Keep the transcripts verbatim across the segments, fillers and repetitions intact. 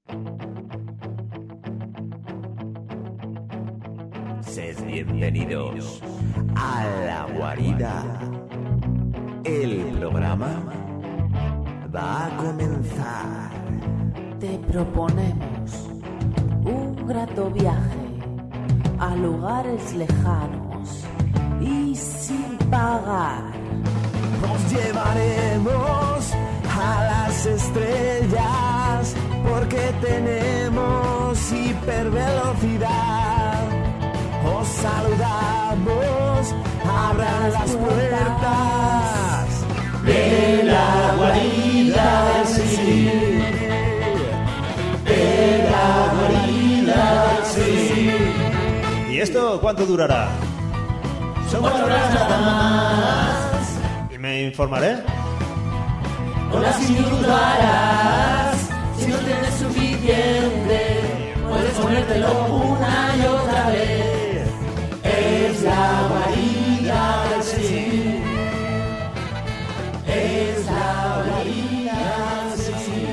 Sed bienvenidos a La Guarida. El programa va a comenzar. Te proponemos un grato viaje a lugares lejanos y sin pagar. Os llevaremos a las estrellas porque tenemos hipervelocidad. Os saludamos, abran las puertas de la guarida del sí. De la guarida del sí. ¿Y esto cuánto durará? Son cuatro horas nada más. ¿Y me informaré? Con las inundarás. Si no tienes suficiente, puedes ponértelo una y otra vez. Es la guarida del sí. Es la guarida del sí.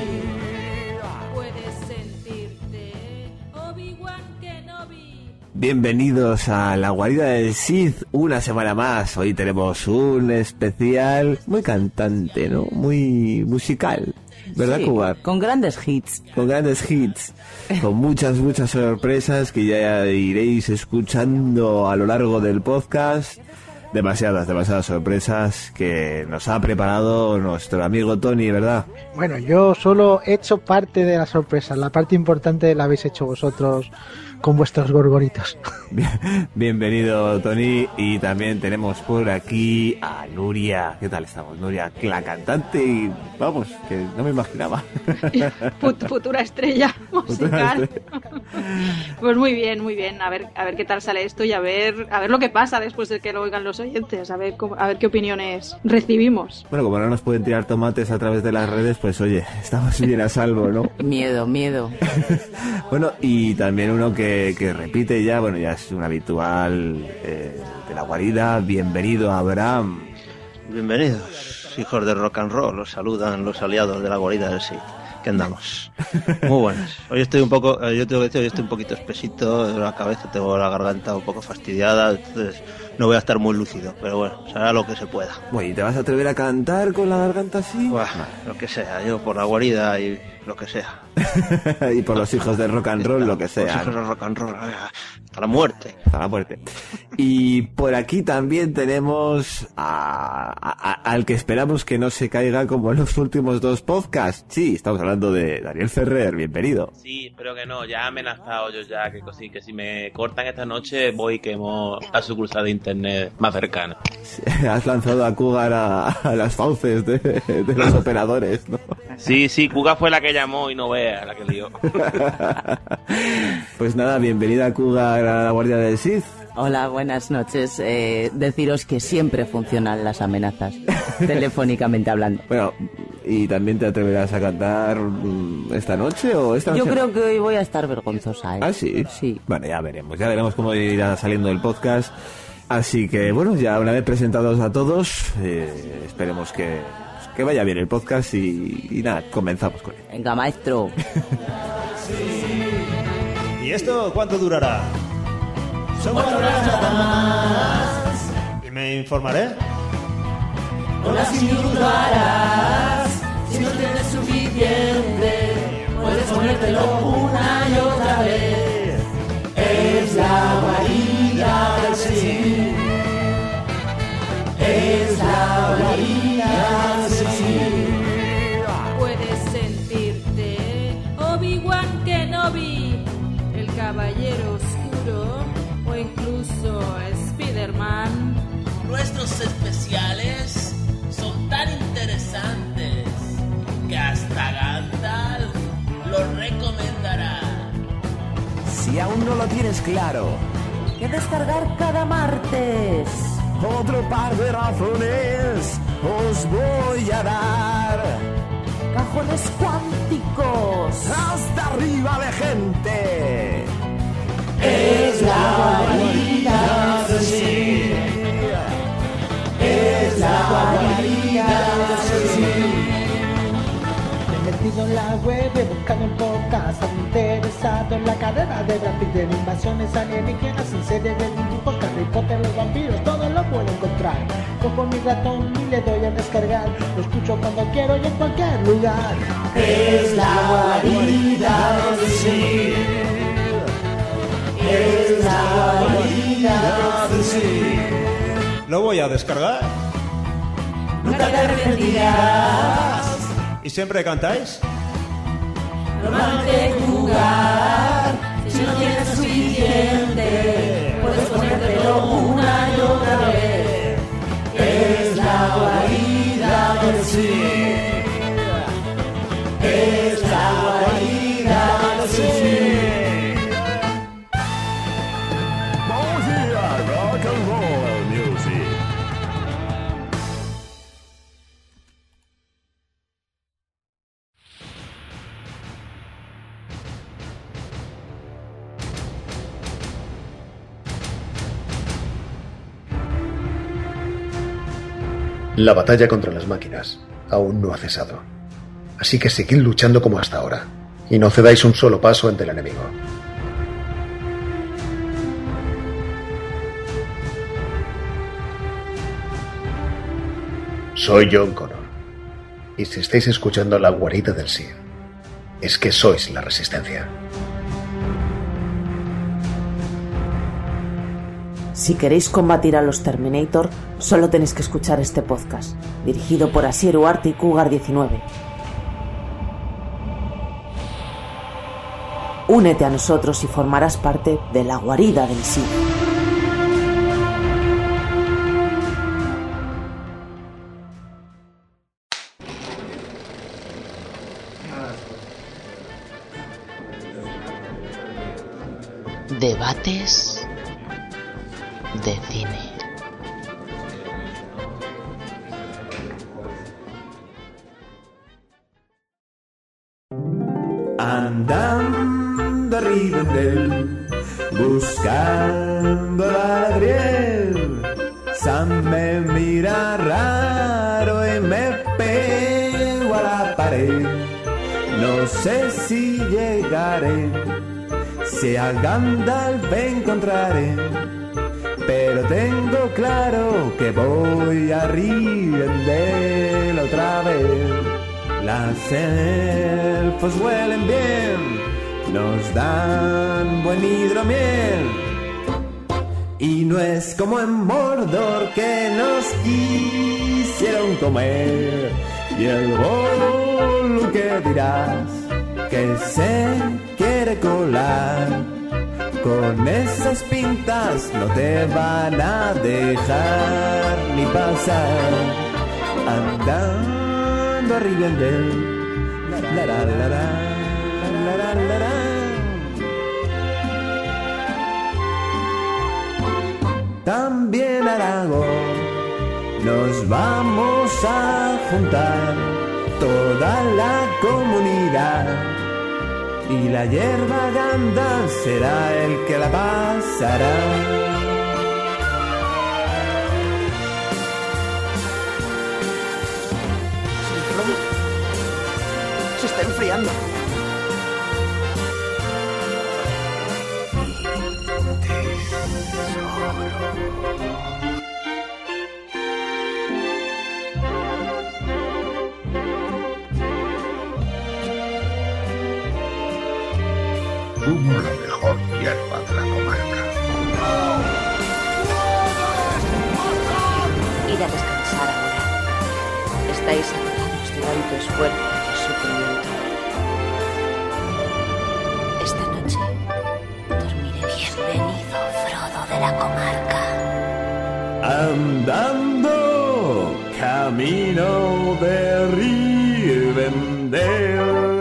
Puedes sentirte Obi-Wan Kenobi. Bienvenidos a La Guarida del Sith, una semana más. Hoy tenemos un especial muy cantante, ¿no? Muy musical, ¿verdad, Sí, Cuba? con grandes hits. Con grandes hits, con muchas, muchas sorpresas que ya iréis escuchando a lo largo del podcast. Demasiadas, demasiadas sorpresas que nos ha preparado nuestro amigo Tony, ¿verdad? Bueno, yo solo he hecho parte de la sorpresa. La parte importante la habéis hecho vosotros con vuestros gorgoritos. Bien, bienvenido, Tony. Y también tenemos por aquí a Nuria. ¿Qué tal estamos, Nuria? La cantante, y vamos, que no me imaginaba. Fut- futura estrella musical. Pues muy bien, muy bien. A ver, a ver qué tal sale esto y a ver, a ver lo que pasa después de que lo oigan los oyentes. A ver, cómo- a ver qué opiniones recibimos. Bueno, como no nos pueden tirar tomates a través de las redes, pues oye, estamos bien a salvo, ¿no? Miedo, miedo. Bueno, y también uno que, que repite ya, bueno, ya es un habitual eh, de La Guarida. Bienvenido, Abraham. Bienvenidos, hijos de rock and roll. Los saludan los aliados de la guarida del Sith. ¿Qué andamos? Muy buenas. Hoy estoy un poco, eh, yo tengo que decir, hoy estoy un poquito espesito de la cabeza, tengo la garganta un poco fastidiada, entonces no voy a estar muy lúcido, pero bueno, será lo que se pueda. Bueno, ¿y te vas a atrever a cantar con la garganta así? Buah, lo que sea, yo por la guarida y lo que sea. Y por los hijos del rock and roll, lo que Los sea. hijos del rock and roll, hasta la muerte. Hasta la muerte. Y por aquí también tenemos a, a- a- al que esperamos que no se caiga como en los últimos dos podcasts. Sí, estamos hablando de Daniel Ferrer. Bienvenido. Sí, espero que no, ya he amenazado yo ya que, sí, que si me cortan esta noche voy y quemo la sucursal de internet más cercana. Has lanzado a Cougar a, a las fauces de, de los operadores, ¿no? Sí, sí, Kuga fue la que llamó y no vea la que lió. Pues nada, bienvenida Cougar a la Guardia del Sith. Hola, buenas noches. Eh, deciros que siempre funcionan las amenazas, telefónicamente hablando. Bueno, ¿y también te atreverás a cantar mm, esta noche o esta Yo noche? creo que hoy voy a estar vergonzosa, ¿eh? ¿Ah, sí? Sí. Bueno, ya veremos, ya veremos cómo irá saliendo el podcast. Así que, bueno, ya una vez presentados a todos, eh, esperemos que, que vaya bien el podcast y, y nada, comenzamos con él. Venga, maestro. ¿Y esto cuánto durará? Son cuatro horas nada más. ¿Y me informaré? Con las inundarás. Si no tienes suficiente, puedes ponértelo una y otra vez. Es la guarida del sí. Es la guarida del sí. Puedes sentirte Obi-Wan Kenobi, el caballero oscuro o incluso Spider-Man. Nuestros especiales son tan interesantes que hasta Gandalf los recomendará. Si aún no lo tienes claro, Que descargar cada martes. otro par de razones os voy a dar. Cajones cuánticos. Hasta arriba de gente. Es la guarida del Sith. Es la guarida del Sith. metido en la web, he buscado un podcast, algo interesado en la carrera de Brad Pitt, de invasiones alienígenas, en serie de dibujos, Harry Potter, los vampiros, todo lo puedo encontrar. Cojo mi ratón y le doy a descargar, lo escucho cuando quiero y en cualquier lugar. Es la guarida del Sith. Es la guarida del Sith. Lo voy a descargar. Nunca te arrepentirás. ¿Y siempre cantáis? Normalmente jugar. Si no tienes suficiente, puedes ponértelo una y otra vez. Es la guarida del Sith. Es la guarida del Sith. Vamos a ir a rock and roll music. La batalla contra las máquinas aún no ha cesado. Así que seguid luchando como hasta ahora, y no cedáis un solo paso ante el enemigo. Soy John Connor, y si estáis escuchando La Guarida del Sith, es que sois la Resistencia. Si queréis combatir a los Terminator, solo tenéis que escuchar este podcast, dirigido por Asier Ugarte y Cougar diecinueve. Únete a nosotros y formarás parte de la Guarida del Sith. Debates de cine. Andando arriba en él, buscando a Gabriel. Sam me mira raro y me pego a la pared. No sé si llegaré, si a Gandalf encontraré, pero tengo claro que voy a Rivendell otra vez. Las elfos huelen bien, nos dan buen hidromiel, y no es como en Mordor que nos quisieron comer. Y el Gollum que dirás que se quiere colar, con esas pintas no te van a dejar ni pasar. Andando a Rivendell, la la la la la la la la. También Aragorn, nos vamos a juntar toda la comunidad, y la hierba Gandalf será el que la pasará. Se está enfriando. Fumo la mejor hierba de la comarca. Id a descansar ahora. Estáis agotados de tanto esfuerzo y sufrimiento. Esta noche dormiré bien. Bienvenido, Frodo de la comarca. Andando camino de Rivendell.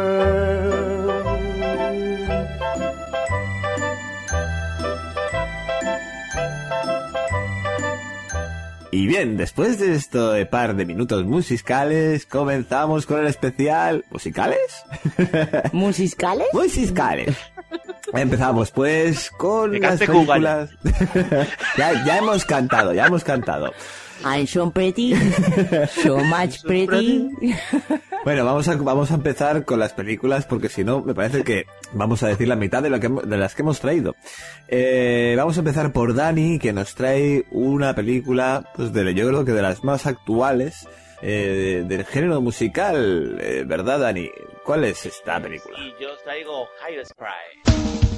Y bien, después de esto de par de minutos musicales, comenzamos con el especial... ¿Musicales? ¿Musicales? Musicales. Empezamos pues con Que las cante películas... ya, ya hemos cantado, ya hemos cantado. I'm so pretty, so much pretty. Bueno, vamos a, vamos a empezar con las películas, porque si no, me parece que vamos a decir la mitad de, lo que, de las que hemos traído. Eh, vamos a empezar por Dani, que nos trae una película, pues de, yo creo que de las más actuales, eh, del género musical, eh, ¿verdad, Dani? ¿Cuál es esta película? Y yo os traigo Hairspray.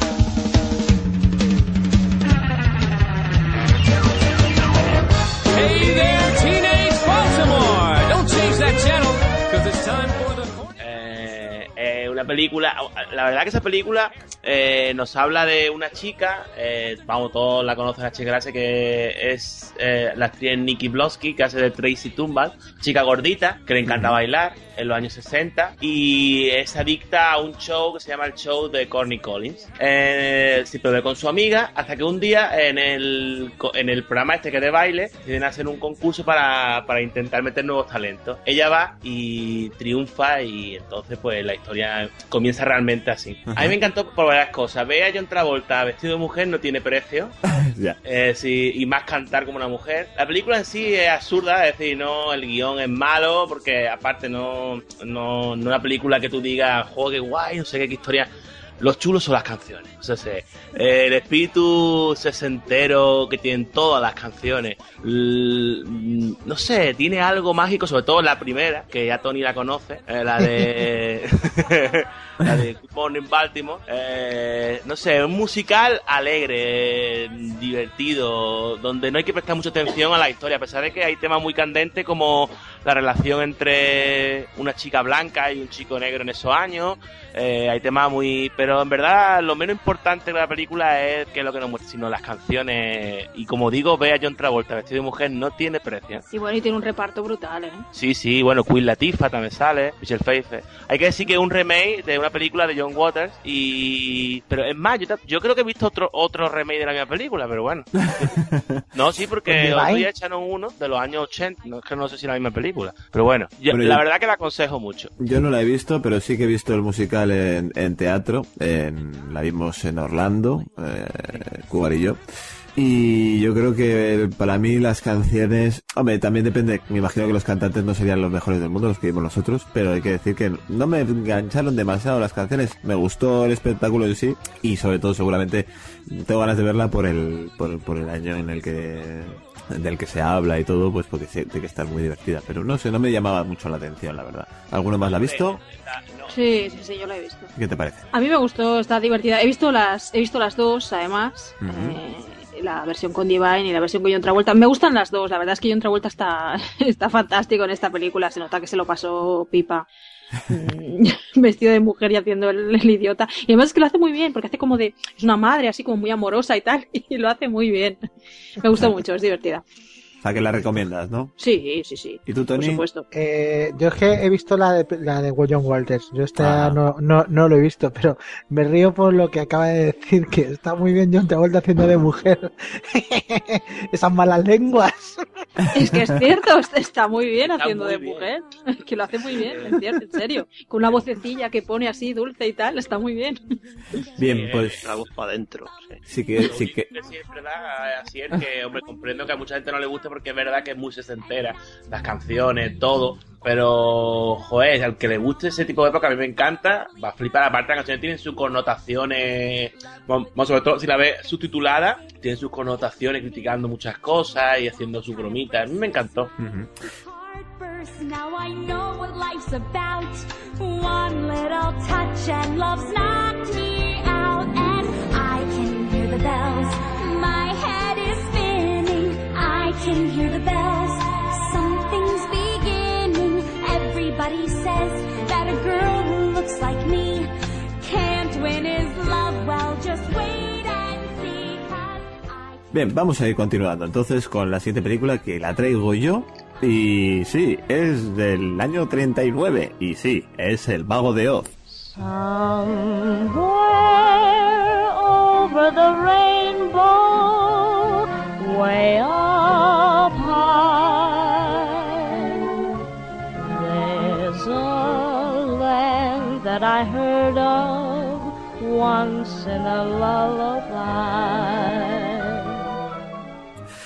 Hey there, teenage Baltimore! Don't change that channel, because it's time for the... Eh, eh, una película, la verdad que esa película eh, nos habla de una chica, eh, vamos, todos la conocen, la chica gracia, que es eh, la actriz Nikki Blonsky, que hace de Tracy Tumbal, chica gordita, que le encanta uh-huh. bailar en los años sesenta, y es adicta a un show que se llama el show de Corny Collins. Eh, siempre ve con su amiga, hasta que un día en el, en el programa este que de baile, deciden hacer un concurso para, para intentar meter nuevos talentos. Ella va y triunfa, y entonces pues la historia comienza realmente así. Uh-huh. A mí me encantó por varias cosas. Ve a John Travolta vestido de mujer, no tiene precio. yeah. eh, sí, y más cantar como una mujer. La película en sí es absurda, es decir, no, el guión es malo, porque aparte no No, no una película que tú digas, joder, qué guay, no sé qué, qué historia. Los chulos son las canciones. O sea, eh, el espíritu sesentero que tienen todas las canciones. L- no sé, tiene algo mágico, sobre todo la primera, que ya Tony la conoce, eh, la de la de Good Morning Baltimore. Eh, no sé, un musical alegre, divertido, donde no hay que prestar mucha atención a la historia, a pesar de que hay temas muy candentes como la relación entre una chica blanca y un chico negro en esos años. Eh, hay temas muy... Pero en verdad lo menos importante de la película es que es lo que nos muestra, sino las canciones. Y como digo, ve a John Travolta vestido de mujer, no tiene precio. Y bueno, y tiene un reparto brutal, ¿eh? Sí, sí, bueno, Queen Latifah también sale, Michelle Pfeiffer. Hay que decir que es un remake de una película de John Waters y... Pero es más, yo, yo creo que he visto otro otro remake de la misma película, pero bueno. No, sí, porque otro día echaron uno de los años ochenta, no es que no sé si es la misma película. Pero bueno, yo, pero la yo, verdad que la aconsejo mucho. Yo no la he visto, pero sí que he visto el musical en, en teatro. En, la vimos en Orlando, eh, Cubar y yo. Y yo creo que para mí las canciones... Hombre, también depende, me imagino que los cantantes no serían los mejores del mundo, los que vimos nosotros, pero hay que decir que no me engancharon demasiado las canciones. Me gustó el espectáculo en sí, y sobre todo seguramente tengo ganas de verla por el por, por el año en el que del que se habla y todo, pues porque sé, tiene que estar muy divertida. Pero no sé, no me llamaba mucho la atención, la verdad. ¿Alguno más la ha visto? Sí, sí, sí, yo la he visto. ¿Qué te parece? A mí me gustó, está divertida. He visto las, he visto las dos, además. Uh-huh. eh, la versión con Divine y la versión con John Travolta. Me gustan las dos, la verdad es que John Travolta está, está fantástico en esta película. Se nota que se lo pasó pipa. Vestido de mujer y haciendo el, el idiota. Y además es que lo hace muy bien, porque hace como de... Es una madre así como muy amorosa y tal. Y lo hace muy bien. Me gusta mucho, es divertida. O sea, que la recomiendas, ¿no? Sí, sí, sí. ¿Y tú, Tony? Por supuesto. Eh, yo es que he visto la de, la de John Walters. Yo esta ah. no, no, no lo he visto, pero me río por lo que acaba de decir, que está muy bien John Travolta haciendo de mujer. Esas malas lenguas. Es que es cierto, está muy bien haciendo muy de bien. mujer. Que lo hace muy bien, es cierto, en serio. Con una vocecilla que pone así dulce y tal, está muy bien. Bien, pues... La voz para adentro. Sí, sí que... Sí que... Sí, es verdad, así es que, hombre, comprendo que a mucha gente no le guste porque es verdad que es muy sesentera, las canciones, todo, pero, joder, al que le guste ese tipo de época, a mí me encanta, va a flipar. Aparte, las canciones tienen sus connotaciones, bueno, sobre todo si la ves subtitulada, tienen sus connotaciones criticando muchas cosas y haciendo su bromita. A mí me encantó. Uh-huh. Now I know what life's about. One little touch and love's knocked me out, and I can hear the bells. My head is spinning. I can hear the bells. Something's beginning. Everybody says that a girl who looks like me can't win his love. Well, just wait and see. Bien, vamos a ir continuando entonces con la siguiente película, que la traigo yo. Y sí, es del año treinta y nueve. Y sí, es El Mago de Oz. Somewhere over the rainbow, way up high, there's a land that I heard of once in a lullaby.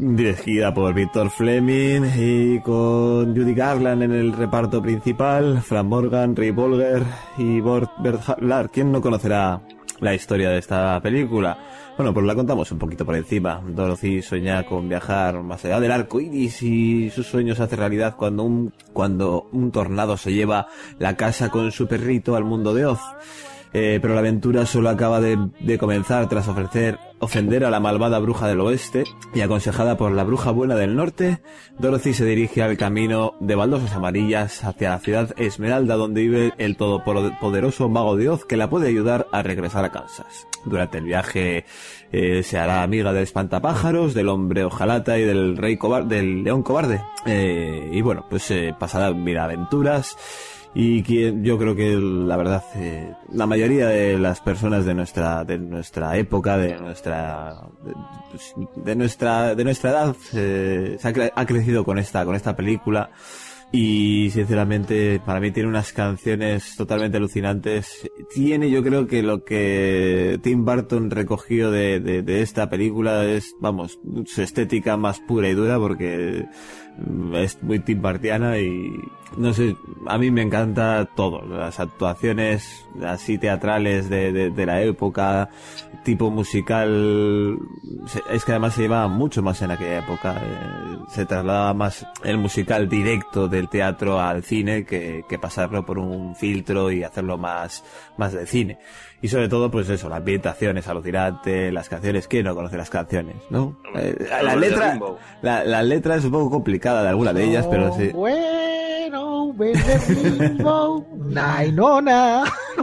dirigida por Victor Fleming y con Judy Garland en el reparto principal, Fran Morgan, Ray Bolger y Burt Bernhardt. ¿Quién no conocerá la historia de esta película? Bueno, pues la contamos un poquito por encima. Dorothy sueña con viajar más allá del arco iris y sus sueños se hacen realidad cuando un, cuando un tornado se lleva la casa con su perrito al mundo de Oz. Eh, pero la aventura solo acaba de, de comenzar tras ofrecer, ofender a la malvada bruja del oeste y aconsejada por la bruja buena del norte, Dorothy se dirige al camino de baldosas amarillas hacia la ciudad Esmeralda, donde vive el todopoderoso mago de Oz que la puede ayudar a regresar a Kansas. Durante el viaje eh, se hará amiga del espantapájaros, del hombre hojalata y del rey cobarde, del león cobarde. Eh, y bueno, pues eh, pasará mil aventuras. Y quien, yo creo que la verdad eh, la mayoría de las personas de nuestra de nuestra época, de nuestra de, de nuestra de nuestra edad eh, se ha, cre- ha crecido con esta con esta película. Y sinceramente para mí tiene unas canciones totalmente alucinantes. Tiene, yo creo que lo que Tim Burton recogió de, de, de esta película es, vamos, su estética más pura y dura, porque es muy Tim Burtiana y no sé, a mí me encanta todo, las actuaciones así teatrales de, de, de la época, tipo musical, es que además se llevaba mucho más en aquella época, eh, se trasladaba más el musical directo del teatro al cine que, que pasarlo por un filtro y hacerlo más, más de cine. Y sobre todo, pues eso, la ambientación es alucinante, las canciones, ¿quién no conoce las canciones, no? Eh, la, la letra, la, la letra es un poco complicada de alguna de ellas, pero sí. Bueno, baby, limbo, nainona.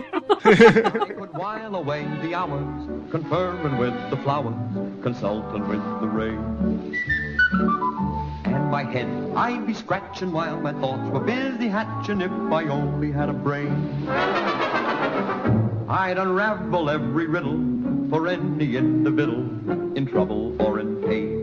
While away the hours, conferring with the flowers, consulting with the rain. And my head I'd be scratching while my thoughts were busy hatching if I only had a brain. I'd unravel every riddle for any individual in trouble or in pain.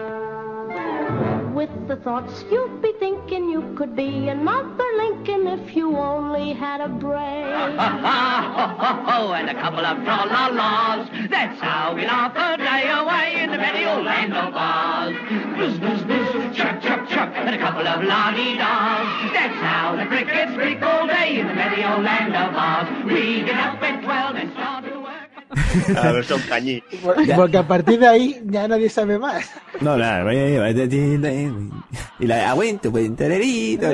With the thoughts you'd be thinking you could be another Lincoln if you only had a brain. Oh, and a couple of tra-la-las. That's how we laugh a day away in the merry old land of Oz. Bzz, bzz, bzz, chuck, chuck, chuck, and a couple of la-dee-das. That's how the crickets freak all day in the merry old land of Oz. We get up at twelve and start to work. A ver, son cañí. Porque a partir de ahí ya nadie sabe más. No, nada, y la aguento, entererito.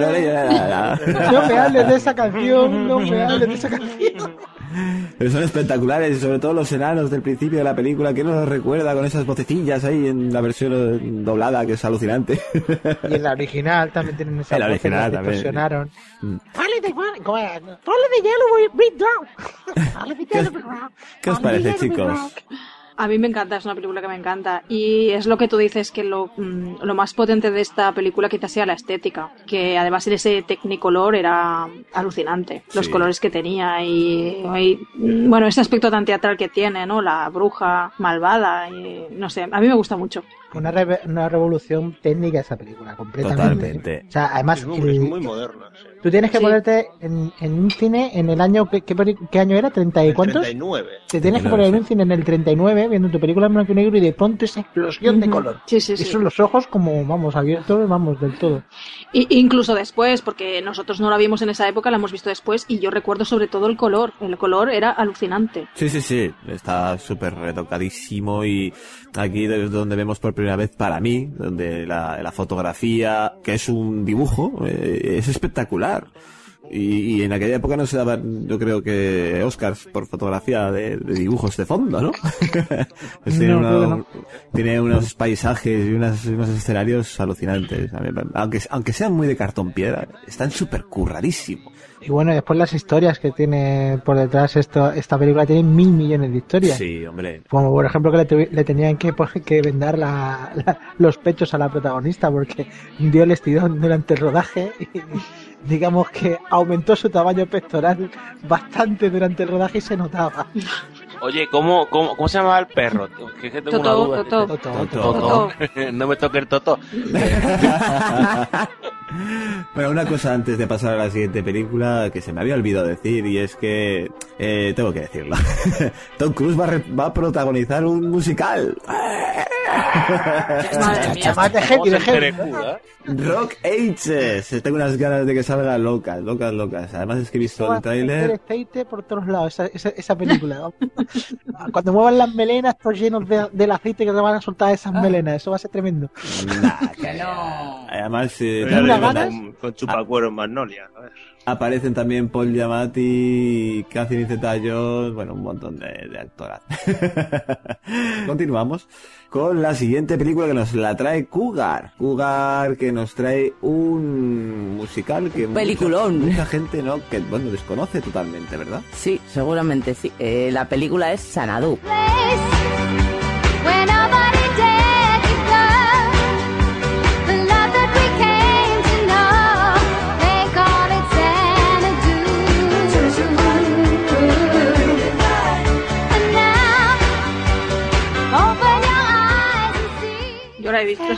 No me hables de esa canción, no me hables de esa canción. Pero son espectaculares, y sobre todo los enanos del principio de la película, que nos recuerda con esas vocecillas ahí en la versión doblada, que es alucinante. Y en la original también tienen esa voz. En la original también. Distorsionaron. Follow the, ¿cómo era? Follow the yellow brick down. Follow the yellow brick down. ¿Qué os parece, chicos? A mí me encanta, es una película que me encanta. Y es lo que tú dices, que lo, mm, lo más potente de esta película quizás sea la estética. Que además ese Technicolor era alucinante. Los Sí. colores que tenía y, y, mm, bueno, ese aspecto tan teatral que tiene, ¿no? La bruja malvada. Y, no sé, a mí me gusta mucho. Una, re- una revolución técnica esa película, completamente. Totalmente. O sea, además, Es muy, el- es muy moderna. Sí. tú tienes que Sí. ponerte en, en un cine en el año, ¿qué, qué, peli- qué año era? ¿treinta y cuántos? treinta y nueve. Te tienes que poner en un cine en el treinta y nueve, viendo tu película en blanco y negro y de pronto esa explosión de Ujú. color. Sí, sí, Y sí. son los ojos como, vamos, abiertos, vamos, del todo. Y, incluso después, porque nosotros no la vimos en esa época, la hemos visto después, y yo recuerdo sobre todo el color. El color era alucinante. Sí, sí, sí, está súper retocadísimo y aquí es donde vemos por primera vez, para mí, donde la, la fotografía, que es un dibujo, eh, es espectacular. Y, y en aquella época no se daban, yo creo que Oscars por fotografía de, de dibujos de fondo, ¿no? Pues tiene, No, uno- creo que no. tiene unos paisajes y unas- unos escenarios alucinantes. A mí, Aunque, aunque sean muy de cartón piedra, están súper curradísimos. Y bueno, después las historias que tiene por detrás esto, esta película tiene mil millones de historias. Sí, hombre. Como por ejemplo que le, tuvi- le tenían que, por- que vendar la, la- los pechos a la protagonista porque dio el estirón durante el rodaje y digamos que aumentó su tamaño pectoral bastante durante el rodaje y se notaba. Oye, ¿cómo, cómo, ¿cómo se llamaba el perro? Que es que tengo Totó, una duda. Totó. Toto, Toto. Totó. No me toque el Totó. Bueno, una cosa antes de pasar a la siguiente película que se me había olvidado decir, y es que eh, tengo que decirlo. Tom Cruise va a, re- va a protagonizar un musical. Madre mía. Además de Heavy, de Heavy. Rock Ages. Tengo unas ganas de que salga locas, locas, locas. Además es que he visto el tráiler. Aceite por todos lados, esa, esa, esa película. Cuando muevan las melenas, todos llenos de, del aceite que te van a soltar esas melenas. Eso va a ser tremendo. Nah, que no. Además, eh, con, con chupacuero en Magnolia. A ver. Aparecen también Paul Giamatti, Catherine Zeta-Jones, bueno, un montón de, de actoras. Continuamos con la siguiente película que nos la trae Cougar. Cougar, que nos trae un musical que peliculón. Mucha, mucha gente no, que bueno, desconoce totalmente, ¿verdad? Sí, seguramente sí. Eh, la película es Xanadu. Yo la he visto.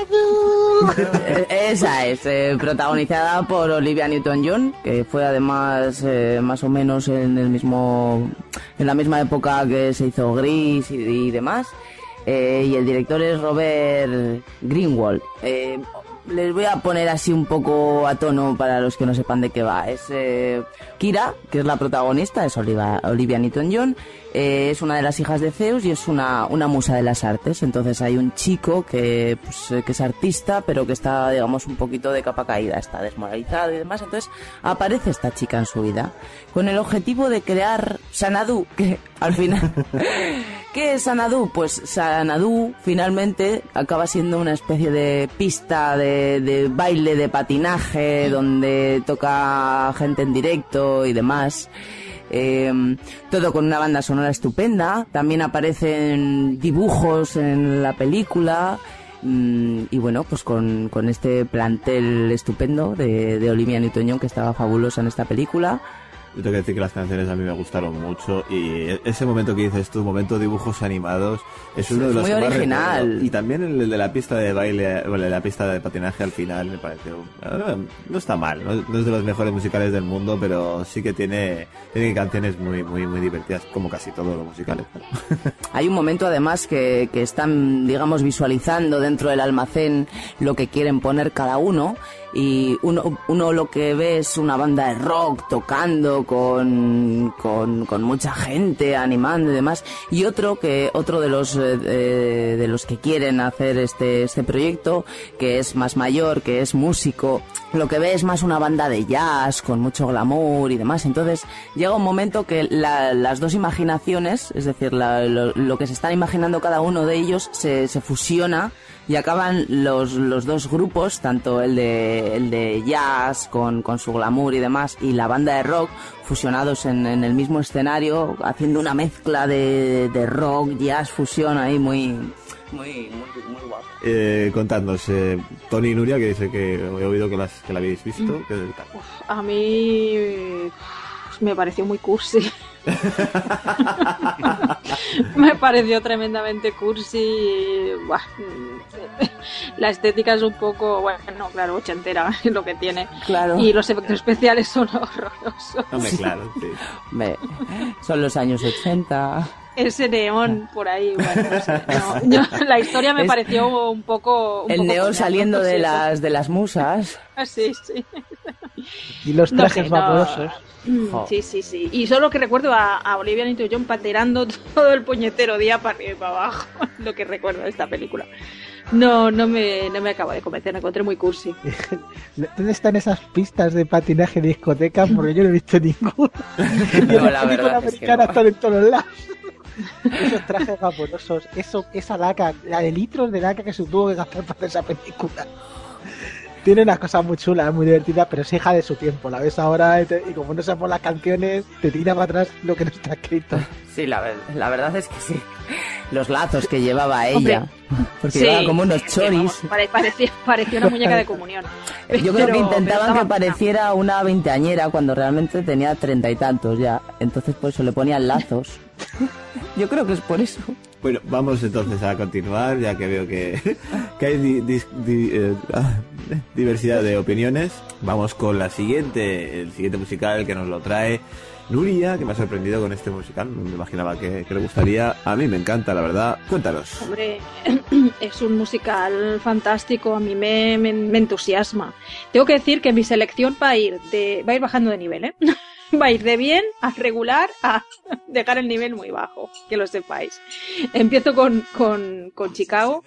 Esa es, eh, protagonizada por Olivia Newton-John, que fue además eh, más o menos en el mismo, en la misma época que se hizo Gris y, y demás. Eh, y el director es Robert Greenwald. Eh, les voy a poner así un poco a tono para los que no sepan de qué va. Es eh, Kira, que es la protagonista, es Olivia, Olivia Newton-John. Eh, es una de las hijas de Zeus y es una, una musa de las artes. Entonces hay un chico que, pues, que es artista, pero que está, digamos, un poquito de capa caída, está desmoralizado y demás. Entonces aparece esta chica en su vida con el objetivo de crear Xanadu, que al final... ¿Qué es Xanadu? Pues Xanadu finalmente acaba siendo una especie de pista de, de baile, de patinaje, donde toca gente en directo y demás. Eh, todo con una banda sonora estupenda. También aparecen dibujos en la película. Mm, y bueno, pues con, con este plantel estupendo de, de Olivia Newton-John, que estaba fabulosa en esta película. Yo tengo que decir que las canciones a mí me gustaron mucho y ese momento que dices tú, momento dibujos animados, es uno de los muy que más original. recuerdo. Y también el de la pista de baile, bueno, la pista de patinaje al final me pareció, no, no está mal, no, no es de los mejores musicales del mundo, pero sí que tiene, tiene canciones muy, muy, muy divertidas, como casi todos los musicales. Hay un momento además que, que están, digamos, visualizando dentro del almacén lo que quieren poner cada uno. Y uno, uno lo que ve es una banda de rock tocando con, con, con mucha gente animando y demás, y otro que otro de los eh, de los que quieren hacer este este proyecto, que es más mayor, que es músico, lo que ve es más una banda de jazz con mucho glamour y demás. Entonces llega un momento que la, las dos imaginaciones, es decir, la, lo, lo que se están imaginando cada uno de ellos se, se fusiona y acaban los, los dos grupos, tanto el de, el de jazz con, con su glamour y demás, y la banda de rock, fusionados en, en el mismo escenario, haciendo una mezcla de, de rock, jazz, fusión ahí muy, muy, muy, muy guapo. Eh, contadnos, eh, Tony y Nuria, que dice que he oído que, las, que la habéis visto. Mm. ¿Qué tal? Uf, a mí pues, me pareció muy cursi. Me pareció tremendamente cursi y, buah, la estética es un poco, bueno, no, claro, ochentera es lo que tiene. Claro. Y los efectos especiales son horrorosos. Hombre, claro, sí. Me, son los años ochenta. Ese neón por ahí, bueno, no sé, no, yo, la historia me es pareció un poco... Un el poco neón coñazo, saliendo de sí, las, de las musas. Sí, sí. Y los trajes no sé, vaporosos. No. Sí, sí, sí. Y solo que recuerdo a, a Olivia Newton-John paterando todo el puñetero día para arriba y para abajo. Lo que recuerdo de esta película. No, no me, no me acabo de convencer, me encontré muy cursi. ¿Dónde están esas pistas de patinaje de discoteca? Porque yo no he visto ninguna. No, la verdad americana es que están en todos lados. Esos trajes vaporosos, eso, esa laca, la de litros de laca que se tuvo que gastar para esa película. Tiene unas cosas muy chulas, muy divertidas, pero es hija de su tiempo. La ves ahora y, te, y como no sabemos las canciones, te tira para atrás lo que no está escrito. Sí, la, la verdad es que sí. Los lazos que llevaba ella. Hombre, porque sí, llevaba como unos choris. Sí, vamos, parecía, parecía una muñeca de comunión. Yo creo pero, que intentaban estaba... que pareciera una veinteañera cuando realmente tenía treinta y tantos ya. Entonces por eso le ponían lazos. Yo creo que es por eso. Bueno, vamos entonces a continuar, ya que veo que, que hay di, di, di, eh, diversidad de opiniones. Vamos con la siguiente, el siguiente musical que nos lo trae Nuria, que me ha sorprendido con este musical, no me imaginaba que, que le gustaría. A mí me encanta, la verdad. Cuéntanos. Hombre, es un musical fantástico, a mí me, me, me entusiasma. Tengo que decir que mi selección va a ir, de, va a ir bajando de nivel, ¿eh? Va a ir de bien a regular a dejar el nivel muy bajo, que lo sepáis. Empiezo con, con, con Chicago.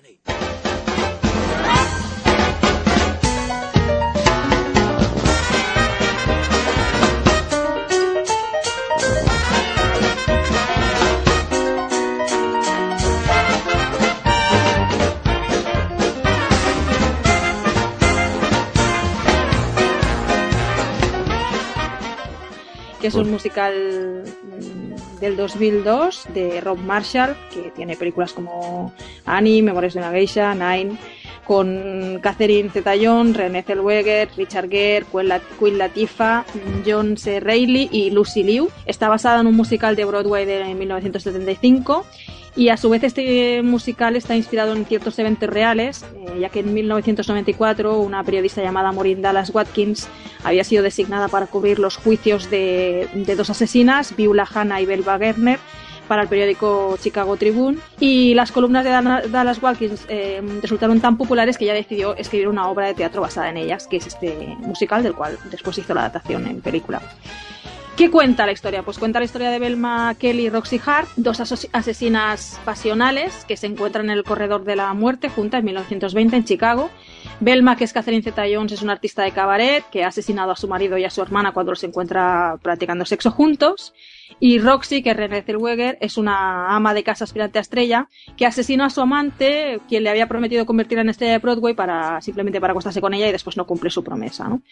Que es un musical del dos mil dos de Rob Marshall, que tiene películas como Annie, Memorias de una Geisha, Nine, con Catherine Zeta-Jones, Renée Zellweger, Richard Gere, Queen Latifah, John C. Reilly y Lucy Liu. Está basada en un musical de Broadway de mil novecientos setenta y cinco. Y a su vez este musical está inspirado en ciertos eventos reales, eh, ya que en mil novecientos noventa y cuatro una periodista llamada Maureen Dallas Watkins había sido designada para cubrir los juicios de, de dos asesinas, Beulah Hanna y Belva Gerner, para el periódico Chicago Tribune, y las columnas de Dallas Watkins eh, resultaron tan populares que ella decidió escribir una obra de teatro basada en ellas, que es este musical, del cual después hizo la adaptación en película. ¿Qué cuenta la historia? Pues cuenta la historia de Velma Kelly y Roxy Hart, dos aso- asesinas pasionales que se encuentran en el corredor de la muerte juntas en mil novecientos veinte en Chicago. Velma, que es Catherine Zeta-Jones, es una artista de cabaret que ha asesinado a su marido y a su hermana cuando los encuentra practicando sexo juntos. Y Roxy, que es Renée Zellweger, es una ama de casa aspirante a estrella que asesinó a su amante, quien le había prometido convertirla en estrella de Broadway para simplemente para acostarse con ella, y después no cumple su promesa, ¿no?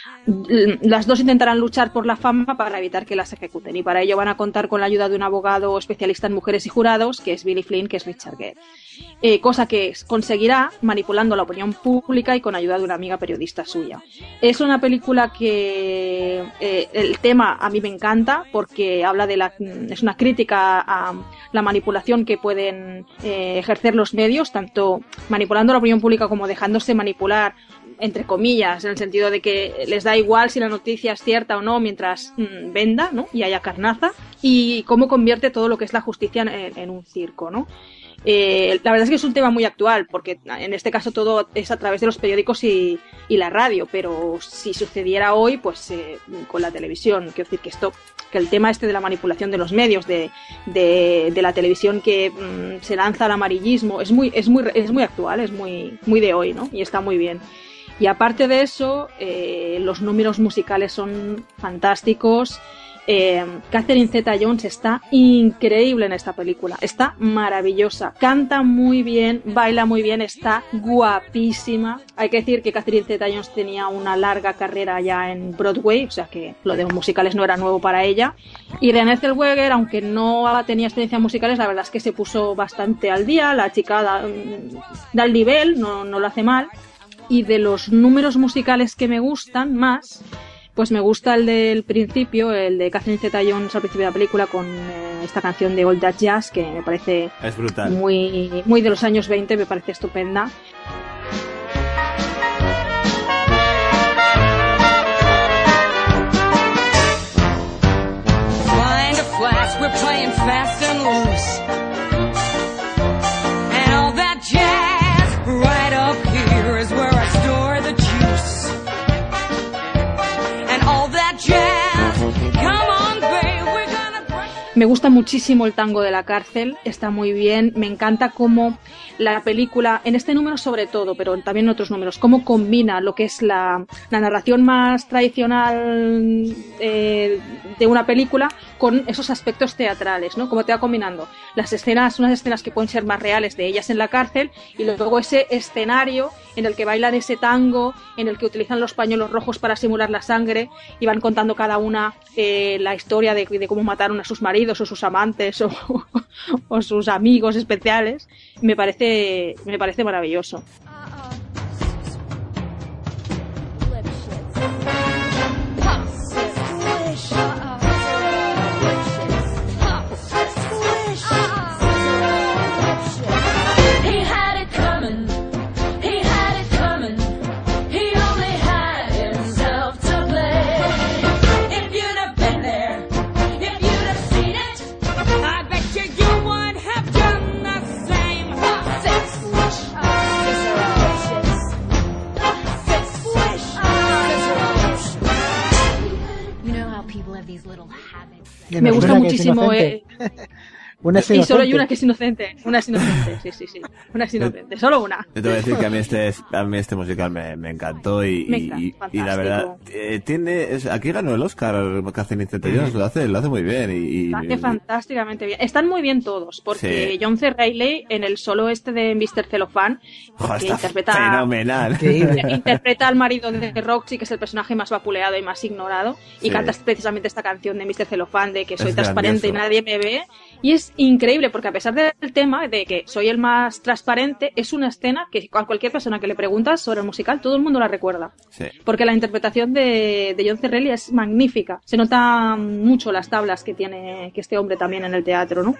Las dos intentarán luchar por la fama para evitar que las ejecuten, y para ello van a contar con la ayuda de un abogado especialista en mujeres y jurados, que es Billy Flynn, que es Richard Gere. Eh, cosa que conseguirá manipulando la opinión pública y con ayuda de una amiga periodista suya. Es una película que eh, el tema a mí me encanta porque habla de la, es una crítica a la manipulación que pueden eh, ejercer los medios, tanto manipulando la opinión pública como dejándose manipular, entre comillas, en el sentido de que les da igual si la noticia es cierta o no mientras mmm, venda, ¿no? Y haya carnaza, y cómo convierte todo lo que es la justicia en, en un circo, ¿no? Eh, la verdad es que es un tema muy actual, porque en este caso todo es a través de los periódicos y, y la radio, pero si sucediera hoy, pues eh, con la televisión, quiero decir que esto, que el tema este de la manipulación de los medios, de, de, de la televisión que mmm, se lanza al amarillismo, es muy, es muy, es muy actual, es muy, muy de hoy, ¿no? Y está muy bien. Y aparte de eso, eh, los números musicales son fantásticos. Eh, Catherine Zeta-Jones está increíble en esta película, está maravillosa, canta muy bien, baila muy bien, está guapísima. Hay que decir que Catherine Zeta-Jones tenía una larga carrera ya en Broadway, o sea que lo de musicales no era nuevo para ella. Y Renée Zellweger, aunque no tenía experiencia en musicales, la verdad es que se puso bastante al día. La chica da, da el nivel, no, no lo hace mal. Y de los números musicales que me gustan más, pues me gusta el del principio, el de Catherine Zeta-Jones al principio de la película, con eh, esta canción de All That Jazz, que me parece es brutal. Muy, muy de los años veinte, me parece estupenda. Find a flash, we're playing fast and loose. And all that jazz right up here is where I store the juice. And all that jazz, come on babe, we're gonna break. Me gusta muchísimo el tango de la cárcel, está muy bien, me encanta cómo la película, en este número sobre todo, pero también en otros números, cómo combina lo que es la, la narración más tradicional eh, de una película con esos aspectos teatrales, ¿no? Cómo te va combinando las escenas, unas escenas que pueden ser más reales de ellas en la cárcel, y luego ese escenario en el que bailan ese tango, en el que utilizan los pañuelos rojos para simular la sangre, y van contando cada una eh, la historia de, de cómo mataron a sus maridos o sus amantes o, o sus amigos especiales. Me parece, me parece maravilloso. Me gusta muchísimo. Eh... Una es y solo hay una que es inocente. Una es inocente, sí, sí, sí. Una es inocente, solo una. Yo te voy a decir que a mí este, a mí este musical me, me encantó y, me y, encanta, y la verdad, eh, tiene, es, aquí ganó el Oscar Catherine Zeta-Jones, lo hace, lo hace muy bien. Y, y, lo hace fantásticamente bien. Están muy bien todos, porque sí. John C. Reilly en el solo este de mister Cellophane, oh, que interpreta, fenomenal. interpreta al marido de Roxy, que es el personaje más vapuleado y más ignorado, y sí. canta precisamente esta canción de mister Cellophane de que soy es transparente grandioso. Y nadie me ve. Y es increíble porque a pesar del tema de que soy el más transparente, es una escena que a cualquier persona que le preguntas sobre el musical, todo el mundo la recuerda. Sí. Porque la interpretación de, de John C. Reilly es magnífica. Se nota mucho las tablas que tiene que este hombre también en el teatro, ¿no?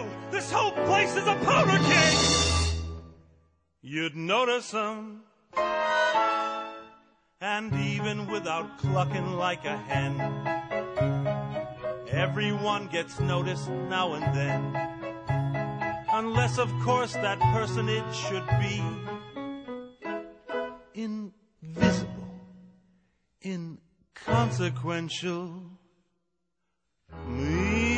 You'd notice them, and even without clucking like a hen, everyone gets noticed now and then, unless of course that personage should be invisible, inconsequential. Me.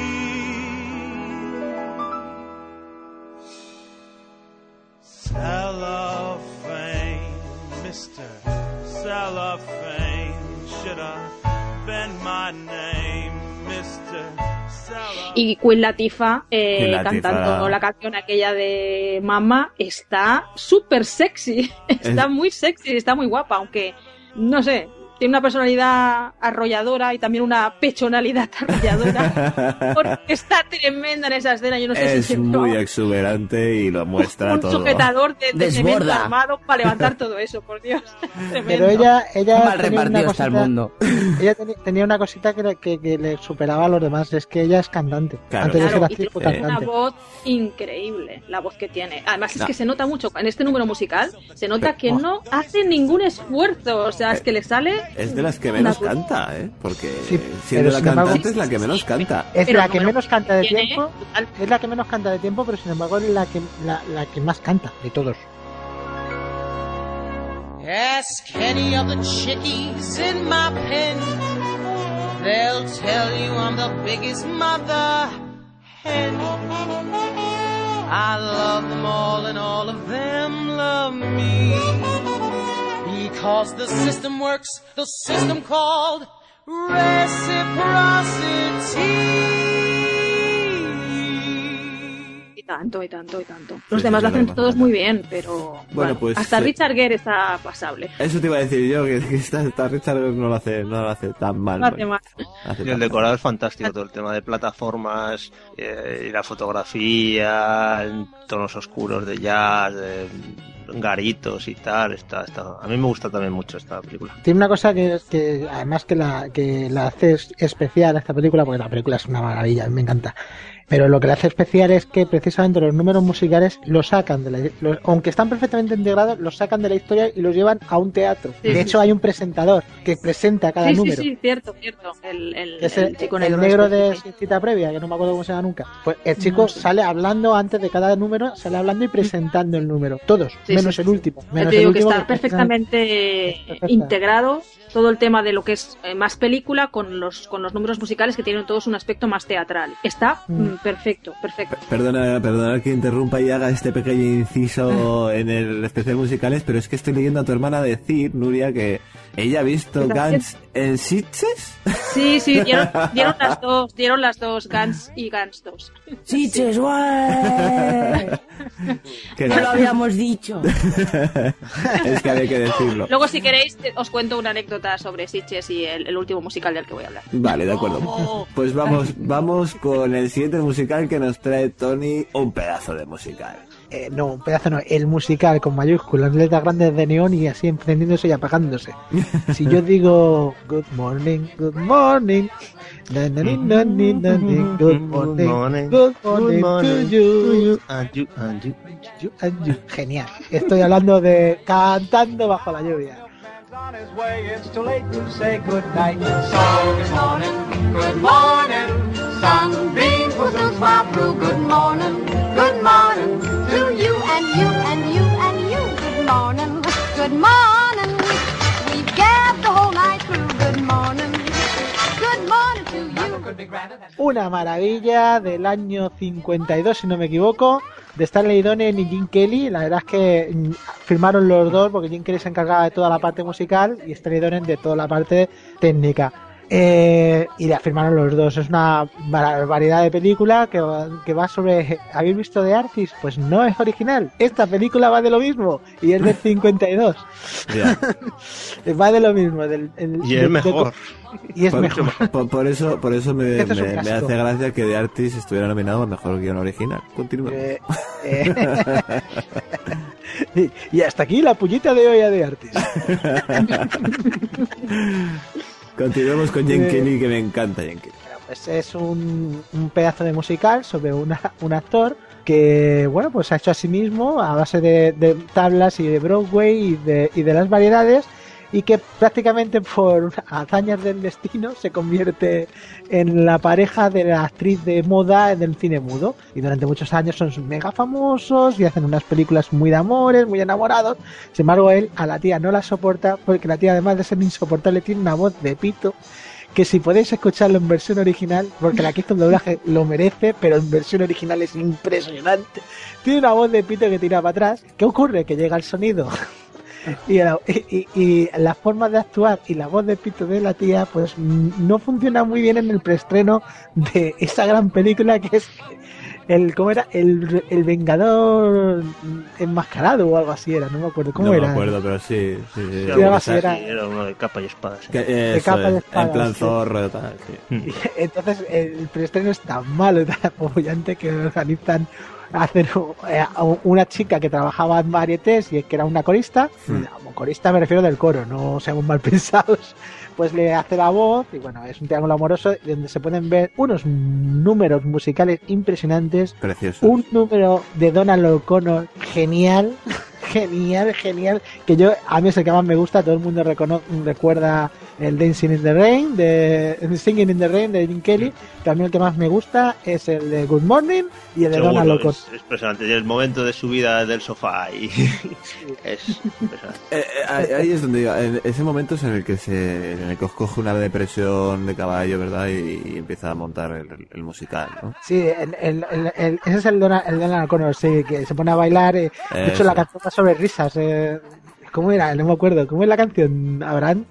Cellophane, mister Cellophane, should have been my name, mister Cellophane. Y Queen Latifah, eh, Queen Latifah. cantando la canción aquella de Mama, está súper sexy, está es... muy sexy, está muy guapa, aunque, no sé, tiene una personalidad arrolladora y también una pechonalidad arrolladora, porque está tremenda en esa escena. Yo no sé es si muy exuberante y lo muestra un todo. Un sujetador de, de cemento armado para levantar todo eso, por Dios. Tremendo. Pero ella, ella mal repartido está el mundo. Ella tenía, tenía una cosita que, que, que le superaba a los demás, es que ella es cantante. Claro, Antes de claro, ser actriz, fue tiene cantante. una voz increíble, la voz que tiene. Además es no. que se nota mucho, en este número musical, se nota que no hace ningún esfuerzo, o sea, es que le sale... Es de las que menos canta, ¿eh? Porque sí, siendo la cantante embargo, es la que menos canta. Es pero la que menos canta de tiene, tiempo, es la que menos canta de tiempo, pero sin embargo es la que, la, la que más canta de todos. Ask any of the chickies in my pen, they'll tell you I'm the biggest mother hen. I love them all and all of them love me, because the system works, the system called reciprocity. Y tanto, y tanto, y tanto. Los sí, demás sí, lo hacen todos muy bien, pero bueno, bueno, pues hasta sí. Richard Gere está pasable. Eso te iba a decir yo, que, que está, está Richard Gere no lo hace, no lo hace tan mal. No hace mal. Hace y el decorado es fantástico, todo el tema de plataformas eh, y la fotografía en tonos oscuros de jazz, de garitos y tal, está, está, a mí me gusta también mucho esta película. Tiene una cosa que, que además que la, que la hace especial a esta película, porque la película es una maravilla, a mí me encanta, pero lo que la hace especial es que precisamente los números musicales los sacan de la, los, aunque están perfectamente integrados, los sacan de la historia y los llevan a un teatro. Sí, de hecho sí. Hay un presentador que presenta cada sí, número. Sí, sí, cierto, cierto. El, el, es el, el chico el negro, negro este, de sí. cita previa, que no me acuerdo cómo se llama nunca. Pues el chico no, sí. sale hablando antes de cada número, sale hablando y presentando el número. Todos, sí, menos sí, el último. Menos te digo el último que está que perfectamente integrado todo el tema de lo que es eh, más película con los con los números musicales que tienen todos un aspecto más teatral. Está mm. perfecto, perfecto. Perdona, perdona que interrumpa y haga este pequeño inciso en el especial musicales, pero es que estoy leyendo a tu hermana decir, Nuria, que ella ha visto Guns en Sitges. Sí, sí, dieron, dieron las dos, dieron las dos, Guns y Guns dos. Sitges, guay. No lo habíamos dicho. Es que había que decirlo. Luego, si queréis, os cuento una anécdota sobre Sitges y el, el último musical del que voy a hablar. Vale, de acuerdo. Oh. Pues vamos, vamos con el siguiente musical que nos trae Tony, un pedazo de musical. Eh, no, un pedazo no, el musical con mayúsculas, letras grandes de neón y así encendiéndose y apagándose. Si yo digo good morning, good morning, na, na, na, na, na, na, good morning, good morning to you, and you, and you, you, and you. Genial. Estoy hablando de Cantando bajo la lluvia. On his way, it's too late to say good night. So good morning, good morning. Sunbeams will soon smile through. Good morning, good morning to you and you and you and you. Good morning, good morning. We've gabbed the whole night through. Good morning, good morning to you. una maravilla del año cincuenta y dos, si no me equivoco, de Stanley Donen y Gene Kelly. La verdad es que mm, firmaron los dos porque Gene Kelly se encargaba de toda la parte musical y Stanley Donen de toda la parte técnica. Eh, y la firmaron los dos. Es una variedad de película que, que va sobre... ¿Habéis visto The Artist? Pues no es original. Esta película va de lo mismo y es del cincuenta y dos. Yeah. Va de lo mismo. Del, el, y es de, mejor. De, y es por, mejor. Por, por eso, por eso me, Este me, me hace gracia que The Artist estuviera nominado a Mejor Guión Original. Continúa. Eh, eh. y, y hasta aquí la pullita de hoy a The Artist. Continuemos con Gene Eh, Kelly, que me encanta Gene Kelly. Pues es un, un pedazo de musical sobre una, un actor que, bueno, pues ha hecho a sí mismo a base de, de tablas y de Broadway y de, y de las variedades, y que prácticamente por hazañas del destino se convierte en la pareja de la actriz de moda del cine mudo, y durante muchos años son mega famosos y hacen unas películas muy de amores, muy enamorados. Sin embargo, él a la tía no la soporta porque la tía, además de ser insoportable, tiene una voz de pito que si podéis escucharlo en versión original, porque la que hizo el doblaje lo merece, pero en versión original es impresionante. Tiene una voz de pito que tira para atrás. ¿Qué ocurre? Que llega el sonido y, la, y, y la forma de actuar y la voz de pito de la tía pues no funciona muy bien en el preestreno de esa gran película que es el ¿cómo era? El, el Vengador enmascarado o algo así era, no me acuerdo cómo no era. No me acuerdo, pero sí, sí, sí, sí, sí, era, sí, era, era uno de capa y espada. Sí. Que, eso, de capa y espada, en plan sí. zorro y tal. Sí. Y entonces el preestreno es tan malo y tan apoyante que organizan hacer una chica que trabajaba en varietés y que era una corista, hmm. corista me refiero del coro, no seamos mal pensados, pues le hace la voz y bueno, es un triángulo amoroso donde se pueden ver unos números musicales impresionantes. Precioso. Un número de Donald O'Connor genial, genial, genial, que yo, a mí es el que más me gusta. Todo el mundo recono- recuerda el Dancing in the Rain, de Singing in the Rain de Gene Kelly, que a mí el que más me gusta es el de Good Morning y el de Seguro, Donald O'Connor. Es, es impresionante, y el momento de subida del sofá y es impresionante. Eh, eh, ahí es donde digo, en ese momento es en el que se en el que os coge una depresión de caballo, ¿verdad? Y, y empieza a montar el, el musical, ¿no? Sí, el, el, el, el, ese es el Donald, el Donald O'Connor, sí, que se pone a bailar. Eh, de hecho, la canción va sobre risas. Eh, ¿Cómo era? No me acuerdo. ¿Cómo es la canción, Abraham?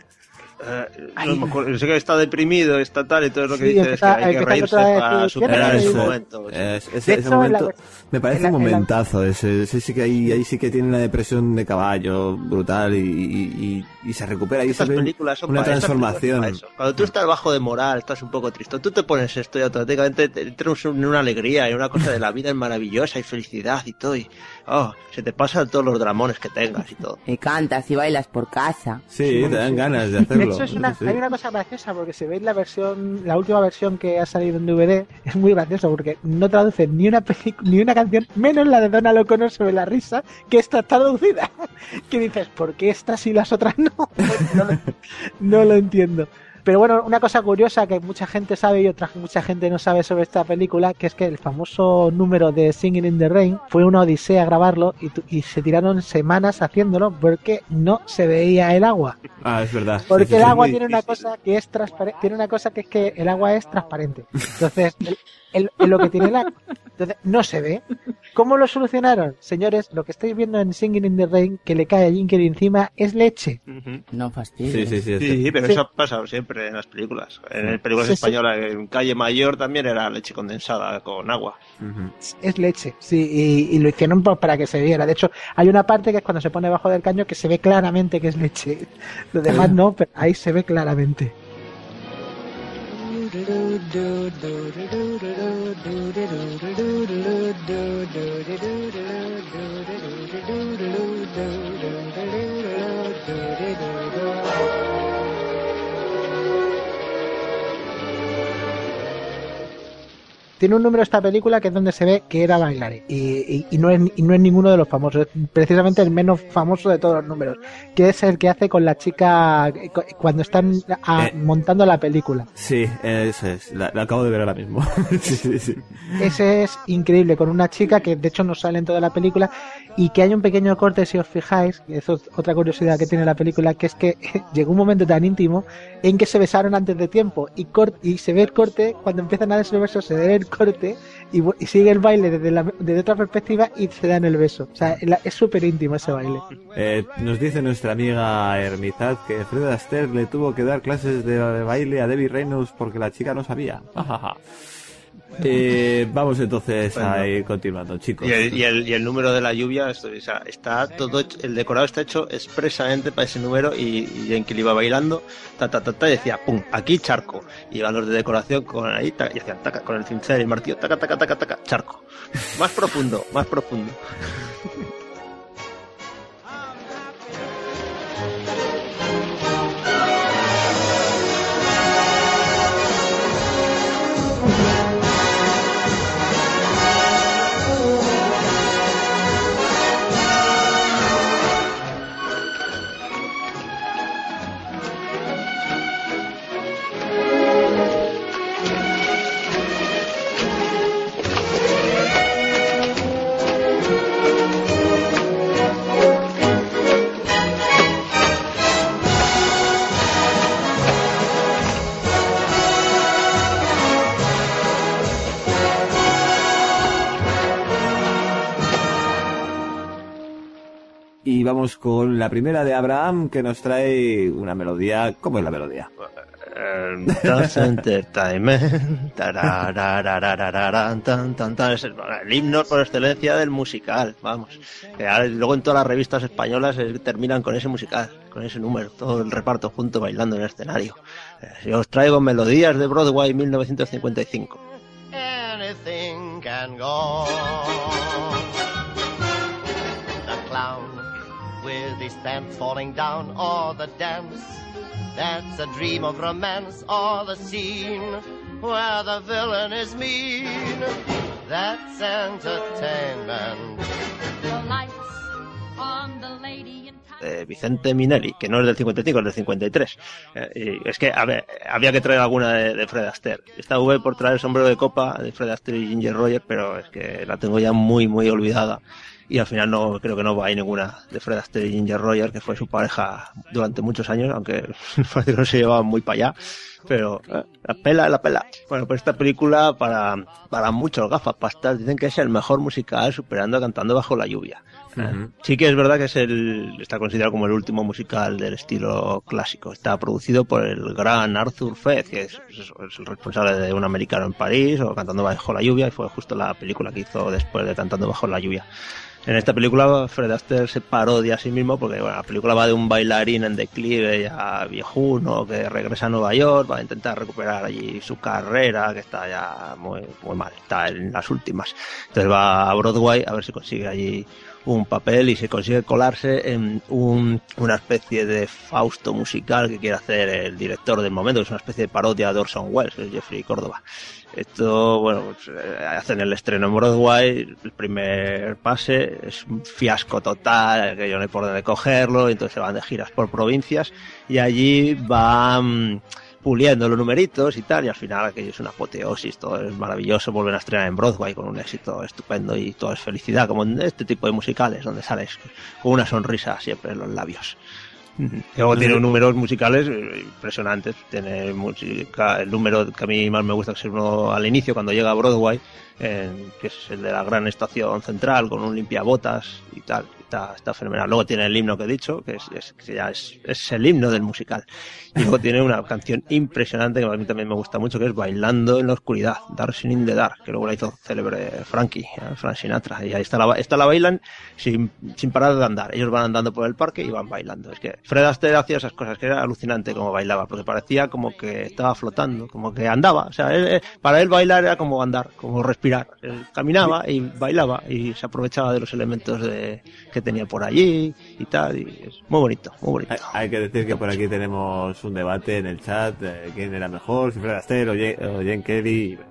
Uh, no me acuerdo. Sé que está deprimido, está tal, y todo lo que sí, dice es que hay que reírse para superar ese momento. Es, ese, ese momento la, me parece un momentazo. Ese, ese sí que ahí, ahí sí que tiene una depresión de caballo brutal y, y, y, y se recupera. Y se ve una transformación. Cuando tú estás bajo de moral, estás un poco triste, tú te pones esto y automáticamente te entras en una alegría y una cosa de la vida es maravillosa y felicidad y todo. Y oh, se te pasan todos los dramones que tengas y todo. Y cantas y bailas por casa. Sí, sí te dan sí. ganas de hacerlo. De hecho, es una, sí. hay una cosa graciosa porque si veis la versión, la última versión que ha salido en D V D, es muy gracioso porque no traduce ni una película, ni una canción, menos la de Donald O'Connor sobre la risa, que está traducida. Que dices, ¿por qué estas y las otras no? No lo, no lo entiendo. Pero bueno, una cosa curiosa que mucha gente sabe y otra mucha gente no sabe sobre esta película, que es que el famoso número de Singing in the Rain fue una odisea grabarlo y, y se tiraron semanas haciéndolo porque no se veía el agua. Ah, es verdad. Porque sí, el agua tiene una cosa que es transparente, tiene una cosa que es que el agua es transparente. Entonces, el, el, el, lo que tiene el agua, entonces no se ve. ¿Cómo lo solucionaron? Señores, lo que estáis viendo en Singing in the Rain, que le cae a Jim Carrey encima, es leche. Uh-huh. No fastidies. Sí, sí, sí, sí, sí, pero sí. Eso ha pasado siempre en las películas. En películas sí, españolas, sí. En Calle Mayor también era leche condensada con agua. Uh-huh. Es leche, sí, y, y lo hicieron para que se viera. De hecho, hay una parte que es cuando se pone bajo del caño que se ve claramente que es leche. Lo demás no, pero ahí se ve claramente. tiene un número esta película que es donde se ve que era bailarín y, y, y, no es, y no es ninguno de los famosos, es precisamente el menos famoso de todos los números, que es el que hace con la chica cuando están a, eh, montando la película. Sí, eso es, la, la acabo de ver ahora mismo. sí, sí, sí. Ese es increíble, con una chica que de hecho no sale en toda la película y que hay un pequeño corte, si os fijáis, eso es otra curiosidad que tiene la película, que es que llegó un momento tan íntimo en que se besaron antes de tiempo y, cort y se ve el corte, cuando empiezan a darse el beso se ve el corte y, y sigue el baile desde, la, desde otra perspectiva y se dan el beso. O sea, la, es súper íntimo ese baile. Eh, nos dice nuestra amiga Hermizad que Fred Astaire le tuvo que dar clases de baile a Debbie Reynolds porque la chica no sabía. Eh, vamos entonces bueno, a ir continuando, chicos. Y el, y, el, y el número de la lluvia, esto, o sea, está todo hecho, el decorado está hecho expresamente para ese número y, y en que le iba bailando, ta ta ta ta, y decía, pum, aquí charco. Y iban los de decoración con ahí, ta, y hacían taca, con el cincel y el martillo, taca, taca, taca, taca, charco. Más profundo, más profundo. Y vamos con la primera de Abraham, que nos trae una melodía. ¿Cómo es la melodía? Das Entertainment. Es el, el himno por excelencia del musical, vamos. Que ahora, luego en todas las revistas españolas eh, terminan con ese musical, con ese número, todo el reparto junto bailando en el escenario. Eh, yo os traigo melodías de Broadway mil novecientos cincuenta y cinco. Anything can go. The clown with his pants falling down, or the dance that's a dream of romance, or the scene where the villain is mean. That's entertainment. The lights on the lady in de Vicente Minelli, que no es del cincuenta y cinco, es del cincuenta y tres. Eh, y es que a ver, había que traer alguna de, de Fred Astaire. Esta V por traer el sombrero de copa de Fred Astaire y Ginger Rogers, pero es que la tengo ya muy, muy olvidada. Y al final no creo que no va a ir ninguna de Fred Astaire y Ginger Rogers, que fue su pareja durante muchos años, aunque parece que no se llevaban muy para allá. Pero eh, la pela, la pela. Bueno, pues esta película para, para muchos gafapastas dicen que es el mejor musical, superando a Cantando bajo la lluvia. Uh-huh. Sí que es verdad que es el está considerado como el último musical del estilo clásico. Está producido por el gran Arthur Fez, que es, es, es el responsable de Un americano en París o Cantando bajo la lluvia, y fue justo la película que hizo después de Cantando bajo la lluvia. En esta película Fred Astaire se parodia a sí mismo porque bueno, la película va de un bailarín en declive ya viejuno que regresa a Nueva York para intentar recuperar allí su carrera, que está ya muy, muy mal, está en las últimas. Entonces va a Broadway a ver si consigue allí un papel y se consigue colarse en un, una especie de Fausto musical que quiere hacer el director del momento, que es una especie de parodia de Orson Welles, que es Jeffrey Córdoba. Esto, bueno, pues, eh, hacen el estreno en Broadway, el primer pase es un fiasco total, que yo no hay por dónde cogerlo, entonces se van de giras por provincias y allí van puliendo los numeritos y tal, y al final aquello es una apoteosis, todo es maravilloso, vuelven a estrenar en Broadway con un éxito estupendo y todo es felicidad, como en este tipo de musicales donde sales con una sonrisa siempre en los labios. Luego tiene números musicales impresionantes, tiene música, el número que a mí más me gusta, que es uno al inicio cuando llega a Broadway, eh, que es el de la gran estación central con un limpiabotas y tal, está, está fenomenal. Luego tiene el himno que he dicho, que, es, es, que ya es, es el himno del musical. Y luego tiene una canción impresionante que a mí también me gusta mucho, que es Bailando en la oscuridad, Dancing in the Dark, que luego la hizo célebre Frankie, ¿eh? Frank Sinatra, y ahí está la, esta la bailan sin, sin parar de andar. Ellos van andando por el parque y van bailando. Es que Fred Astaire hacía esas cosas, que era alucinante como bailaba, porque parecía como que estaba flotando, como que andaba. O sea, él, para él bailar era como andar, como respirar. Él caminaba y bailaba y se aprovechaba de los elementos de, que tenía por allí y tal, y es muy bonito, muy bonito. Hay, hay que decir que por aquí tenemos un debate en el chat de quién era mejor, si Fred Astaire o Jane, o Jane Kelly.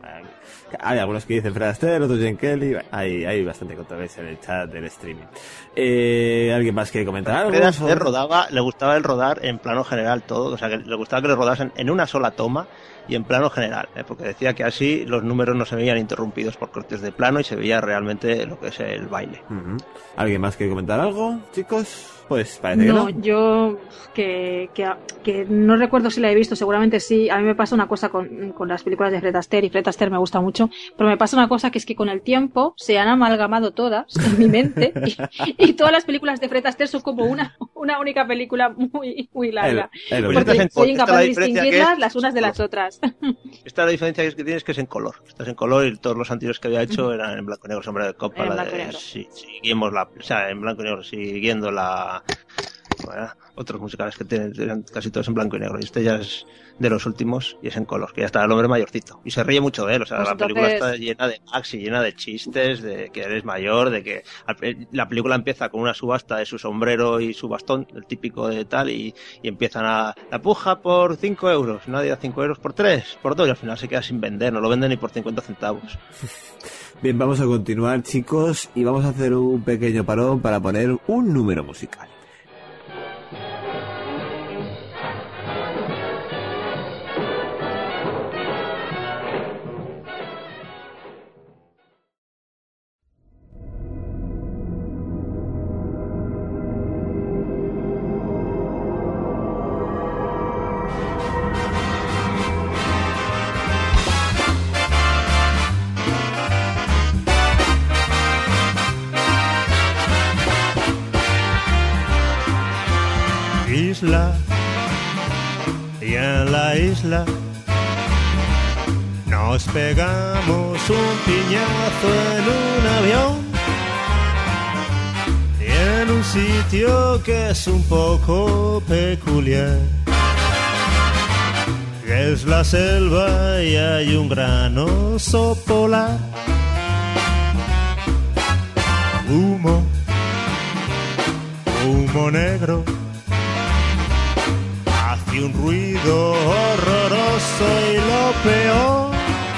Hay algunos que dicen Fred Astaire, otros Gene Kelly. Hay, hay bastante controversia en el chat del streaming. Eh, ¿Alguien más quiere comentar algo? Fred Astaire rodaba, le gustaba el rodar en plano general todo, o sea, que le gustaba que le rodasen en una sola toma y en plano general, ¿eh? Porque decía que así los números no se veían interrumpidos por cortes de plano y se veía realmente lo que es el baile. Uh-huh. ¿Alguien más quiere comentar algo, chicos? Pues parece no, que no. yo que, que, que no recuerdo si la he visto, seguramente sí. A mí me pasa una cosa con, con las películas de Fred Astaire, y Fred Astaire me gusta mucho, pero me pasa una cosa que es que con el tiempo se han amalgamado todas en mi mente y, y todas las películas de Fred Astaire son como una, una única película muy, muy larga. El, el, porque en, soy incapaz de distinguirlas las unas de las otras. Esta es la diferencia que tienes, que es en color. Estás en color y todos los anteriores que había hecho eran en blanco y negro, Sombra de Copa, la de, si, siguiendo la, o sea, en blanco y negro, siguiendo la... Bueno, otros musicales que tienen, tienen casi todos en blanco y negro, y este ya es de los últimos y es en color, que ya está el hombre mayorcito y se ríe mucho de él, o sea, pues la entonces... película está llena de gags y llena de chistes de que eres mayor, de que la película empieza con una subasta de su sombrero y su bastón, el típico de tal, y, y empiezan a la puja por cinco euros, nadie da cinco euros por tres, por dos, y al final se queda sin vender, no lo venden ni por cincuenta centavos. Bien, vamos a continuar, chicos, y vamos a hacer un pequeño parón para poner un número musical. Isla, y en la isla nos pegamos un piñazo en un avión y en un sitio que es un poco peculiar, que es la selva y hay un gran oso polar. Humo, humo negro, hace un ruido horroroso y lo peor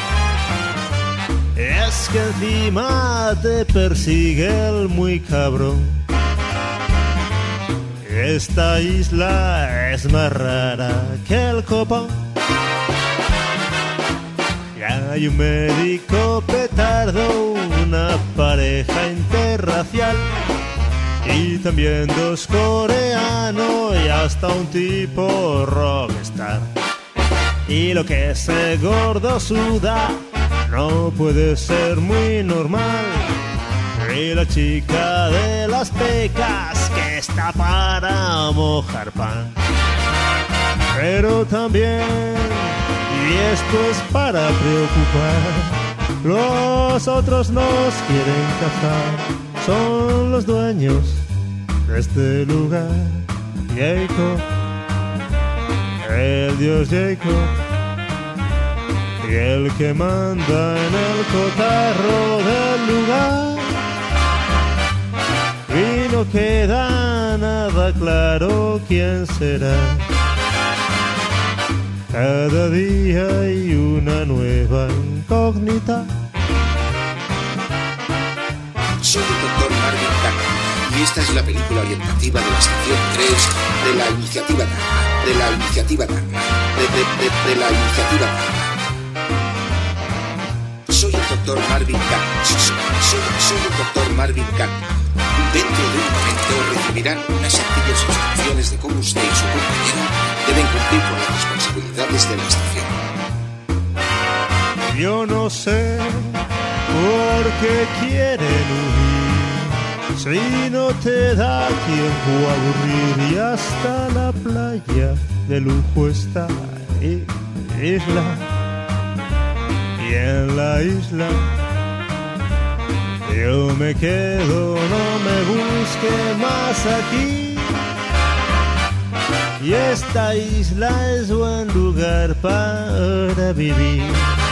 es que encima te persigue el muy cabrón. Esta isla es más rara que el copón. Y hay un médico petardo, una pareja interracial y también dos coreanos y hasta un tipo rockstar. Y lo que ese gordo suda no puede ser muy normal. Y la chica de las pecas que está para mojar pan. Pero también, y esto es para preocupar, los otros nos quieren cazar. Son los dueños de este lugar. Jacob, el dios Jacob, y el que manda en el cotarro del lugar. Y no queda nada claro quién será. Cada día hay una nueva incógnita. Soy el doctor Marvin Tucker y esta es la película orientativa de la sección tres de la iniciativa Dharma, de la iniciativa Dharma, de, de, de, de la iniciativa Dharma. Soy el doctor Marvin Tucker, soy, soy, soy el doctor Marvin Tucker. Dentro de un momento recibirán unas sencillas instrucciones de cómo usted y su compañero deben cumplir con las responsabilidades de la estación. Yo no sé por qué quieren huir, si no te da tiempo a aburrir, y hasta la playa de lujo está isla, y en la isla yo me quedo, no me busque más aquí. Y esta isla es buen lugar para vivir,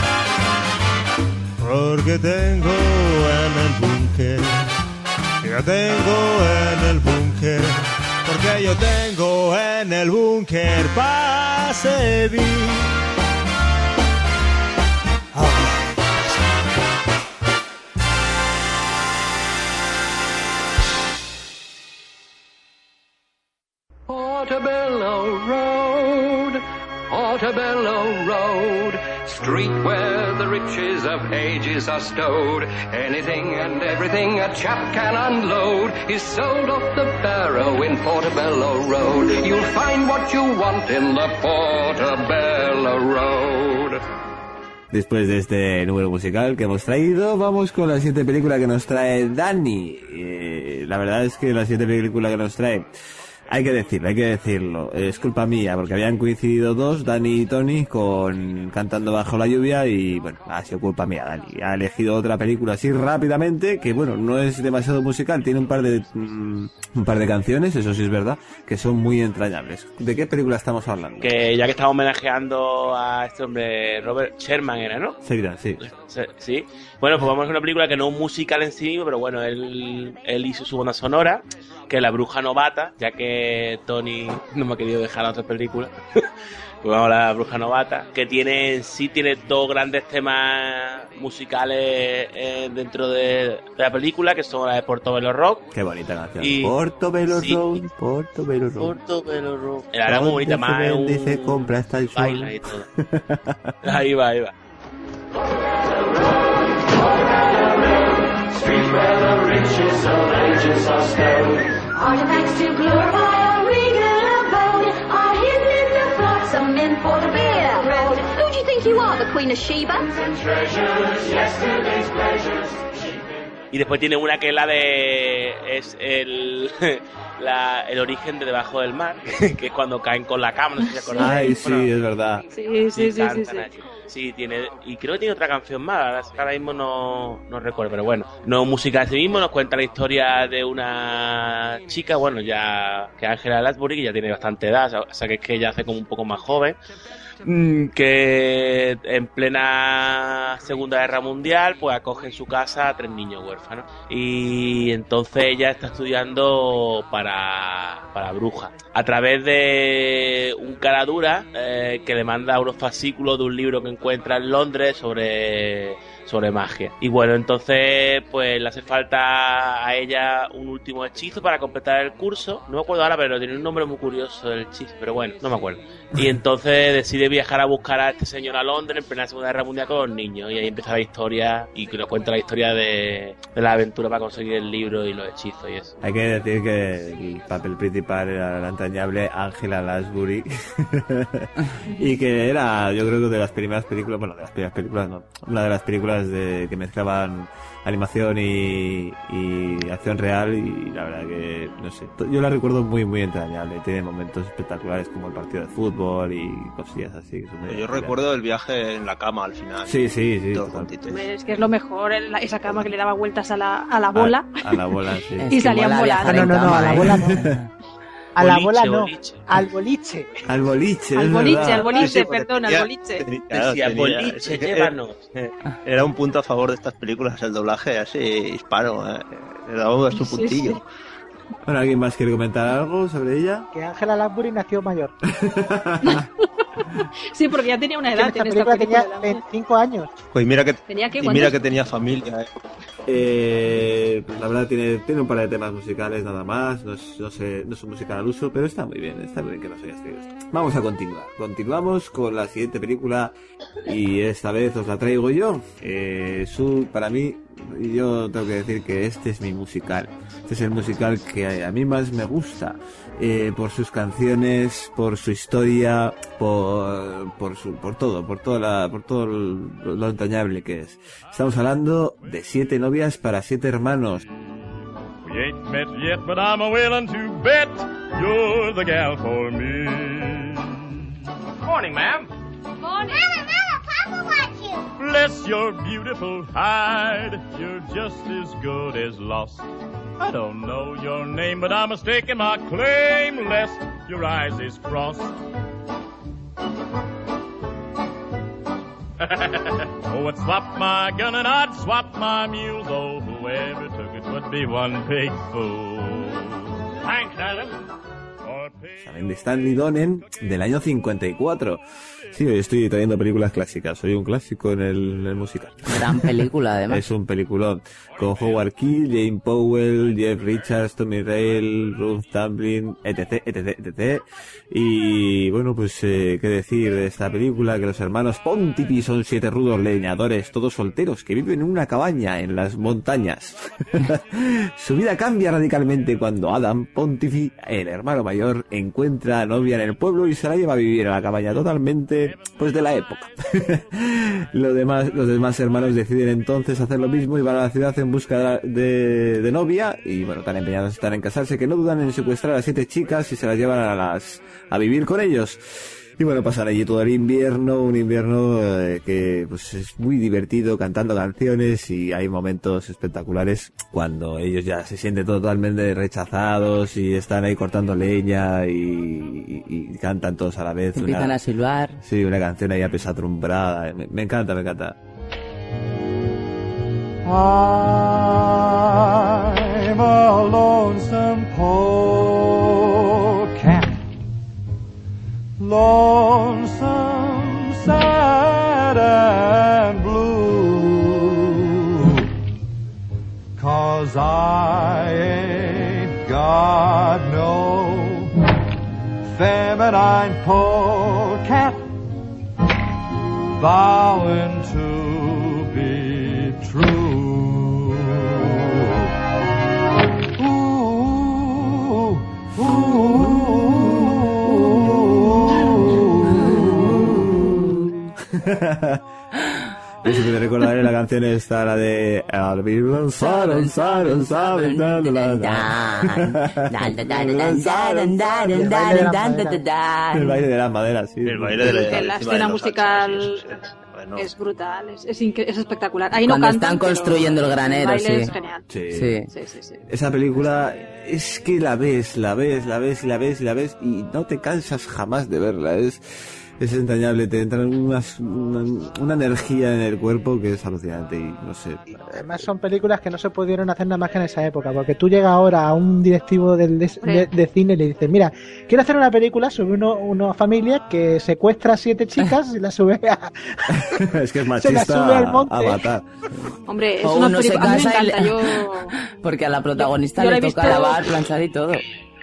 porque tengo en el búnker, yo tengo en el búnker, porque yo tengo en el búnker para servir. Oh, Portobello Road, Portobello Road, street where the riches of ages are stowed. Anything and everything a chap can unload is sold off the barrow in Portobello Road. You'll find what you want in the Portobello Road. Después de este número musical que hemos traído, vamos con la siguiente película que nos trae Dani. Eh, la verdad es que la siguiente película que nos trae, hay que decirlo, hay que decirlo, es culpa mía, porque habían coincidido dos, Dani y Tony, con Cantando bajo la lluvia, y bueno, ha sido culpa mía. Dani ha elegido otra película así rápidamente, que bueno, no es demasiado musical, tiene un par de mm, un par de canciones, eso sí es verdad, que son muy entrañables. ¿De qué película estamos hablando? Que ya que estamos homenajeando a este hombre, Robert Sherman era, ¿no? Sheridan, sí. Sí. Bueno, pues vamos a una película que no es musical en sí mismo, pero bueno, él, él hizo su banda sonora, que es La Bruja Novata, ya que Tony no me ha querido dejar la otra película. Pues vamos a La Bruja Novata, que tiene sí tiene dos grandes temas musicales eh, dentro de, de la película, que son la de Portobello Rock. Qué bonita canción. Y, Portobello sí, Road, Portobello Road. Portobello Road. Era muy bonita, más es un... Dice, compra hasta el sol. Baila y todo. Ahí va, ahí va. Street where the riches of ages are stowed. Artifacts to glorify a regal abode are hidden in the flotsam in Portobello Road. Who do you think you are, the Queen of Sheba? Treasures, yesterday's pleasures. Y después tiene una que es la de... es el... La, el origen de Debajo del Mar, que es cuando caen con la cama, no sé si acordáis. Ay, sí, bueno, es verdad. Sí, sí, sí, sí, sí. Sí, tiene, y creo que tiene otra canción más, ahora, ahora mismo no, no recuerdo, pero bueno, no música de sí mismo, nos cuenta la historia de una chica, bueno, ya que Angela Lansbury, que ya tiene bastante edad, o sea que es que ella hace como un poco más joven, que en plena Segunda Guerra Mundial pues acoge en su casa a tres niños huérfanos, y entonces ella está estudiando para, para bruja a través de un caradura eh, que le manda unos fascículos de un libro que encuentra en Londres sobre sobre magia. Y bueno, entonces pues le hace falta a ella un último hechizo para completar el curso. No me acuerdo ahora, pero tiene un nombre muy curioso el hechizo, pero bueno, no me acuerdo. Y entonces decide viajar a buscar a este señor a Londres en plena Segunda Guerra Mundial con los niños. Y ahí empieza la historia, y que nos cuenta la historia de, de la aventura para conseguir el libro y los hechizos y eso. Hay que decir que el papel principal era la entrañable Angela Lansbury. Y que era, yo creo que de las primeras películas, bueno, de las primeras películas no, una de las películas de que mezclaban animación y, y acción real, y la verdad que, no sé, yo la recuerdo muy, muy entrañable. Tiene momentos espectaculares como el partido de fútbol y cosillas así. Que son muy yo recuerdo el viaje en la cama al final. Sí, sí, sí. Es que es lo mejor, esa cama que le daba vueltas a la, a la bola. A, a la bola, sí. Y salían volando. Ah, no, no, no, a la bola no. A la bola no, boliche. al boliche. Al boliche, al es boliche, verdad. al boliche, Sí, perdón, tenía, al boliche. Tenía, claro, Decía, tenía, boliche, era, llévanos. Era un punto a favor de estas películas, el doblaje así hispano, eh, le daba su puntillo. Sí, sí. Bueno, ¿alguien más quiere comentar algo sobre ella? Que Angela Lansbury nació mayor. Sí, porque ya tenía una edad. Esta película tenía veinticinco años. Pues mira que, ¿Tenía qué, y mira que tenía familia. Eh. Eh, pues la verdad tiene, tiene un par de temas musicales nada más, no, es, no sé, no son música al uso, pero está muy bien, está muy bien que nos hayas traído esto. Vamos a continuar, continuamos con la siguiente película, y esta vez os la traigo yo. Eh, su, para mí, y yo tengo que decir que este es mi musical, este es el musical que a mí más me gusta. Eh, por sus canciones, por su historia, por por su por todo, por toda la, por todo lo, lo entrañable que es. Estamos hablando de Siete novias para siete hermanos. We ain't met yet, but I'm a willing to bet you're the gal for me. Morning, ma'am. Morning. Mama, Mama, Papa wants you. Bless your beautiful hide, you're just as good as lost. I don't know your name, but I'm mistaking my claim, lest your eyes is crossed. Oh, I'd swap my gun and I'd swap my mule, though whoever took it would be one big fool. Thanks, Alan. también de Stanley Donen, del año cincuenta y cuatro. Sí, hoy estoy trayendo películas clásicas, soy un clásico en el, en el musical. Gran película, además. Es un peliculón, con Howard Keel, Jane Powell, Jeff Richards, Tommy Rale, Ruth Tamblyn, etc, etc, etc. Y bueno, pues eh, qué decir de esta película, que los hermanos Pontipi son siete rudos leñadores, todos solteros, que viven en una cabaña en las montañas. Su vida cambia radicalmente cuando Adam Pontifi, el hermano mayor, encuentra a novia en el pueblo y se la lleva a vivir a la cabaña totalmente pues de la época. Los demás, los demás hermanos deciden entonces hacer lo mismo y van a la ciudad en busca de, de novia, y bueno, tan empeñados están en casarse que no dudan en secuestrar a siete chicas y se las llevan a las a vivir con ellos. Y bueno, pasan allí todo el invierno, un invierno eh, que pues es muy divertido, cantando canciones, y hay momentos espectaculares cuando ellos ya se sienten totalmente rechazados y están ahí cortando leña y, y, y cantan todos a la vez. Empiezan una, a silbar. Sí, una canción ahí apesadumbrada. Me, me encanta, me encanta. I'm a lonesome polecat, lonesome, sad and blue, 'cause I ain't got no feminine polecat vowing to be true. Ooh, Yo siempre recordaré la canción esta, la de I'll be Saron, Saron, Saron, El baile de las maderas, sí. El baile de la, la escena musical bueno. Es brutal, es, es, es espectacular. Ahí Cuando no cantan, están construyendo el granero, el baile sí. es genial. Sí. Sí. Sí, sí, sí. Esa película es que la ves, la ves, la ves y la ves y la ves y no te cansas jamás de verla. Es, es entrañable, te entran unas, una, una energía en el cuerpo que es alucinante y no sé. Además son películas que no se pudieron hacer nada más que en esa época, porque tú llegas ahora a un directivo del, de, de, de cine y le dices, mira, quiero hacer una película sobre uno, una familia que secuestra a siete chicas y la sube a... Es que es se la sube al machista monte. a matar. Hombre, es O una uno se película, a mí me casa y encanta, le- yo... Porque a la protagonista Yo- yo le la he toca visto- lavar, planchar y todo.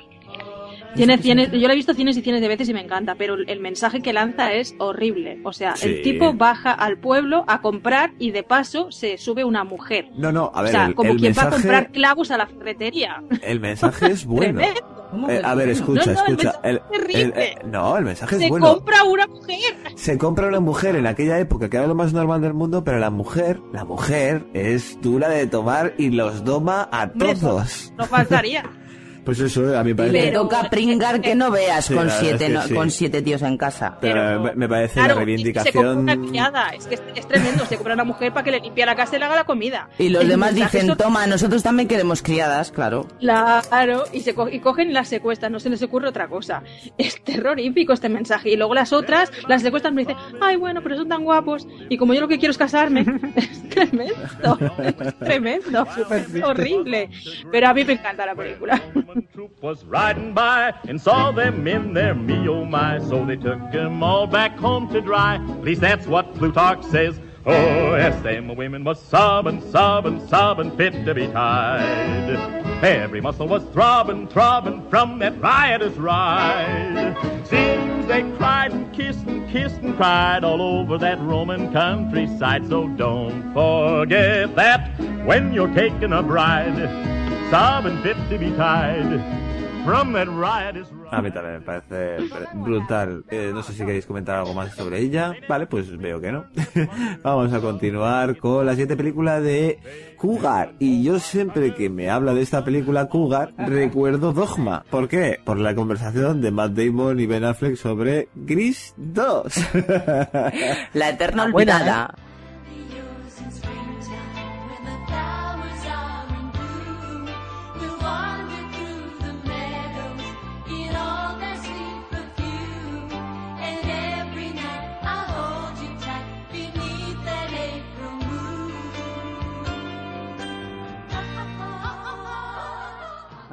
Tiene, tiene, yo lo he visto cienes y cienes de veces y me encanta, pero el mensaje que lanza es horrible. O sea, Sí. el tipo baja al pueblo a comprar y de paso se sube una mujer. No, no, a ver, o sea, el, como el quien va a mensaje, comprar clavos a la ferretería. el mensaje es bueno. Tremendo. Eh, a ver, escucha, No, no, el escucha. mensaje El, es terrible. el- eh, no, el mensaje es Se bueno. compra una mujer. Se compra una mujer en aquella época que era lo más normal del mundo, pero la mujer, la mujer es dura de tomar y los doma a Hombre, todos. No faltaría. Pues eso, a mí me Y parece... le toca pringar que no veas Sí, con la verdad siete es que no- sí. con siete tíos en casa. Pero me- me parece Claro, la y se compra reivindicación... una criada. Es que es, es tremendo. Se compra una mujer para que le limpie la casa y le haga la comida. Y los El demás mensaje dicen, es toma, nosotros también queremos criadas, claro. Claro, y, se co- y cogen y las secuestran, no se les ocurre otra cosa. Es terrorífico este mensaje. Y luego las otras las secuestran y dicen, ay, bueno, pero son tan guapos. Y como yo lo que quiero es casarme. Es tremendo, es tremendo, es horrible. Pero a mí me encanta la película. Was riding by and saw them in their me oh my, so they took them all back home to dry. At least that's what Plutarch says. Oh, yes, them women was sobbing, sobbing, sobbing, fit to be tied. Every muscle was throbbing, throbbing from that riotous ride. Seems they cried and kissed and kissed and cried all over that Roman countryside. So don't forget that when you're taking a bride, sobbing fit to be tied. From that riotous ride. A mí también me parece brutal. Eh, no sé si queréis comentar algo más sobre ella. Vale, pues veo que no. Vamos a continuar con la siguiente película de Cougar. Y yo siempre que me habla de esta película Cougar, recuerdo Dogma. ¿Por qué? Por la conversación de Matt Damon y Ben Affleck sobre Grease dos. La eterna Ah, buena, olvidada.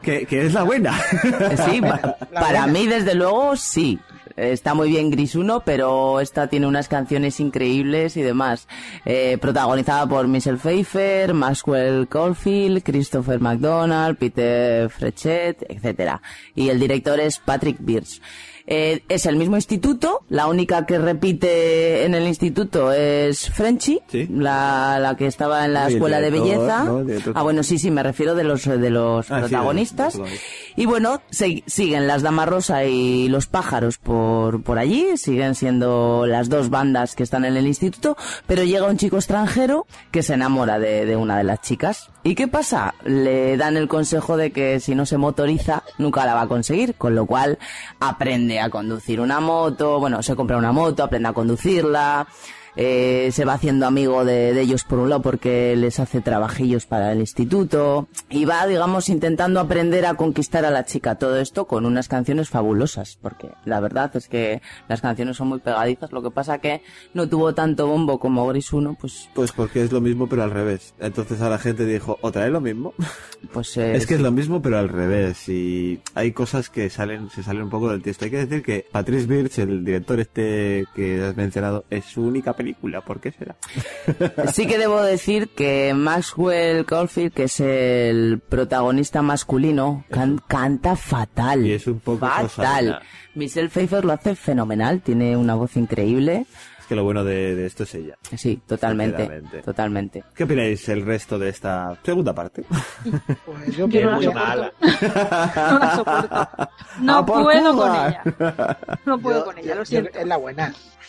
que, que es la buena. Sí, pa- para mí desde luego sí. Está muy bien Gris uno, pero esta tiene unas canciones increíbles y demás. Eh, protagonizada por Michelle Pfeiffer, Maxwell Caulfield, Christopher McDonald, Peter Frechet, etcétera. Y el director es Patrick Birch. Eh, es el mismo instituto, la única que repite en el instituto es Frenchy, ¿sí? la, la que estaba en la Y el escuela de director, belleza. ¿no? El director. Ah, bueno, sí, sí, me refiero de los, de los Ah, sí, protagonistas. de los protagonistas. Y bueno, se, siguen las Damas Rosa y los Pájaros por, por allí, siguen siendo las dos bandas que están en el instituto, pero llega un chico extranjero que se enamora de, de una de las chicas. ¿Y qué pasa? Le dan el consejo de que si no se motoriza, nunca la va a conseguir, con lo cual aprende a conducir una moto, bueno, se compra una moto, aprende a conducirla, eh, se va haciendo amigo de, de ellos por un lado porque les hace trabajillos para el instituto y va, digamos, intentando aprender a conquistar a la chica. Todo esto con unas canciones fabulosas, porque la verdad es que las canciones son muy pegadizas. Lo que pasa que no tuvo tanto bombo como Gris uno, pues... Pues porque es lo mismo pero al revés. Entonces a la gente dijo, ¿otra vez lo mismo? Pues eh, es que sí. es lo mismo pero al revés y hay cosas que salen se salen un poco del texto. Hay que decir que Patrick Birch, el director este que has mencionado, es su única película. ¿Por qué será? Sí que debo decir que Maxwell Caulfield, que es el protagonista masculino, can- canta fatal. Y es un poco fatal. Rosalina. Michelle Pfeiffer lo hace fenomenal, tiene una voz increíble. Es que lo bueno de, de esto es ella. Sí, totalmente, Sinceramente. totalmente. ¿Qué opináis el resto de esta segunda parte? Pues yo Yo no la creo- soporto. No la soporto. No ¡A por puedo Cuba! con ella. No puedo yo- con ella, yo- lo yo- siento. Es la buena.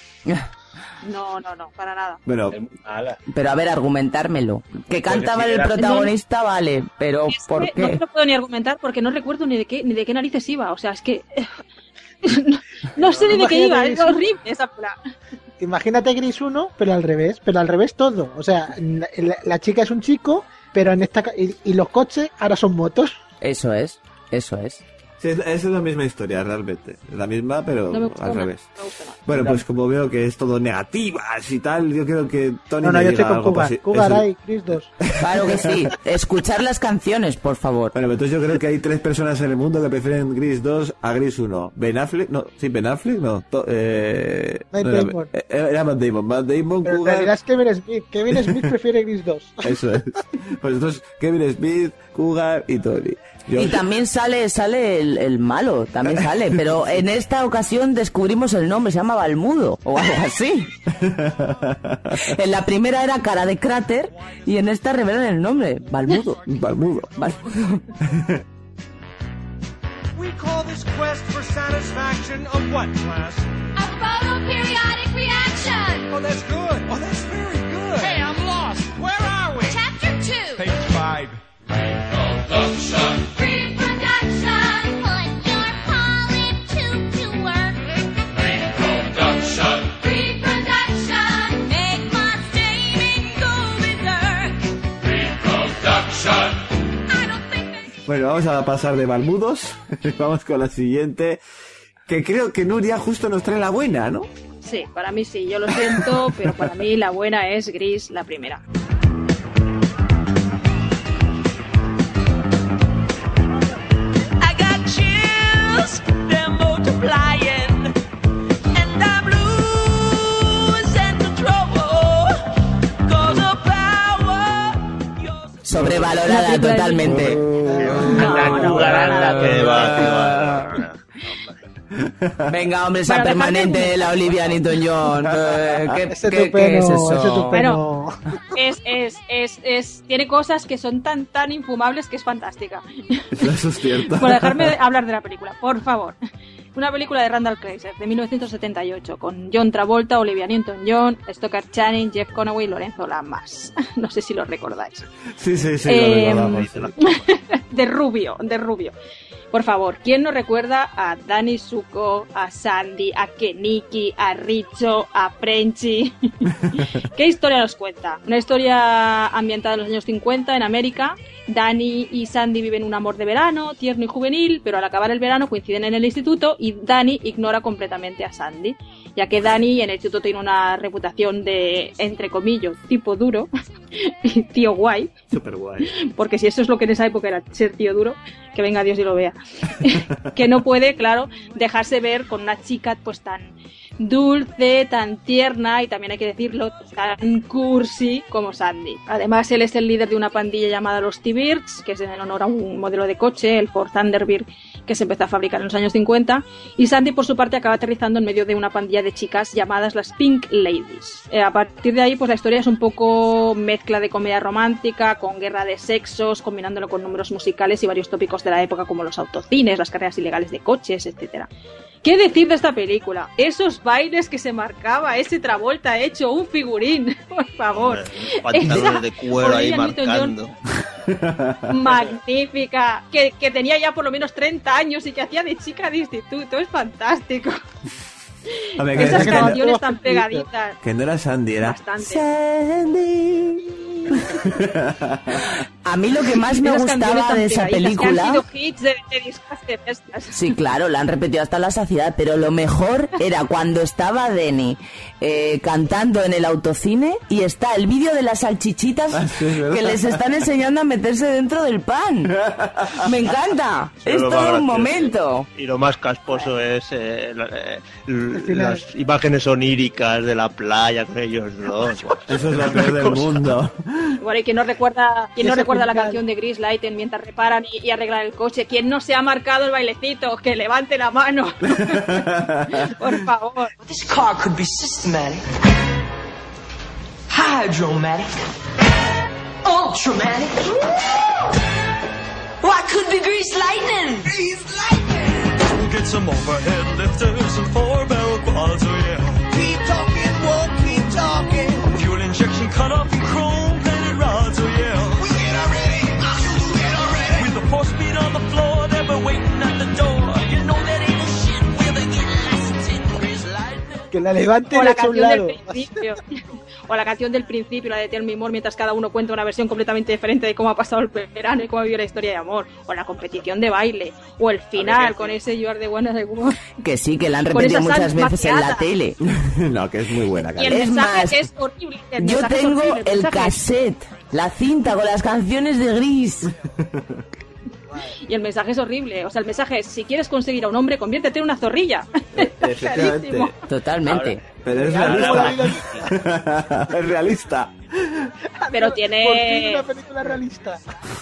No, no, no, para nada. Bueno, Pero a ver, argumentármelo. Que cantaba si el era- protagonista, vale, pero Es ¿por que No te qué? lo puedo ni argumentar porque no recuerdo ni de qué, ni de qué narices iba. O sea, es que... no, no sé ni de qué iba, es horrible esa película. Imagínate Gris uno, pero al revés, pero al revés todo. O sea, la, la chica es un chico, pero en esta ca- y, y los coches ahora son motos. Eso es, eso es. sí, es, es la misma historia realmente. La misma pero No me gusta al nada, revés. no me gusta nada. Bueno, pues como veo que es todo negativas y tal, yo creo que Tony No, no, me yo diga estoy con algo Cougar. posi- Cougar eso- hay, Gris dos. Claro que sí. Escuchar las canciones, por favor. Bueno, entonces yo creo que hay tres personas en el mundo que prefieren Gris dos a Gris uno. Ben Affleck, no, sí, Ben Affleck, no. To- eh, Matt no era, Damon. eh, era Matt Damon. Matt Damon, Pero en Cougar. realidad es Kevin Smith. Kevin Smith prefiere Gris dos. Eso es. Pues entonces Kevin Smith, Cougar y Tony. Yo- Y también sale sale el, el malo, también sale, pero en esta ocasión descubrimos el nombre, se llama Balmudo o algo así. En la primera era cara de cráter y en esta revelan el nombre, Balmudo. Balmudo. Balmudo. We call this quest for satisfaction of what class? A photoperiodic reaction. Oh, that's good. Oh, that's very good. Hey, I'm lost. Where are we? Chapter two. Page five. Reproduction. Reproduction. Put your pollen tube to work. Reproduction. Reproduction. Make my stamen go berserk. Reproduction. I don't think that... Bueno, vamos a pasar de Balmudos. Vamos con la siguiente. Que creo que Nuria justo nos trae la buena, ¿no? Sí, para mí sí, yo lo siento, pero para mí la buena es Gris, la primera. I got chills, they're multiplying, and I'm losing control. Cause of power. Sobrevalorada totalmente. No, no, para nada. Qué va, qué va. Venga, hombre, esa Para permanente dejarte- de la Olivia Newton-John. Eh, ¿Qué, Ese qué- tu qué es pelo, ese eso? tu Bueno, pelo. es, es, es, es, tiene cosas que son tan, tan infumables que es fantástica. Eso es cierto. Por dejarme de hablar de la película, por favor. Una película de Randall Kleiser de mil novecientos setenta y ocho con John Travolta, Olivia Newton-John, Stockard Channing, Jeff Conaway y Lorenzo Lamas. No sé si lo recordáis. Sí, sí, sí, Eh, lo recordamos. De rubio, de rubio. Por favor, ¿quién no recuerda a Danny Zuko, a Sandy, a Keniki, a Richo, a Frenchy? ¿Qué historia nos cuenta? Una historia ambientada en los años cincuenta en América, Danny y Sandy viven un amor de verano, tierno y juvenil, pero al acabar el verano coinciden en el instituto y Danny ignora completamente a Sandy, ya que Danny en el instituto tiene una reputación de, entre comillas, tipo duro y tío guay. Súper guay. Porque si eso es lo que en esa época era ser tío duro, que venga Dios y lo vea. Que no puede, claro, dejarse ver con una chica pues tan dulce, tan tierna y también hay que decirlo, tan cursi como Sandy. Además, él es el líder de una pandilla llamada los T-Birds, que es en honor a un modelo de coche, el Ford Thunderbird, que se empezó a fabricar en los años cincuenta, y Sandy por su parte acaba aterrizando en medio de una pandilla de chicas llamadas las Pink Ladies. Eh, a partir de ahí, pues la historia es un poco mezcla de comedia romántica con guerra de sexos, combinándolo con números musicales y varios tópicos de la época como los autocines, las carreras ilegales de coches, etcétera. ¿Qué decir de esta película? Esos bailes que se marcaba ese Travolta hecho un figurín, por favor. Pantalones de cuero ahí marcando. Magnífica, que, que tenía ya por lo menos treinta años y que hacía de chica de instituto, es fantástico. A ver, esas que canciones no, tan pegaditas. Que no era Sandy, era Bastante. Sandy. A mí lo que más me Esas gustaba de esa película... Que han sido hits de, de discos de festas. Sí, claro, la han repetido hasta la saciedad, pero lo mejor era cuando estaba Denny eh, cantando en el autocine y está el vídeo de las salchichitas ah, sí, que les están enseñando a meterse dentro del pan. Me encanta. Es todo un momento. Y lo más casposo es eh, la, eh, las imágenes oníricas de la playa con ellos dos. Eso es lo peor del mundo. Bueno, y quien no recuerda, quien no recuerda la canción de Grease Lightning mientras reparan y, y arreglan el coche, quien no se ha marcado el bailecito, que levante la mano. Por favor. This car could be systematic, hydromatic, ultramatic. Why could be Grease Lightning? Grease Lightning. We'll get some overhead lifters and four barrel quads, oh yeah. Keep talking, won't keep talking. Fuel injection cut off and chrome plated rods, oh yeah. We get already, we get already. With the four speed on the floor, they were waiting at the door. You know that ain't a shit where they get licensed in Grease Lightning. Que la levante o y la le eche a un canción lado. del principio. O la canción del principio, la de Tell Me More, mientras cada uno cuenta una versión completamente diferente de cómo ha pasado el verano y cómo ha vivido la historia de amor. O la competición de baile. O el final, con ese You Are the One of the World. Que sí, que la han repetido muchas veces en la tele. No, que es muy buena. Y el es mensaje más, es horrible. El yo tengo es horrible, el, el cassette, la cinta con las canciones de Grease. Y el mensaje es horrible. O sea, el mensaje es, si quieres conseguir a un hombre, conviértete en una zorrilla. Efectivamente. Totalmente. Ahora, pero es realista. Es realista. Pero Por tiene... fin una película realista.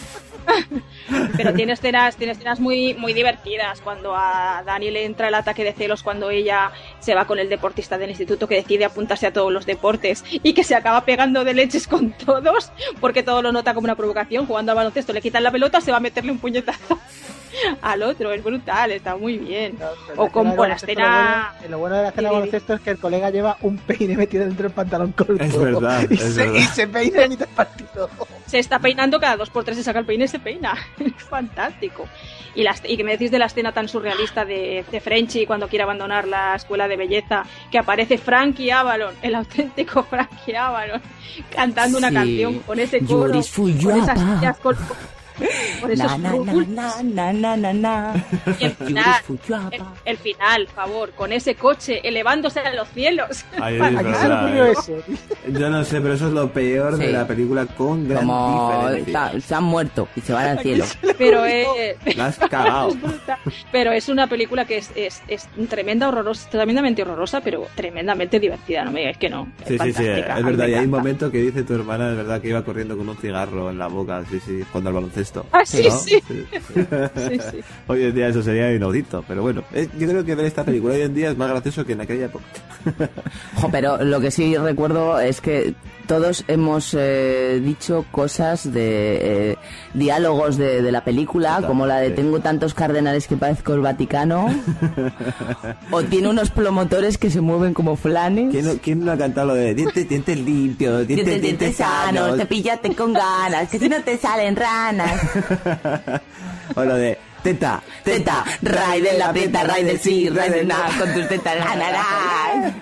Pero tiene escenas, tiene escenas muy, muy divertidas. Cuando a Dani le entra el ataque de celos cuando ella se va con el deportista del instituto que decide apuntarse a todos los deportes y que se acaba pegando de leches con todos porque todo lo nota como una provocación. Jugando al baloncesto le quitan la pelota, se va a meterle un puñetazo al otro. Es brutal, está muy bien. No, o como la escena... Lo bueno, lo bueno de la escena de baloncesto es que el colega lleva un peine metido dentro del pantalón corto. Es verdad, y, es se, verdad. y se peina en mitad del partido. Se está peinando cada dos por tres, se saca el peine y se peina. Es fantástico. Y, la, y que me decís de la escena tan surrealista de, de Frenchy cuando quiere abandonar la escuela de belleza, que aparece Frankie Avalon, el auténtico Frankie Avalon, cantando una Sí. canción con ese coro, Lloris fui con esas guapa. sillas, con, con esos Na, na, rulos. na, na, na, na, na. Y el final, el, el final, favor, con ese coche elevándose a los cielos. Ay, es ¿A quién se le ocurrió verdad. eso? Yo no sé, pero eso es lo peor de Sí. la película con gran Como diferencia. ta- se han muerto y se van al cielo. Pero es, La has cagado. es brutal. Pero es una película que es, es, es tremenda, horrorosa, tremendamente horrorosa, pero tremendamente divertida. No me digáis que no. Es Sí, sí, sí, fantástica, es verdad. me Y hay un encanta. momento que dice tu hermana, es verdad, que iba corriendo con un cigarro en la boca, sí, sí, jugando al baloncesto. Ah, sí, ¿no? sí. Sí, sí. Hoy en día eso sería inaudito, pero bueno, eh, yo creo que ver esta película hoy en día es más gracioso que en aquella época. Jo, pero lo que sí recuerdo es que todos hemos eh, dicho cosas de eh, diálogos de, de la película, como la de tengo tantos cardenales que parezco el Vaticano, o tiene unos promotores que se mueven como flanes. ¿Quién, no- quién no ha cantado lo de dientes, dientes limpios, dientes, Dientes, dientes sanos, sanos? cepíllate con ganas, que si no te salen ranas. O lo de teta, Teta, ray de la teta, ray del sí, ray del na, con tus tetas ganarás.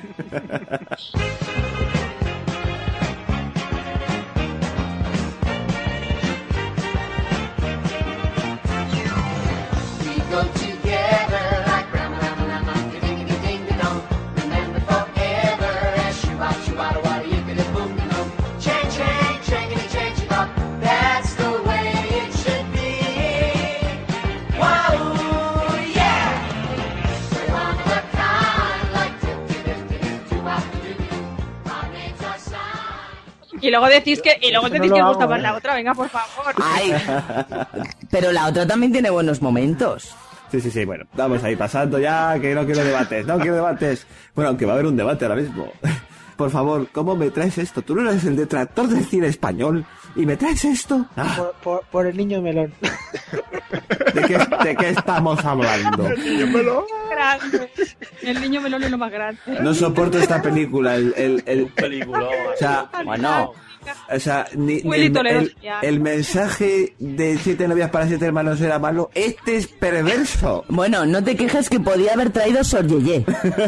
Y luego decís que, y luego Eso decís no que lo os gusta hago, más ¿eh? la otra, venga, por favor. Ay, pero la otra también tiene buenos momentos. Sí, sí, sí, bueno, vamos ahí pasando ya, que no quiero debates, no quiero debates. Bueno, aunque va a haber un debate ahora mismo. Por favor, ¿cómo me traes esto? Tú no eres el detractor del cine español y me traes esto. Ah, Por, por, por el niño melón. ¿de qué, ¿De qué estamos hablando? Grande. El niño melón es lo más grande. No soporto esta película, el... el, el Película. o sea, Bueno. O sea, ni, ni Willy el, Toledo, el, ya. el mensaje de siete novias para siete hermanos era malo. Este es perverso. Bueno, no te quejes que podía haber traído Sor Yeye.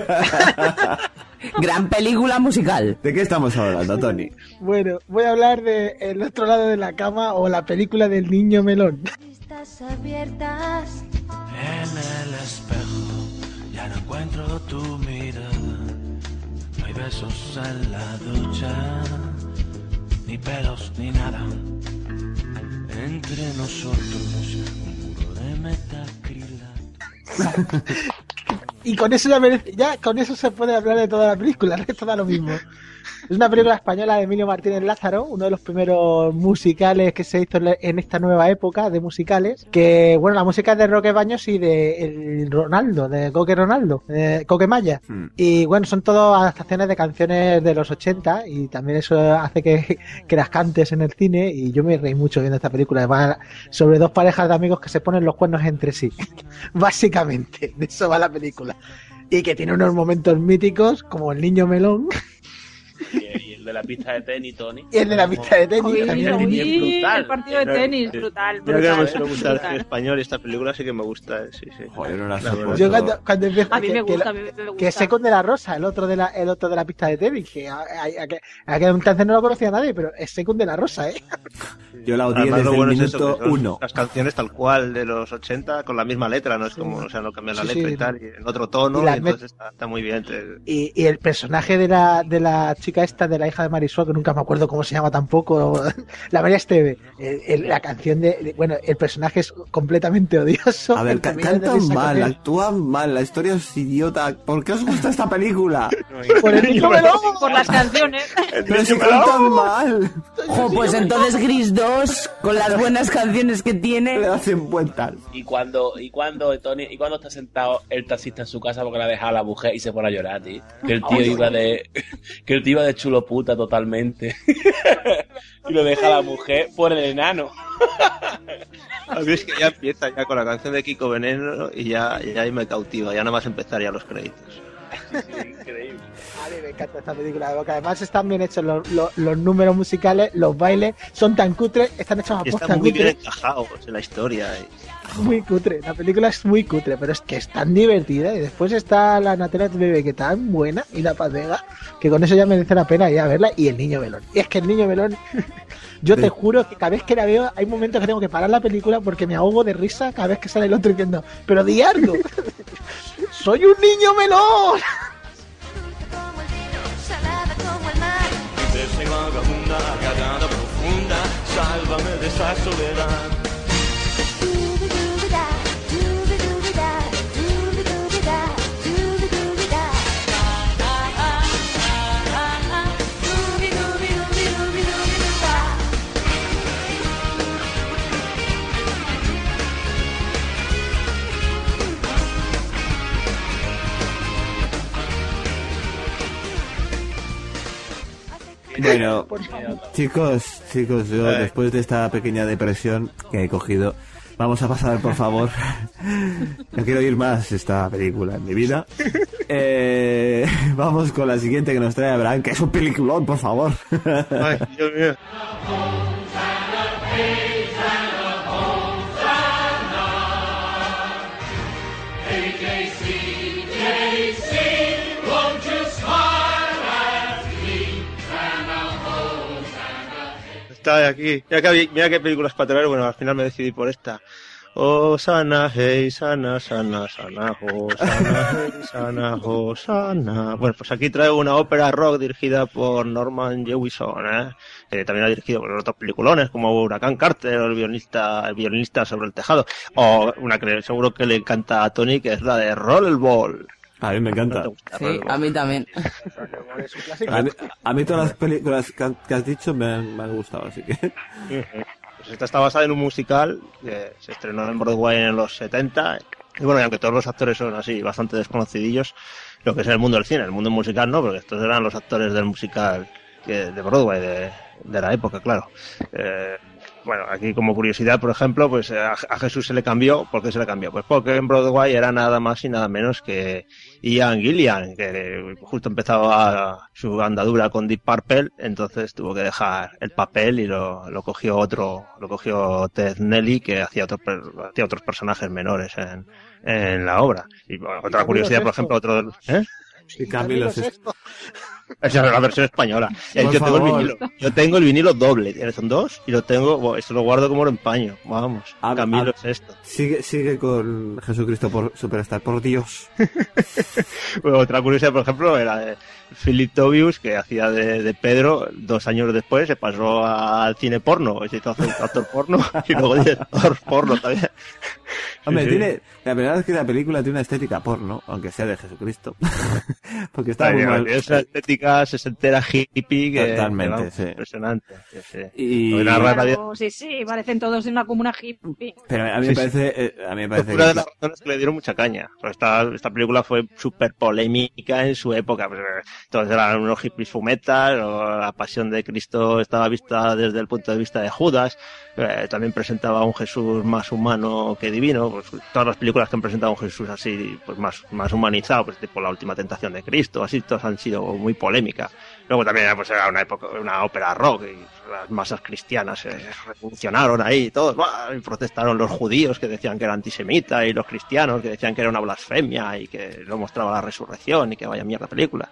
Gran película musical. ¿De qué estamos hablando, Tony? Bueno, voy a hablar de El otro lado de la cama o la película del niño melón. Estás abiertas. En el espejo ya no encuentro tu mirada. No hay besos en la ducha, ni pelos ni nada. Entre nosotros un muro de metacrilato. Y con eso ya merece, ya con eso se puede hablar de toda la película, el resto da lo mismo. Es una película española de Emilio Martínez Lázaro, uno de los primeros musicales que se hizo en esta nueva época de musicales. Que, bueno, la música es de Roque Baños y de el Ronaldo, de Coque Ronaldo, de Coque Maya. Hmm. Y bueno, son todas adaptaciones de canciones de los ochenta y también eso hace que, que las cantes en el cine. Y yo me reí mucho viendo esta película, además, sobre dos parejas de amigos que se ponen los cuernos entre sí. Básicamente, de eso va la película. Y que tiene unos momentos míticos como el niño melón. Y el de la pista de tenis, Tony. Y el de la pista de tenis Uy, también. uy, es brutal. el partido de tenis, brutal, Mira que no me brutal. suele gustar el brutal. cine español y esta película sí que me gusta, eh, sí, sí. Joder, no la La soporto. verdad. Yo cuando, cuando empiezo A mí que, me gusta, que, a mí me gusta. que es Secund de la Rosa, el otro de la, el otro de la pista de tenis, que a, a, a, que- a que entonces no lo conocía nadie, pero es Secund de la Rosa, ¿eh? Yo la odié Además, desde lo el bueno es eso, minuto que son uno. las canciones tal cual de los ochenta con la misma letra, no es como, o sea, no cambian la Sí, letra sí. y tal, y en otro tono, Y y, las entonces está, está muy bien. te- Y, y el personaje de la, de la chica esta, de la hija de Marisol, que nunca me acuerdo cómo se llama tampoco, la María Esteve, el- el- la canción de, de- bueno, el personaje es completamente odioso. A ver, el ca- terminar de cantan risa con mal, él. actúan mal, la historia es idiota. ¿Por qué os gusta esta película? Por el niño melón. Por las canciones. Pero si cantan mal. Jo, pues entonces Gris dos, con las buenas canciones que Le tiene. hacen vueltas. Y cuando, y cuando, Tony, y cuando está sentado el taxista en su casa porque le ha dejado a la mujer y se pone a llorar, tío. Que el tío iba de, que el tío iba de chulo puta totalmente. Y lo deja a la mujer por el enano. A mí es que ya empieza ya con la canción de Kiko Veneno y ya, ya ahí me cautiva, ya nada más empezar ya los créditos. Increíble. A mí me encanta esta película, porque además están bien hechos los, los, los números musicales, los bailes, son tan cutres, están hechos a Y posta están muy bien cutre, encajados en la historia. y- muy cutre, la película es muy cutre, pero es que es tan divertida, y después está la Natalia Bebé, que tan buena, y la Paz Vega, que con eso ya merece la pena ir a verla, y el niño melón. Y es que el niño melón, yo te juro que cada vez que la veo, hay momentos que tengo que parar la película porque me ahogo de risa cada vez que sale el otro diciendo, pero di algo, soy un niño melón. Como el vino, salada como el mar. Tristeza y vagabunda, garganta profunda, sálvame de esa soledad. Dooby-dooby-da, dooby-dooby-da, dooby-dooby-da, dooby-dooby-da. Dooby-dooby-dooby-dooby-dooby-da. Bueno, Por favor. chicos, chicos, yo Ay. después de esta pequeña depresión que he cogido, vamos a pasar, por favor. No quiero oír más esta película en mi vida. Eh, vamos con la siguiente que nos trae Abraham, que es un peliculón, por favor. Ay, Dios mío. Está aquí. Mira que, mira qué películas para traer. Bueno, al final me decidí por esta. Oh, sana, hey, sana, sana, sana, oh, sana, hey, sana, oh, sana. Bueno, pues aquí traigo una ópera rock dirigida por Norman Jewison, ¿eh? Que también ha dirigido por otros peliculones como Huracán Carter o el violinista, el violinista sobre el tejado. O una que seguro que le encanta a Tony, que es la de Rollerball. A mí me encanta. Sí, a mí también. A mí, a mí todas las películas que, que has dicho me han, me han gustado, así que... Pues esta está basada en un musical que se estrenó en Broadway en los setenta. Y bueno, y aunque todos los actores son así bastante desconocidillos, lo que es el mundo del cine, el mundo musical no, porque estos eran los actores del musical que, de Broadway, de, de la época, claro. Eh, bueno, aquí como curiosidad, por ejemplo, pues a, a Jesús se le cambió. ¿Por qué se le cambió? Pues porque en Broadway era nada más y nada menos que Ian Gillan, que justo empezaba su andadura con Deep Purple, entonces tuvo que dejar el papel y lo, lo cogió otro, lo cogió Ted Nelly, que hacía, otro, hacía otros personajes menores en, en la obra. Y bueno, otra curiosidad, por ejemplo, otro... ¿eh? Sí, Camilo Sesto. Esa es la versión española. Por yo, tengo el favor. vinilo, yo tengo el vinilo doble, son dos, y lo tengo, bueno, esto lo guardo como lo empaño. Vamos, A- Camilo a- es esto. Sigue, sigue con Jesucristo por Superstar, por Dios. Bueno, otra curiosidad, por ejemplo, era de Philip Tobius, que hacía de, de Pedro. Dos años después se pasó al cine porno, y se hizo actor porno y luego director porno también. Hombre, Sí, sí. tiene... La verdad es que la película tiene una estética porno, aunque sea de Jesucristo. Porque está muy Tiene mal. esa estética sesentera hippie que Totalmente, que, vamos, sí. impresionante. Sí, sí. Y- Lo que narra la vida- Claro, sí, sí, parecen todos de una comuna hippie. Pero a mí Sí, me sí. parece... eh, A mí me parece Es una que- de las razones que le dieron mucha caña. Pues esta, esta película fue súper polémica en su época. Pues, eh, todos eran unos hippies fumetas, o la pasión de Cristo estaba vista desde el punto de vista de Judas. Eh, también presentaba a un Jesús más humano que divino. Pues, todas las películas que han presentado a un Jesús así, pues más, más humanizado, pues tipo La Última Tentación de Cristo, así, todas han sido muy polémicas. Luego también pues, era una época, una ópera rock, y las masas cristianas se revolucionaron ahí, todos, ¡buah! Y protestaron los judíos que decían que era antisemita, y los cristianos que decían que era una blasfemia y que no mostraba la resurrección y que vaya mierda película.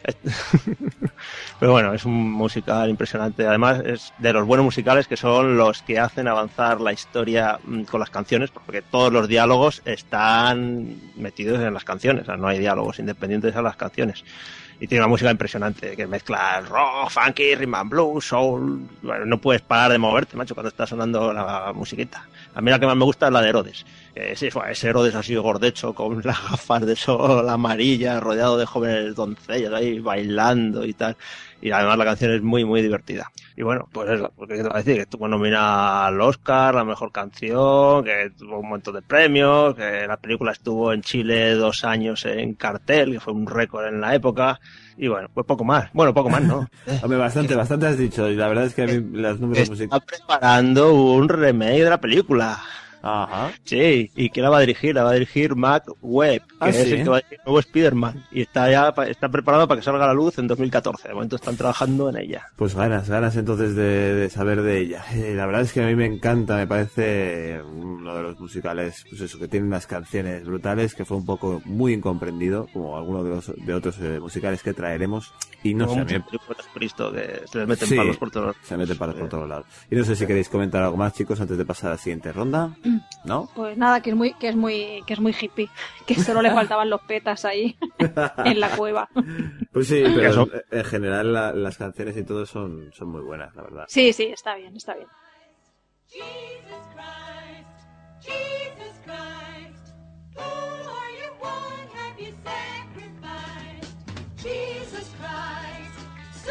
Pero bueno, es un musical impresionante. Además, es de los buenos musicales que son los que hacen avanzar la historia mm, con las canciones, porque todos los diálogos están metidos en las canciones, o sea, no hay diálogos independientes a las canciones. Y tiene una música impresionante que mezcla rock, funky, rhythm and blues, soul. Bueno, no puedes parar de moverte, macho, cuando está sonando la musiquita. A mí la que más me gusta es la de Herodes. Eh, sí, fue ese Herodes así gordecho, con las gafas de sol amarillas, rodeado de jóvenes doncellas ahí bailando y tal. Y además la canción es muy, muy divertida. Y bueno, pues eso, porque qué te voy a decir, que estuvo nominada al Oscar, la mejor canción, que tuvo un montón de premios, que la película estuvo en Chile dos años en cartel, que fue un récord en la época. Y bueno, pues poco más. Bueno, poco más, ¿no? Hombre, bastante, bastante has dicho. Y la verdad es que a mí los números Está musicales... preparando un remake de la película. Ajá. Sí, ¿y quién la va a dirigir? La va a dirigir Matt Webb, que Ah, es ¿sí? el que va a dirigir el nuevo Spider-Man. Y está ya pa- está preparado para que salga a la luz en dos mil catorce. De momento están trabajando en ella. Pues ganas, ganas entonces de, de saber de ella. Eh, la verdad es que a mí me encanta, me parece uno de los musicales, pues eso, que tiene unas canciones brutales, que fue un poco muy incomprendido, como algunos de los de otros eh, musicales que traeremos. Y no Como sé, a muchas mí... películas de Cristo que se les meten Sí, palos por todos. se meten palos por todos lados. Y no sé si queréis comentar algo más, chicos, antes de pasar a la siguiente ronda, ¿no? Pues nada, que es muy, que es muy, que es muy hippie, que solo le faltaban los petas ahí en la cueva. Pues sí, Que pero son- en, en general la- las canciones y todo son, son muy buenas, la verdad. Sí, sí, está bien, está bien. Jesus Christ, Jesus Christ, for your one have you sacrificed? Jesus Christ,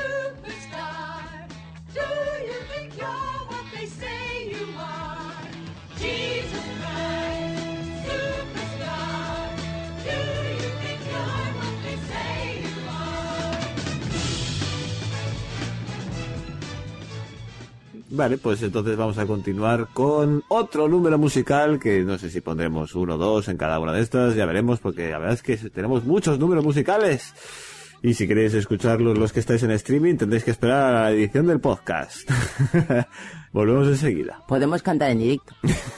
superstar, do you think you're what they say you are? Jesus Christ, superstar, do you think you're what they say you are? Vale, pues entonces vamos a continuar con otro número musical que no sé si pondremos uno o dos en cada una de estas, ya veremos, porque la verdad es que tenemos muchos números musicales. Y si queréis escucharlos los que estáis en streaming, tendréis que esperar a la edición del podcast. Volvemos enseguida. Podemos cantar en directo.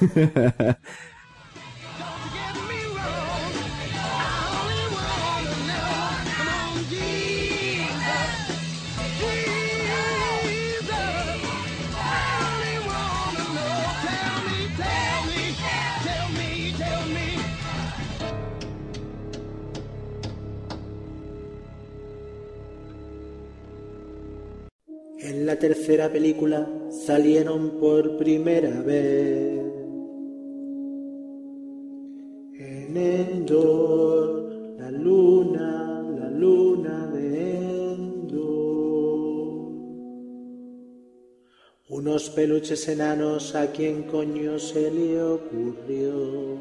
En la tercera película salieron por primera vez. En Endor, la La luna, la luna de Endor. Unos peluches enanos, ¿a quién coño se le ocurrió?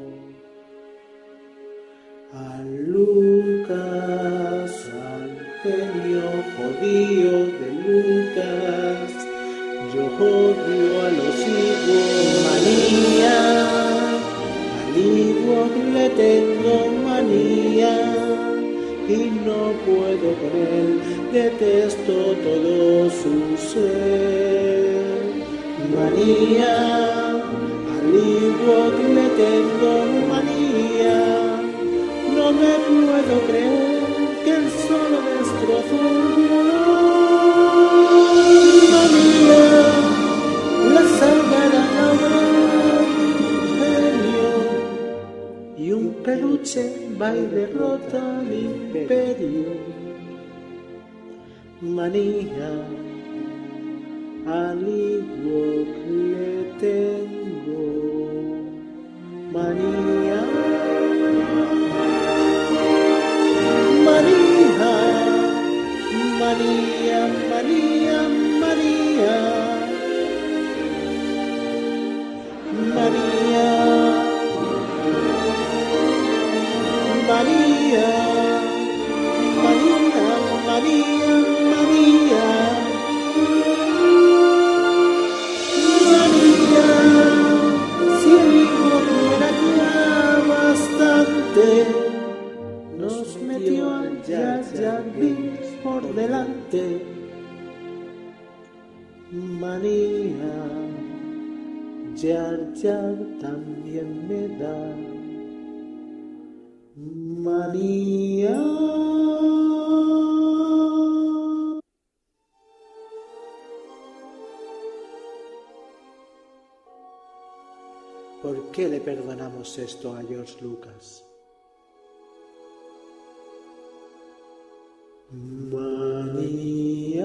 A Lucas, al genio jodido de Lucas. Yo odio a los higos, manía. Al higo le tengo manía y no puedo con él, detesto todo su ser. Manía, al higo le tengo manía. No me puedo creer que él solo destrozó el mundo. Manía, la salvará ahora genio. Y un peluche va y derrota al imperio. Manía, al igual que le tengo manía. María, María, María, María, María, María, María, María, María, María, si el hijo fuera ya bastante. Nos metió a Jar Jar Binks por delante. Manía, Jar Jar también me da manía. ¿Por qué le perdonamos esto a George Lucas? Manía.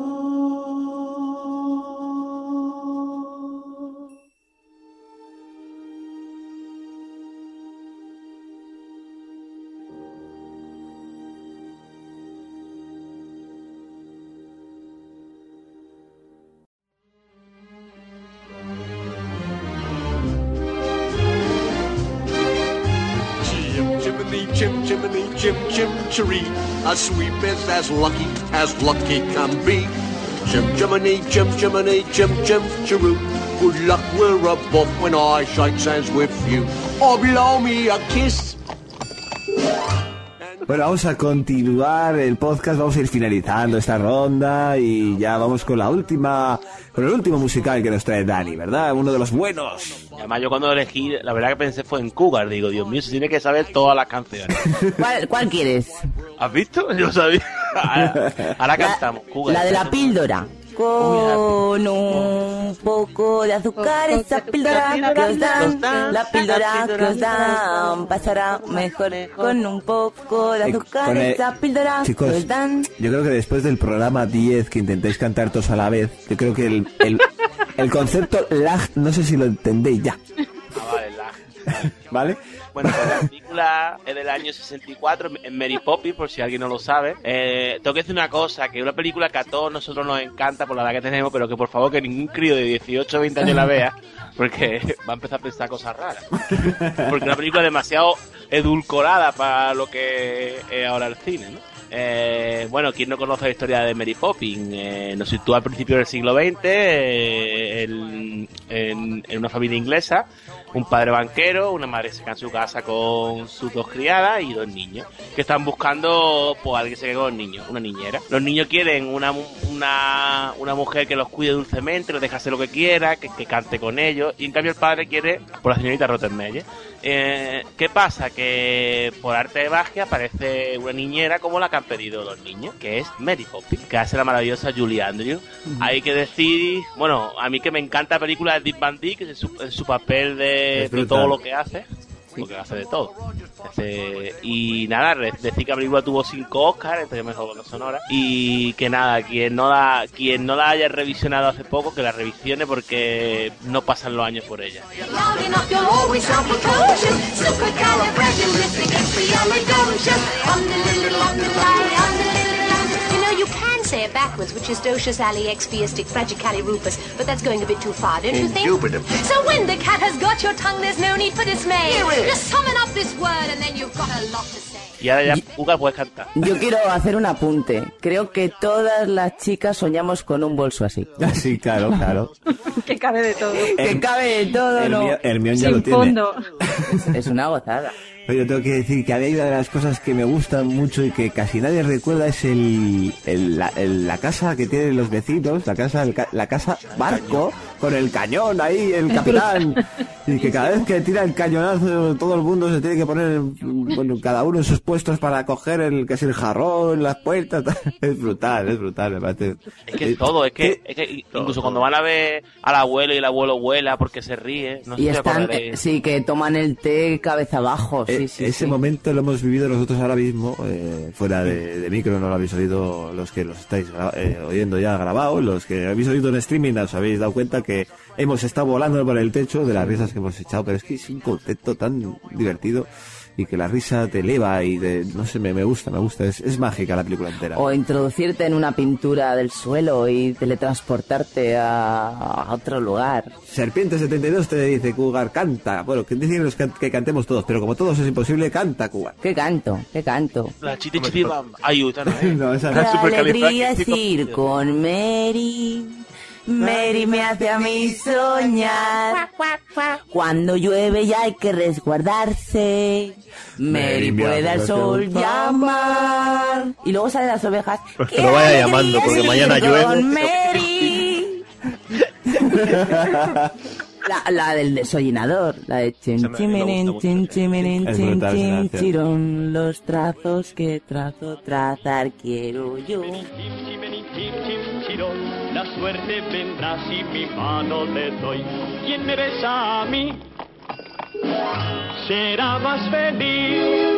Chim chimney, chim chim chiree, as sweet is as lucky as lucky can be. Chim chimney, chim chimney, chim chim chiroo. Good luck, we're above when I shake hands with you. Oh, blow me a kiss. Bueno, vamos a continuar el podcast, vamos a ir finalizando esta ronda y ya vamos con la última, con el último musical que nos trae Dani, ¿verdad? Uno de los buenos. Además, yo cuando elegí, la verdad que pensé fue en Cougar, digo, Dios mío, se tiene que saber todas las canciones. ¿Cuál, cuál quieres? ¿Has visto? Yo sabía. Ahora, ahora cantamos, Cougar. La de la píldora. Con un poco de azúcar, esa píldora que os dan, la píldora que os dan, pasará mejor con un poco de azúcar, Eh, esa píldora chicos, que os dan. yo creo que después del programa diez que intentéis cantar todos a la vez, yo creo que el, el, el concepto lag, no sé si lo entendéis ya. Ah, vale, lag. ¿Vale? Bueno, pues la película es del año sesenta y cuatro, en Mary Poppins, por si alguien no lo sabe. Eh, tengo que decir una cosa, que es una película que a todos nosotros nos encanta por la edad que tenemos, pero que por favor que ningún crío de dieciocho o veinte años la vea, porque va a empezar a pensar cosas raras. Porque es una película demasiado edulcorada para lo que es ahora el cine, ¿no? Eh, bueno, quien no conoce la historia de Mary Poppins, eh, nos sitúa al principio del siglo veinte, eh, en, en, en una familia inglesa, un padre banquero, una madre que se queda en su casa con sus dos criadas y dos niños, que están buscando pues alguien que se quede con los niños, una niñera. Los niños quieren una, una, una mujer que los cuide dulcemente, les deje hacer lo que quiera, que, que cante con ellos, y en cambio el padre quiere por la señorita Rottenmeier. Eh, ¿Qué pasa? Que por arte de magia aparece una niñera como la que han pedido los niños, que es Mary Poppins, que hace la maravillosa Julie Andrews. Uh-huh. Hay que decir, bueno, a mí que me encanta la película de Dick Van Dyke, en su, en su papel de, de todo lo que hace. porque hace de todo. Hace... Y nada, decir que la película tuvo cinco Oscars, entre mejor banda sonora, y que nada, quien no la, quien no la haya revisionado hace poco, que la revisione porque no pasan los años por ella. You can say it backwards, which is docious, ali, expiastic, fragicali, rupus, but that's going a bit too far, don't you think? Indubitably. So when the cat has got your tongue, there's no need for dismay. Just summon up this word and then you've got a lot to say. Y ahora ya, Uga, puedes cantar. Yo quiero hacer un apunte. Creo que todas las chicas soñamos con un bolso así. Sí, claro, claro. Que cabe de todo. Que cabe de todo, el ¿no? mío, el mío ya Sin lo tiene. fondo. Es, es una gozada. Pero yo tengo que decir que a mí una de las cosas que me gustan mucho y que casi nadie recuerda es el, el, la, el la casa que tienen los vecinos, la casa el, la casa barco con el cañón ahí, el capitán, y que cada vez que tira el cañonazo todo el mundo se tiene que poner, bueno, cada uno en sus puestos para coger el que es el jarrón, las puertas. Es brutal, es brutal, me parece. Es que es todo, es que, es que incluso cuando van a ver al abuelo y el abuelo vuela porque se ríe, no sé Y si están, acordaréis. sí, que toman el té cabeza abajo. Sí, sí, Ese sí. momento lo hemos vivido nosotros ahora mismo, eh, fuera de, de micro, no lo habéis oído los que los estáis gra- eh, oyendo ya grabado, los que habéis oído en streaming os habéis dado cuenta que hemos estado volando por el techo de las risas que hemos echado, pero es que es un concepto tan divertido y que la risa te eleva y de, no sé, me, me gusta, me gusta, es, es mágica la película entera. O introducirte en una pintura del suelo y teletransportarte a, a otro lugar. Serpiente setenta y dos te dice, Cougar, canta. Bueno, que dicen los can- que cantemos todos, pero como todos es imposible, canta, Cougar. ¿Qué canto? ¿Qué canto? La chiti chiti bam. Ay, esta no es. No, esa Qué no. alegría es ir con Mary. Mary me hace a mí soñar. Cuando llueve ya hay que resguardarse. Mary me puede al hace sol llamar. Y luego salen las ovejas. Pues que ¡Qué lo vaya alegría llamando, porque es mañana ir llueve. con Mary! La, la del desollinador, la de chin Esa me- me chimirin, gusta chin mucho, chimirin, Es chin brutal esa chin canción. chirón, los trazos que trazo trazar quiero yo. La suerte vendrá si mi mano le doy. Quien me besa a mí será más feliz.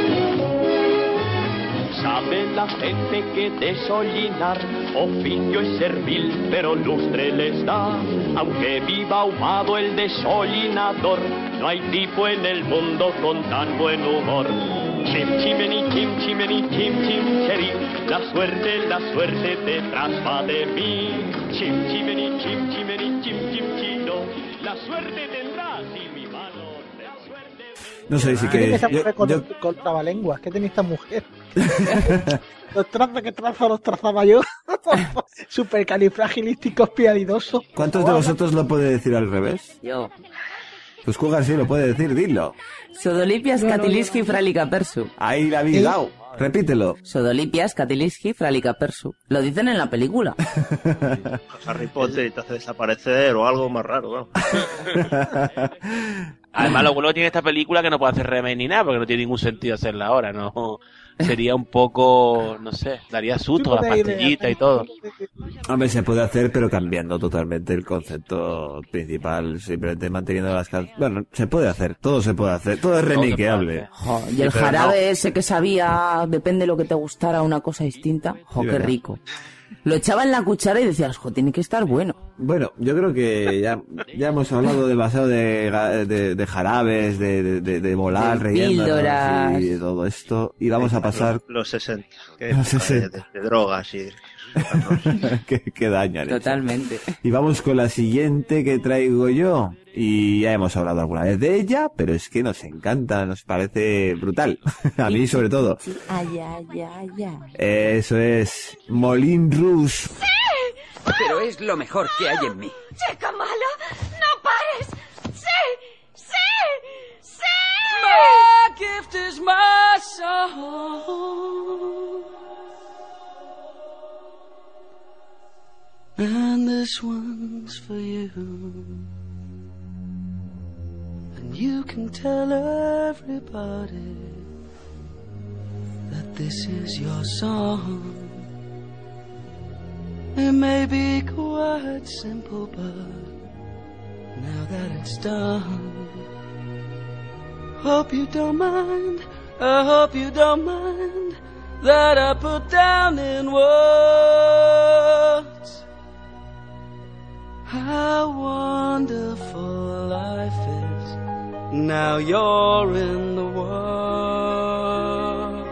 Sabe la gente que desollinar oficio es servil, pero lustre les da. Aunque viva ahumado el desollinador, no hay tipo en el mundo con tan buen humor. Chim chimeni, chim chimeni, chim chim cheri, la suerte, la suerte detrás va de mí. Chim chimeni, chim chimeni, chim chim chino, la suerte tendrá si mi mano la suerte. No sé si ¿Qué que tienes que yo, hacer con, yo- con trabalenguas? ¿Qué tiene esta mujer? Los trazos que trazo los trazaba yo. Supercalifragilísticos piadidosos. ¿cuántos de vosotros lo puede decir al revés? Yo. Pues Cougar sí lo puede decir, dilo. Sodolipias catiliski fralica persu. Ahí la habéis dado. Repítelo. Sodolipias catiliski fralica persu. Lo dicen en la película. Harry Potter y te hace desaparecer o algo más raro, ¿no? Además, lo bueno que tiene esta película que no puede hacer remake ni nada, porque no tiene ningún sentido hacerla ahora, ¿no? Sería un poco, no sé, daría susto a las pastillitas y todo. Hombre, se puede hacer, pero cambiando totalmente el concepto principal, simplemente manteniendo las canciones. Bueno, se puede hacer, todo se puede hacer, todo es remiqueable. Jo, y el jarabe ese que sabía, depende de lo que te gustara, una cosa distinta. Jo, Sí, qué ¿verdad? rico. Lo echaba en la cuchara y decías, jo, tiene que estar bueno. Bueno, yo creo que ya, ya hemos hablado demasiado de, ga- de, de jarabes, de, de, de, de volar, De reyendo píldoras. y de todo esto. Y vamos a pasar... Los, los sesenta. Que Los época de- sesenta. De, de drogas y... que, que dañan. Totalmente. Y vamos con la siguiente que traigo yo. Y ya hemos hablado alguna vez de ella, pero es que nos encanta, nos parece brutal. A mí sobre todo. Ay, ay, ay, ay. Eso es Moulin Rouge. Pero es lo mejor que hay en mí. Chica malo, no pares. Sí, sí, sí. My gift is my song. And this one's for you. And you can tell everybody that this is your song. It may be quite simple, but now that it's done, Hope you don't mind, I hope you don't mind that I put down in words how wonderful life is. Now you're in the world.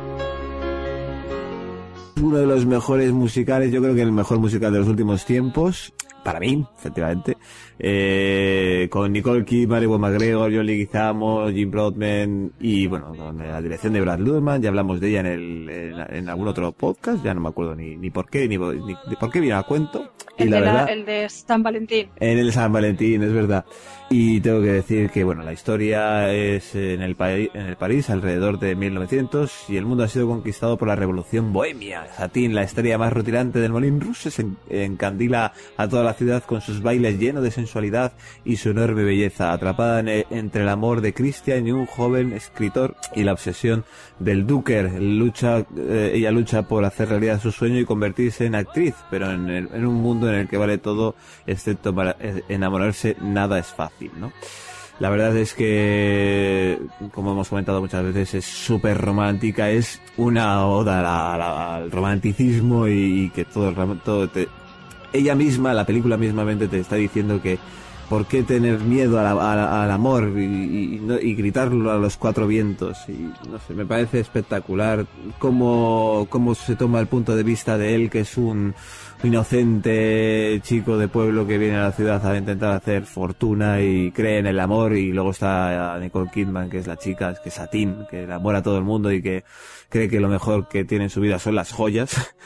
Uno de los mejores musicales, yo creo que el mejor musical de los últimos tiempos, para mí, efectivamente, eh, con Nicole Kidman, Ewan McGregor, John Leguizamo, Jim Broadbent y, bueno, con la dirección de Brad Luhrmann. Ya hablamos de ella en el en, en algún otro podcast, ya no me acuerdo ni, ni por qué, ni, ni, ni por qué vino a cuento. El, y la de la, verdad, el de San Valentín. En el San Valentín, es verdad. Y tengo que decir que, bueno, la historia es en el, en el París alrededor de mil novecientos y el mundo ha sido conquistado por la revolución bohemia. Satín, la estrella más rutilante del Moulin Rouge, se encandila a toda la ciudad con sus bailes llenos de sensualidad y su enorme belleza, atrapada en el, entre el amor de Christian y un joven escritor y la obsesión del Duker. Lucha, eh, ella lucha por hacer realidad su sueño y convertirse en actriz, pero en, el, en un mundo en el que vale todo, excepto para enamorarse, nada es fácil, ¿no? La verdad es que, como hemos comentado muchas veces, es súper romántica, es una oda a la, a la, al romanticismo y, y que todo, todo te, ella misma, la película mismamente te está diciendo que por qué tener miedo a la, a la, al amor y, y, y gritarlo a los cuatro vientos. Y no sé, me parece espectacular cómo, cómo se toma el punto de vista de él, que es un inocente chico de pueblo que viene a la ciudad a intentar hacer fortuna y cree en el amor, y luego está Nicole Kidman, que es la chica, que es Satín, que enamora a todo el mundo y que cree que lo mejor que tiene en su vida son las joyas.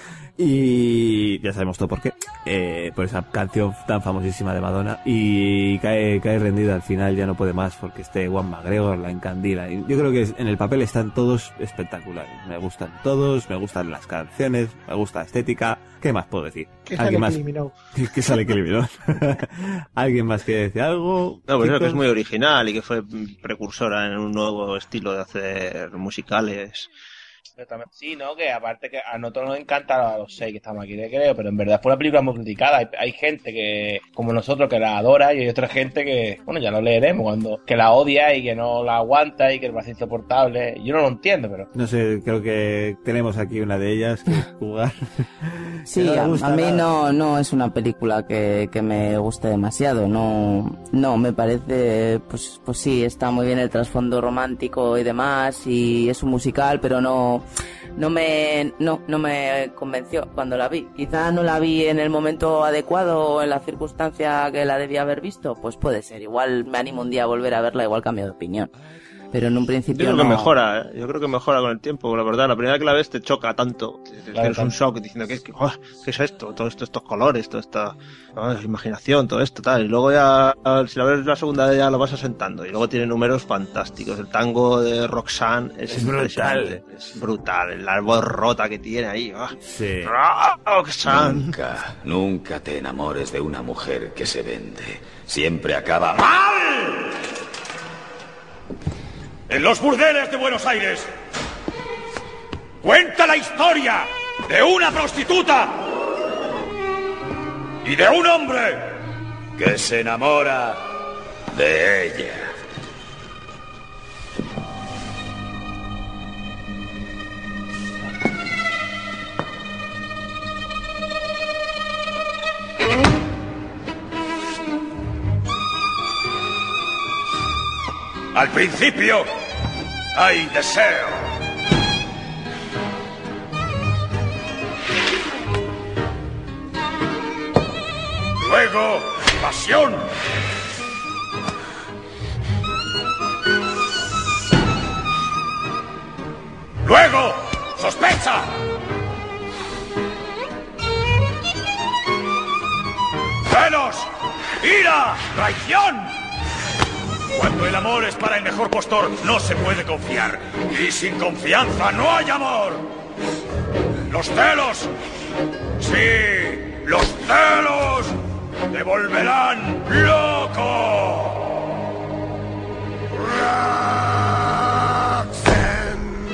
Y ya sabemos todo por qué, eh, por esa canción tan famosísima de Madonna, y cae, cae rendida al final, ya no puede más porque este Ewan McGregor la encandila. Y yo creo que en el papel están todos espectaculares, me gustan todos, me gustan las canciones, me gusta la estética. ¿Qué más puedo decir? ¿Qué sale más? que eliminó? ¿Qué sale que eliminó? ¿Alguien más quiere decir algo? No, pues creo que es muy original y que fue precursora en un nuevo estilo de hacer musicales. Sí, ¿no? Que aparte que a nosotros nos encanta a los seis que estamos aquí, creo, pero en verdad fue una película muy criticada. Hay, hay gente que, como nosotros, que la adora, y hay otra gente que, bueno, ya lo leeremos, cuando que la odia y que no la aguanta y que es más insoportable. Yo no lo entiendo, pero... No sé, creo que tenemos aquí una de ellas que jugar. Sí, no a, a mí no, no es una película que, que me guste demasiado. No, no, me parece, pues, pues sí, está muy bien el trasfondo romántico y demás, y es un musical, pero no... No me, no, no me convenció cuando la vi. Quizá no la vi en el momento adecuado o en la circunstancia que la debía haber visto. Pues puede ser. Igual me animo un día a volver a verla, igual cambio de opinión. Pero en un principio yo creo no... que mejora, ¿eh? Yo creo que mejora con el tiempo, la verdad. La primera vez que la ves te choca tanto, tienes un shock diciendo ¿qué, qué, oh, ¿qué es esto? Todo esto, estos colores, toda esta oh, imaginación, todo esto, tal. Y luego ya, si la ves la segunda ya lo vas asentando. Y luego tiene números fantásticos. El tango de Roxanne es, es brutal. Es brutal. La voz rota que tiene ahí. Oh. Sí. Roxanne. Nunca, nunca te enamores de una mujer que se vende. Siempre acaba mal. En los burdeles de Buenos Aires cuenta la historia de una prostituta y de un hombre que se enamora de ella. Al principio hay deseo. Luego, pasión. Luego, sospecha. Celos, ira, traición. Cuando el amor es para el mejor postor, no se puede confiar. Y sin confianza no hay amor. Los celos, sí, los celos te volverán loco. Roxanne,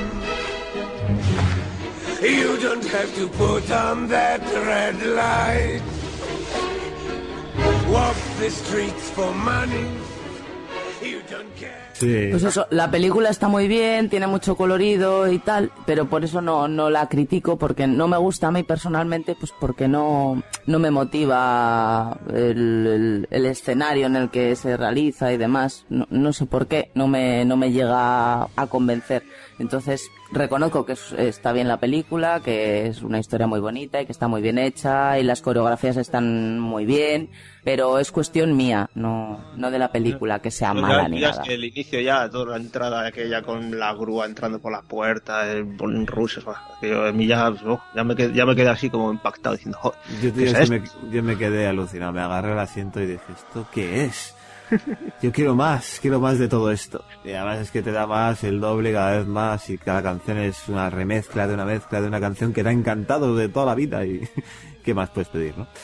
you don't have to put on that red light. Walk the streets for money. You don't care. Sí. Pues eso, la película está muy bien, tiene mucho colorido y tal, pero por eso no, no la critico, porque no me gusta a mí personalmente, pues porque no, no me motiva el, el, el escenario en el que se realiza y demás. No, no sé por qué, no me, no me llega a convencer. Entonces, reconozco que es, está bien la película, que es una historia muy bonita y que está muy bien hecha y las coreografías están muy bien, pero es cuestión mía, no, no de la película, que sea Pues mala ya, ni ya nada. es que el inicio ya, toda la entrada aquella con la grúa entrando por la puerta, el, en rusos, que yo, a mí ya, oh, ya, me quedé, ya me quedé así como impactado diciendo, joder, Yo, ¿qué tío, es es que esto? me, yo me quedé alucinado, me agarré el asiento y dije, ¿esto qué es? Yo quiero más, quiero más de todo esto. Y además es que te da más, el doble cada vez más, y cada canción es una remezcla de una mezcla de una canción que te ha encantado de toda la vida y ¿qué más puedes pedir, no?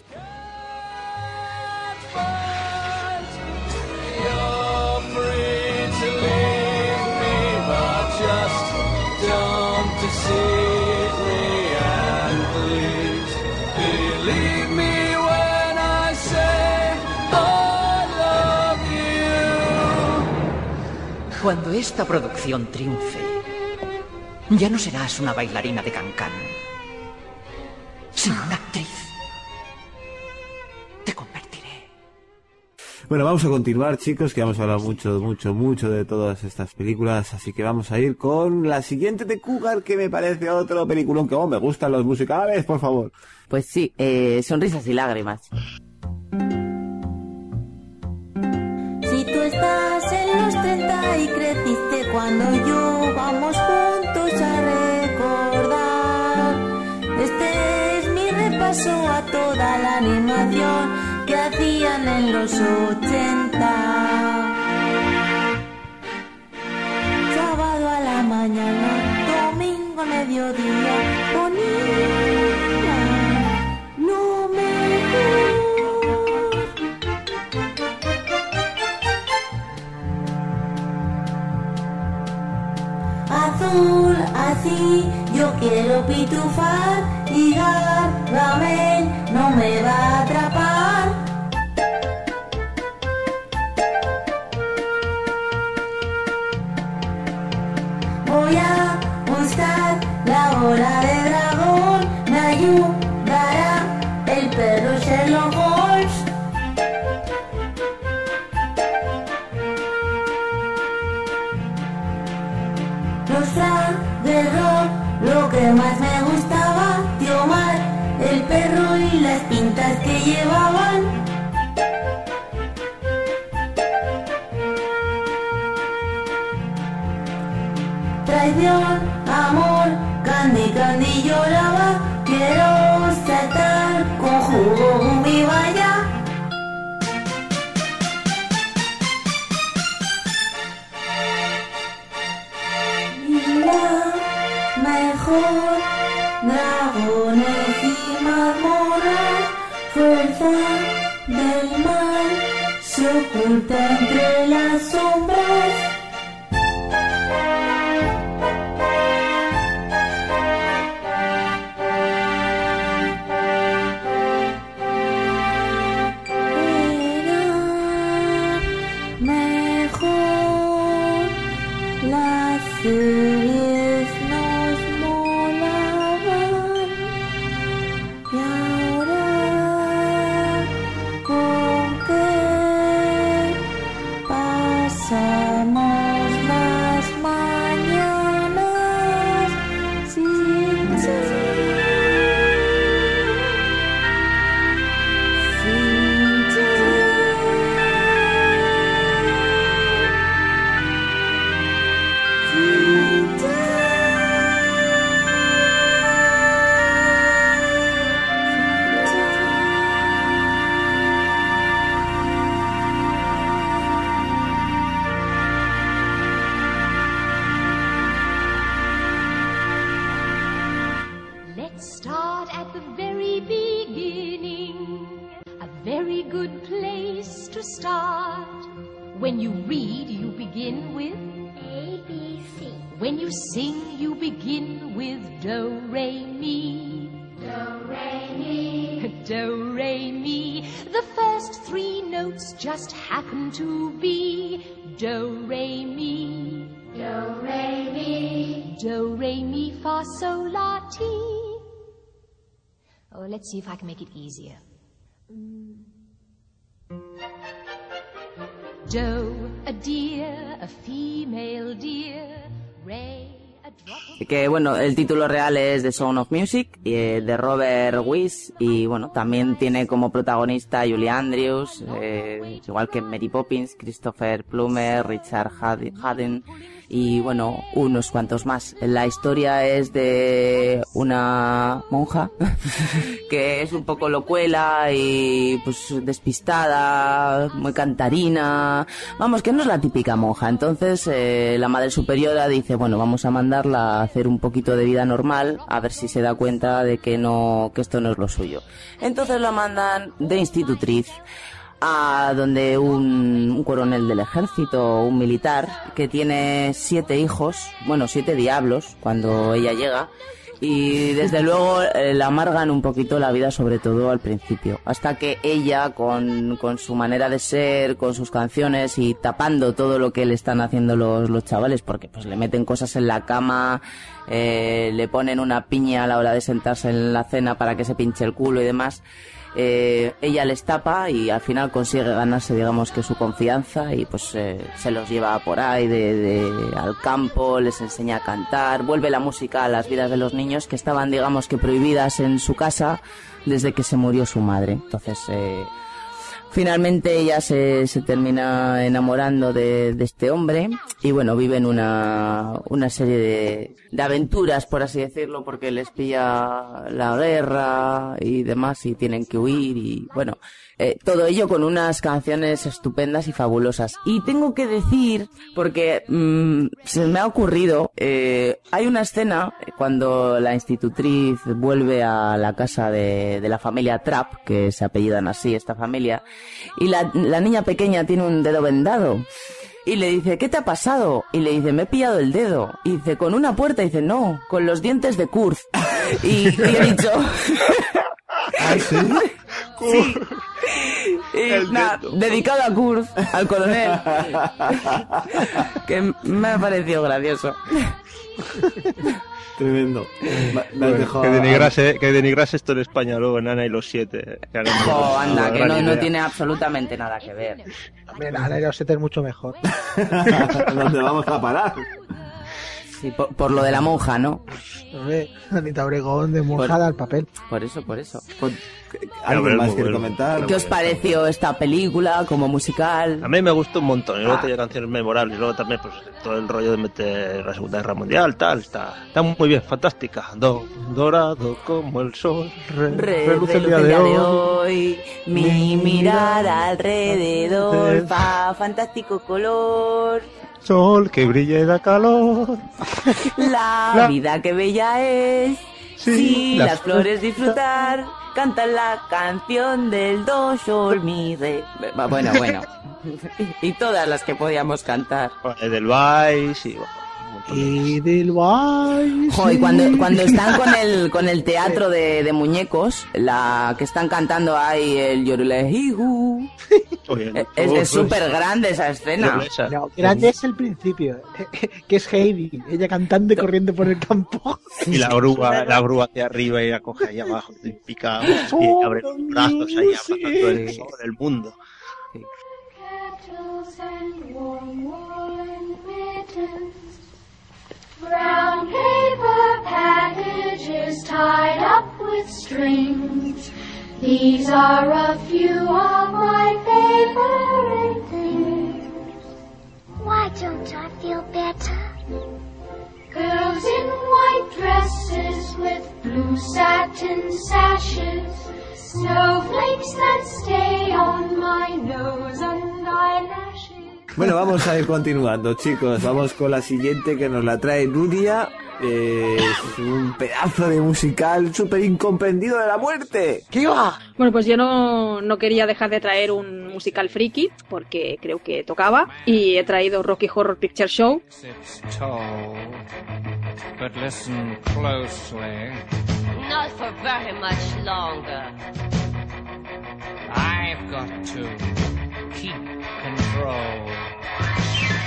You're free to leave me, but just don't deceive me, and please believe me when I say I love you. Cuando esta producción triunfe, ya no serás una bailarina de cancán, sino una actriz. Bueno, vamos a continuar, chicos, que hemos hablado mucho, mucho, mucho de todas estas películas, así que vamos a ir con la siguiente de Cougar, que me parece otro peliculón que oh, me gustan los musicales, por favor. Pues sí, eh, Sonrisas y lágrimas. Si tú estás en los treinta y creciste cuando yo, vamos juntos a recordar. Este es mi repaso a toda la animación que hacían en los ochenta. Sábado a la mañana, domingo a mediodía, ponía lo mejor. Azul, así, yo quiero pitufar y Gargamel no me va a atrapar. Voy a buscar la bola de dragón, me ayudará el perro Sherlock Holmes. Los Frank del rock, lo que más me gustaba, Tío Mar, el perro y las pintas que llevaban. Traición, amor, Candy Candy lloraba, quiero saltar con jugo mi valla. Y la mejor, dragones y mazmorras, fuerza del mal, se oculta entre las sombras. Series nos molaban y ahora con qué pasamos las mañanas sin ti, sin ti. Let's start at the very beginning. A very good place to start. When you read, you begin with A, B, C. When you sing, you begin with Do, Re, Mi. Do, Re, Mi. Do, Re, Mi. The first three notes just happen to be Do, re, mi. Do, re, mi. Do, re, mi, fa, sol, la, ti. Oh, let's see if I can make it easier. Do, a deer, a female deer. Re, a drop of... Que bueno, el título real es The Sound of Music, eh, de Robert Weiss, y bueno, también tiene como protagonista Julie Andrews, eh, igual que Mary Poppins, Christopher Plummer, Richard Haden y bueno, unos cuantos más. La historia es de una monja que es un poco locuela y pues despistada, muy cantarina, vamos, que no es la típica monja. Entonces eh, la madre superiora dice, bueno, vamos a mandarla a hacer un poquito de vida normal, a ver si se da cuenta de que no, que esto no es lo suyo. Entonces la mandan de institutriz a donde un, un coronel del ejército, un militar, que tiene siete hijos, bueno, siete diablos, cuando ella llega, y desde luego eh, la amargan un poquito la vida, sobre todo al principio, hasta que ella, con, con su manera de ser, con sus canciones y tapando todo lo que le están haciendo los, los chavales, porque pues le meten cosas en la cama, eh, le ponen una piña a la hora de sentarse en la cena para que se pinche el culo y demás, Eh, ella les tapa y al final consigue ganarse, digamos, que su confianza, y pues eh, se los lleva por ahí de, de, al campo, les enseña a cantar, vuelve la música a las vidas de los niños que estaban, digamos, que prohibidas en su casa desde que se murió su madre. Entonces eh, finalmente ella se, se termina enamorando de, de este hombre y bueno, viven una, una serie de, de aventuras, por así decirlo, porque les pilla la guerra y demás y tienen que huir y bueno, eh, todo ello con unas canciones estupendas y fabulosas. Y tengo que decir, porque mmm, se me ha ocurrido, eh, hay una escena cuando la institutriz vuelve a la casa de, de la familia Trapp, que se apellidan así esta familia, y la, la niña pequeña tiene un dedo vendado. Y le dice, ¿qué te ha pasado? Y le dice, me he pillado el dedo. Y dice, ¿con una puerta? Y dice, no, con los dientes de Kurt. Y, y he dicho... ¿Ah, sí? Sí. Y, nada, dedicado a Kurt, al coronel. Que me ha parecido gracioso. Tremendo. Me, me Bueno, dejado que, a- denigrase, que denigrase esto en España luego en Ana y los siete. Que haremos Oh, una anda, que gran no, no idea. tiene absolutamente nada que ver. Hombre, Ana y los siete es mucho mejor. ¿Dónde vamos a parar? Sí, por, por lo de la monja, ¿no? Hombre, Anita Obregón de mojada al papel. Por eso, por eso. ¿Algo ver, más muy quiere bueno. comentar? ¿Qué os pareció esta película como musical? A mí me gustó un montón, y luego Ah. tenía canciones memorables, y luego también pues todo el rollo de meter la Segunda Guerra Mundial, tal, está, está muy bien, fantástica. Do, dorado como el sol, re- Re- reluce el día reluce de hoy. hoy, mi mirar alrededor, fa, fantástico color, Sol que brilla y da calor. la, La- vida que bella es, Sí, sí, las las flores disfrutar, cantan la canción del do, sol, mi, re. Va, Bueno, bueno, y todas las que podíamos cantar. Del Vice y bueno, un montón de Y del Vice. Jo, y cuando, cuando están con el, con el teatro de, de muñecos, la que están cantando ahí el Yorulejiju, Oye, es oh, es súper grande esa escena. esa. No, grande es el principio, que es Heidi, ella cantando y corriendo por el campo. Y la grúa, la grúa hacia arriba y la coge ahí abajo, y pica, y abre los brazos ahí abrazando el sol del mundo. Kettles and warm, warm mittens. Brown paper packages tied up with strings. These are a few of my favorite things. Why don't I feel better? Girls in white dresses with blue satin sashes. Snowflakes that stay on my nose and eyelashes. Bueno, vamos a ir continuando, chicos. Vamos con la siguiente que nos la trae Nuria. Eh, es un pedazo de musical súper incomprendido de la muerte. ¿Qué va? Bueno, pues yo no, no quería dejar de traer un musical friki, porque creo que tocaba, y he traído Rocky Horror Picture Show. It's tall, but listen closely. Not for very much longer. I've got to keep control.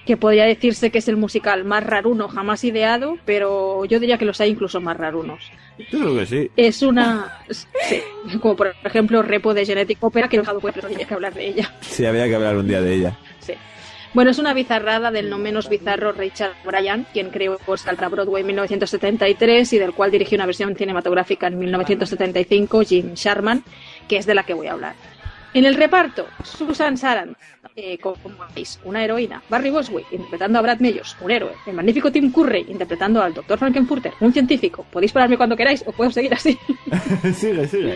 que podría decirse que es el musical más raruno jamás ideado, pero yo diría que los hay incluso más rarunos. Yo creo que sí. Es una... Sí, como por ejemplo Repo de Genetic Opera, que he dejado pero tenía que hablar de ella. Sí, había que hablar un día de ella. Sí. Bueno, es una bizarrada del no menos bizarro Richard Bryan, quien creó Scaltra Broadway en mil novecientos setenta y tres y del cual dirigió una versión cinematográfica en mil novecientos setenta y cinco, Jim Sharman, que es de la que voy a hablar. En el reparto, Susan Sarandon, eh, como veis, una heroína, Barry Bostwick interpretando a Brad Mayors, un héroe, el magnífico Tim Curry interpretando al doctor Frankenfurter, un científico. Podéis pararme cuando queráis o puedo seguir así. Sigue, sigue.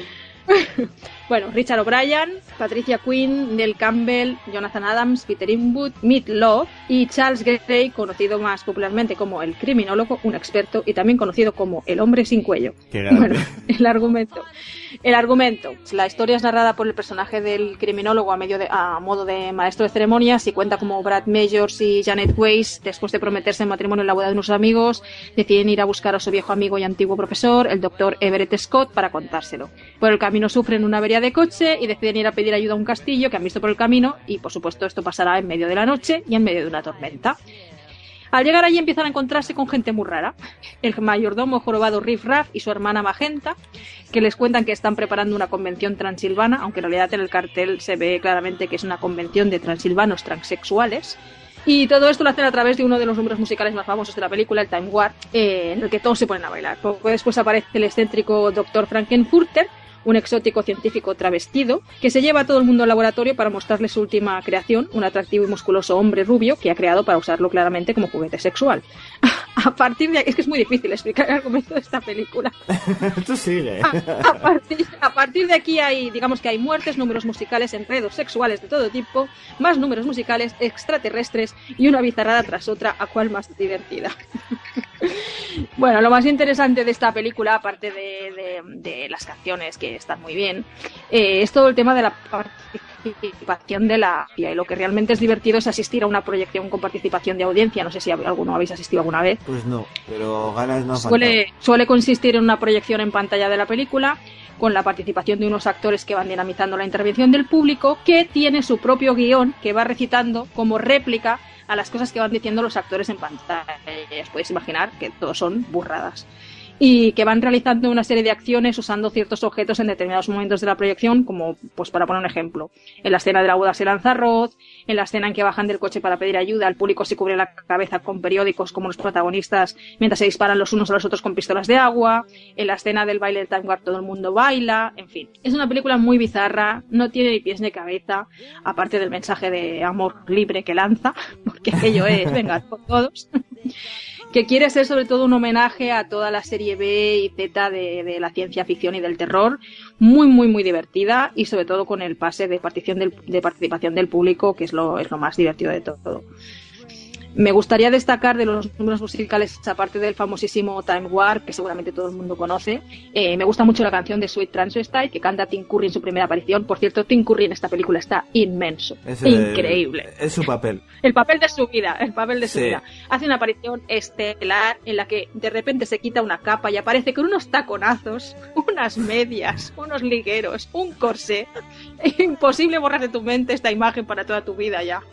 Bueno, Richard O'Brien, Patricia Quinn, Neil Campbell, Jonathan Adams, Peter Inwood, Meat Love y Charles Gray, conocido más popularmente como el criminólogo, un experto y también conocido como el hombre sin cuello. Qué grande. Bueno, el argumento. El argumento. La historia es narrada por el personaje del criminólogo a, medio de, a modo de maestro de ceremonias y cuenta como Brad Mayors y Janet Weiss, después de prometerse en matrimonio en la boda de unos amigos, deciden ir a buscar a su viejo amigo y antiguo profesor, el doctor Everett Scott, para contárselo. Por el camino sufren una avería de coche y deciden ir a pedir ayuda a un castillo que han visto por el camino y, por supuesto, esto pasará en medio de la noche y en medio de una tormenta. Al llegar allí empiezan a encontrarse con gente muy rara. El mayordomo jorobado Riff Raff y su hermana Magenta, que les cuentan que están preparando una convención transilvana, aunque en realidad en el cartel se ve claramente que es una convención de transilvanos transexuales. Y todo esto lo hacen a través de uno de los números musicales más famosos de la película, el Time War, eh, en el que todos se ponen a bailar. Poco después aparece el excéntrico doctor Frankenfurter, un exótico científico travestido, que se lleva a todo el mundo al laboratorio para mostrarle su última creación, un atractivo y musculoso hombre rubio que ha creado para usarlo claramente como juguete sexual. A partir de aquí, es que es muy difícil explicar el argumento de esta película. Tú sigue. A, a, partir, a partir de aquí hay, digamos que hay muertes, números musicales, enredos sexuales de todo tipo, más números musicales, extraterrestres y una bizarrada tras otra, a cual más divertida. Bueno, lo más interesante de esta película, aparte de, de, de las canciones que están muy bien, eh, es todo el tema de la participación de la y lo que realmente es divertido es asistir a una proyección con participación de audiencia. No sé si alguno habéis asistido alguna vez. Pues no, pero ganas no suele, suele consistir en una proyección en pantalla de la película con la participación de unos actores que van dinamizando la intervención del público, que tiene su propio guión que va recitando como réplica a las cosas que van diciendo los actores en pantalla. Os podéis imaginar que todos son burradas. Y que van realizando una serie de acciones usando ciertos objetos en determinados momentos de la proyección, como, pues para poner un ejemplo, en la escena de la boda se lanza arroz, en la escena en que bajan del coche para pedir ayuda, el público se cubre la cabeza con periódicos como los protagonistas, mientras se disparan los unos a los otros con pistolas de agua, en la escena del baile de Time War todo el mundo baila, en fin. Es una película muy bizarra, no tiene ni pies ni cabeza, aparte del mensaje de amor libre que lanza, porque aquello es, venga, por todos. Que quiere ser sobre todo un homenaje a toda la serie B y Z de, de la ciencia ficción y del terror, muy muy muy divertida y sobre todo con el pase de participación del, de participación del público, que es lo, es lo más divertido de todo. Me gustaría destacar de los números musicales, aparte del famosísimo Time War, que seguramente todo el mundo conoce, eh, me gusta mucho la canción de Sweet Transvestite, que canta Tim Curry en su primera aparición. Por cierto, Tim Curry en esta película está inmenso, es increíble. El, es su papel. El papel de su vida, el papel de su sí. vida. Hace una aparición estelar en la que de repente se quita una capa y aparece con unos taconazos, unas medias, unos ligueros, un corsé. Es imposible borrar de tu mente esta imagen para toda tu vida ya.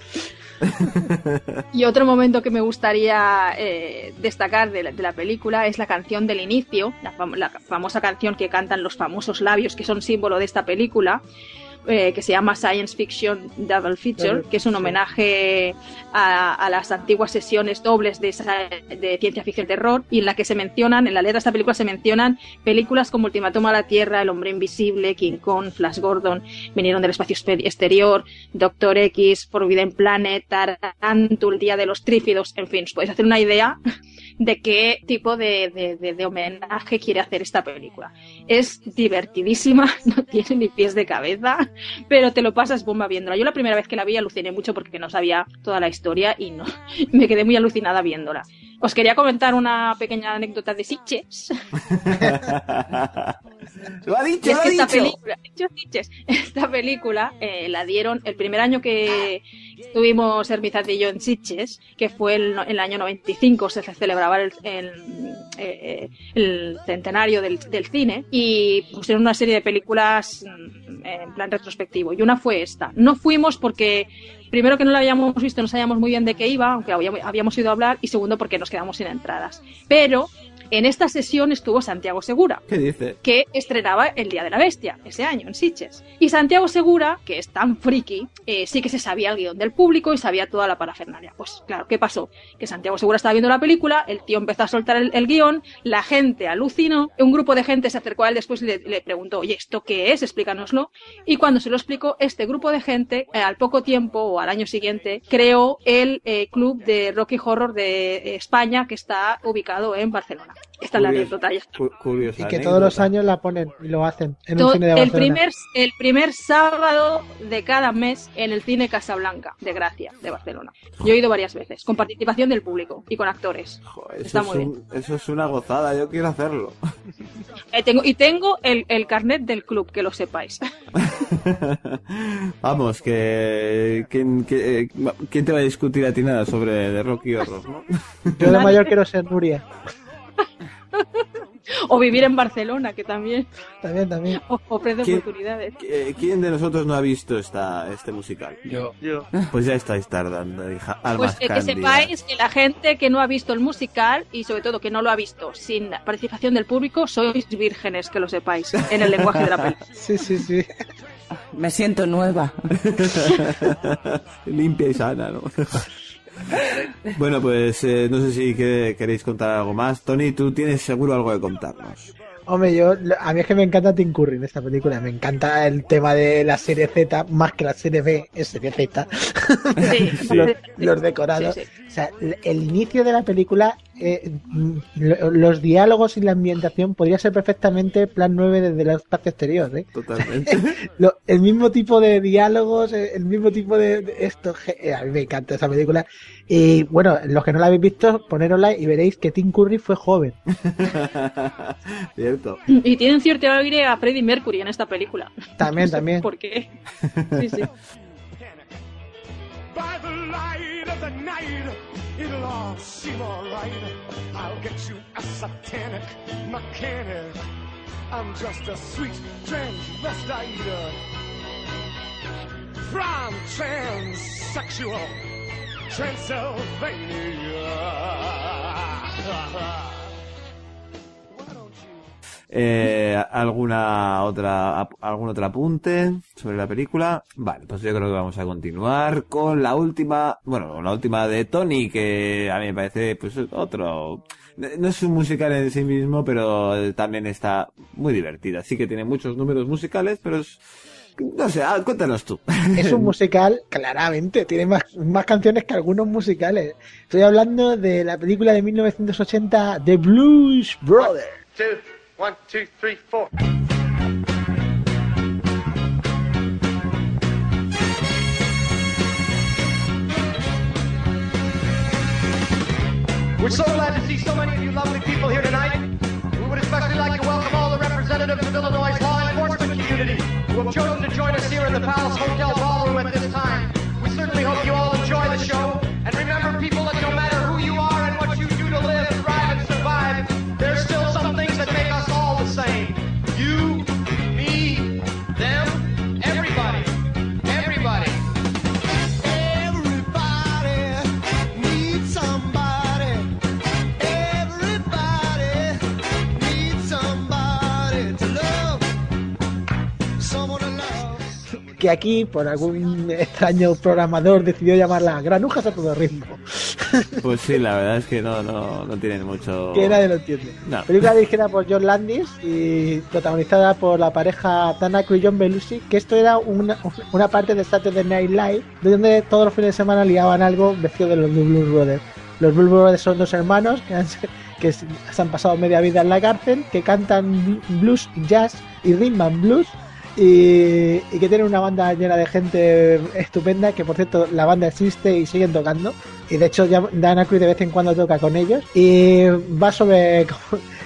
Y otro momento que me gustaría eh, destacar de la, de la película es la canción del inicio, la, fam- la famosa canción que cantan los famosos labios que son símbolo de esta película, eh, que se llama Science Fiction Double Feature, que es un homenaje a, a las antiguas sesiones dobles de, esa, de ciencia ficción y terror, y en la que se mencionan, en la letra de esta película se mencionan películas como Ultimátum a la Tierra, El Hombre Invisible, King Kong, Flash Gordon, Vinieron del Espacio Exterior, Doctor X, Forbidden Planet, Tarantul, Día de los Trífidos, en fin, os podéis hacer una idea de qué tipo de, de, de, de homenaje quiere hacer esta película. Es divertidísima, no tiene ni pies de cabeza, pero te lo pasas bomba viéndola. Yo la primera vez que la vi aluciné mucho porque no sabía toda la historia y no me quedé muy alucinada viéndola. Os quería comentar una pequeña anécdota de Sitges. Lo ha dicho, Y es lo que ha esta dicho. película, chiches, esta película eh, la dieron el primer año que estuvimos Hermizat y yo en Sitges, que fue el, el año noventa y cinco, se celebraba el, el, eh, el centenario del, del cine, y pusieron una serie de películas en plan retrospectivo, y una fue esta. No fuimos porque primero que no la habíamos visto, no sabíamos muy bien de qué iba, aunque habíamos, habíamos ido a hablar, y segundo porque nos quedamos sin entradas. Pero en esta sesión estuvo Santiago Segura. ¿Qué dice? Que estrenaba El Día de la Bestia, ese año, en Sitges. Y Santiago Segura, que es tan friki, eh, sí que se sabía el guión del público y sabía toda la parafernalia. Pues claro, ¿qué pasó? Que Santiago Segura estaba viendo la película, el tío empezó a soltar el, el guión, la gente alucinó, un grupo de gente se acercó a él después y le, le preguntó, oye, ¿esto qué es? Explícanoslo. Y cuando se lo explicó, este grupo de gente, eh, al poco tiempo o al año siguiente, creó el eh, club de Rocky Horror de eh, España, que está ubicado en Barcelona. Esta es la anécdota. Ya está. Curiosa Y que anécdota. todos los años la ponen y lo hacen en un To- cine de el Barcelona. primer el primer sábado de cada mes en el cine Casablanca de Gracia de Barcelona. Yo he ido varias veces con participación del público y con actores. Eso Está es, muy bien. un- eso es una gozada, yo quiero hacerlo. Eh, tengo y tengo el, el carnet del club, que lo sepáis. Vamos, que ¿quién, que, eh, ¿quién te va a discutir a ti nada sobre The Rocky Horror, no? Yo de mayor quiero ser Nuria. O vivir en Barcelona, que también También, también. ofrece ¿Quién- oportunidades. Eh, ¿Quién de nosotros no ha visto esta, este musical? Yo. Yo. Pues ya estáis tardando, hija. Pues Almas eh, que cándidas. sepáis que la gente que no ha visto el musical y sobre todo que no lo ha visto sin participación del público, sois vírgenes, que lo sepáis, en el lenguaje de la película. Sí, sí, sí. Me siento nueva. Limpia y sana, ¿no? Bueno, pues eh, no sé si que- queréis contar algo más. Tony, tú tienes seguro algo que contarnos. Hombre, yo, a mí es que me encanta Tim Curry en esta película. Me encanta el tema de la serie Z, más que la serie B, es serie Z. Sí, los, los decorados. Sí, sí. O sea, el, el inicio de la película, eh, lo- los diálogos y la ambientación podría ser perfectamente plan nueve desde el espacio exterior, ¿eh? Totalmente. Lo- el mismo tipo de diálogos, eh, el mismo tipo de, de esto. je- eh, A mí me encanta esa película. Y bueno, los que no la habéis visto, ponérosla y veréis que Tim Curry fue joven. Cierto. Y tienen cierto aire a Freddie Mercury en esta película. También, No sé también. ¿Por qué? Sí, sí. By the light of the night, it'll all seem alright. I'll get you a satanic mechanic. I'm just a sweet transvestite from transsexual Transylvania. Eh, ¿Alguna otra ap- algún otro apunte sobre la película? Vale, pues yo creo que vamos a continuar con la última, bueno, la última de Tony, que a mí me parece pues otro, no es un musical en sí mismo, pero también está muy divertida. Sí que tiene muchos números musicales, pero es, no sé, ah, cuéntanos tú. Es un musical, claramente, tiene más, más canciones que algunos musicales. Estoy hablando de la película de mil novecientos ochenta, The Blues Brothers. Two, one, two, three, four. We're so glad to see so many of you lovely people here tonight. We would especially like to welcome all the representatives of Illinois' law enforcement community who have chosen to join us here in the Palace Hotel Ballroom at this time. We certainly hope you all enjoy the show. And remember, people, that no matter who you are and what you do to live, thrive, and survive, there's still some things that make us all the same. You, me, them, everybody. Everybody. Needs somebody. Everybody needs somebody to love. Someone to love. Que aquí, por algún extraño programador, decidió llamarla Granujas a todo ritmo. Pues sí, la verdad es que no, no, no tienen mucho... Que nadie lo entiende. No. Película dirigida por John Landis y protagonizada por la pareja Dan Aykroyd y John Belushi, que esto era una, una parte de Saturday Night Live, donde todos los fines de semana liaban algo vestido de los Blues Brothers. Los Blues Brothers son dos hermanos que, han, que se han pasado media vida en la cárcel, que cantan blues, jazz y rhythm and blues, y, y que tienen una banda llena de gente estupenda, que por cierto la banda existe y siguen tocando, y de hecho ya Dan Aykroyd de vez en cuando toca con ellos, y va sobre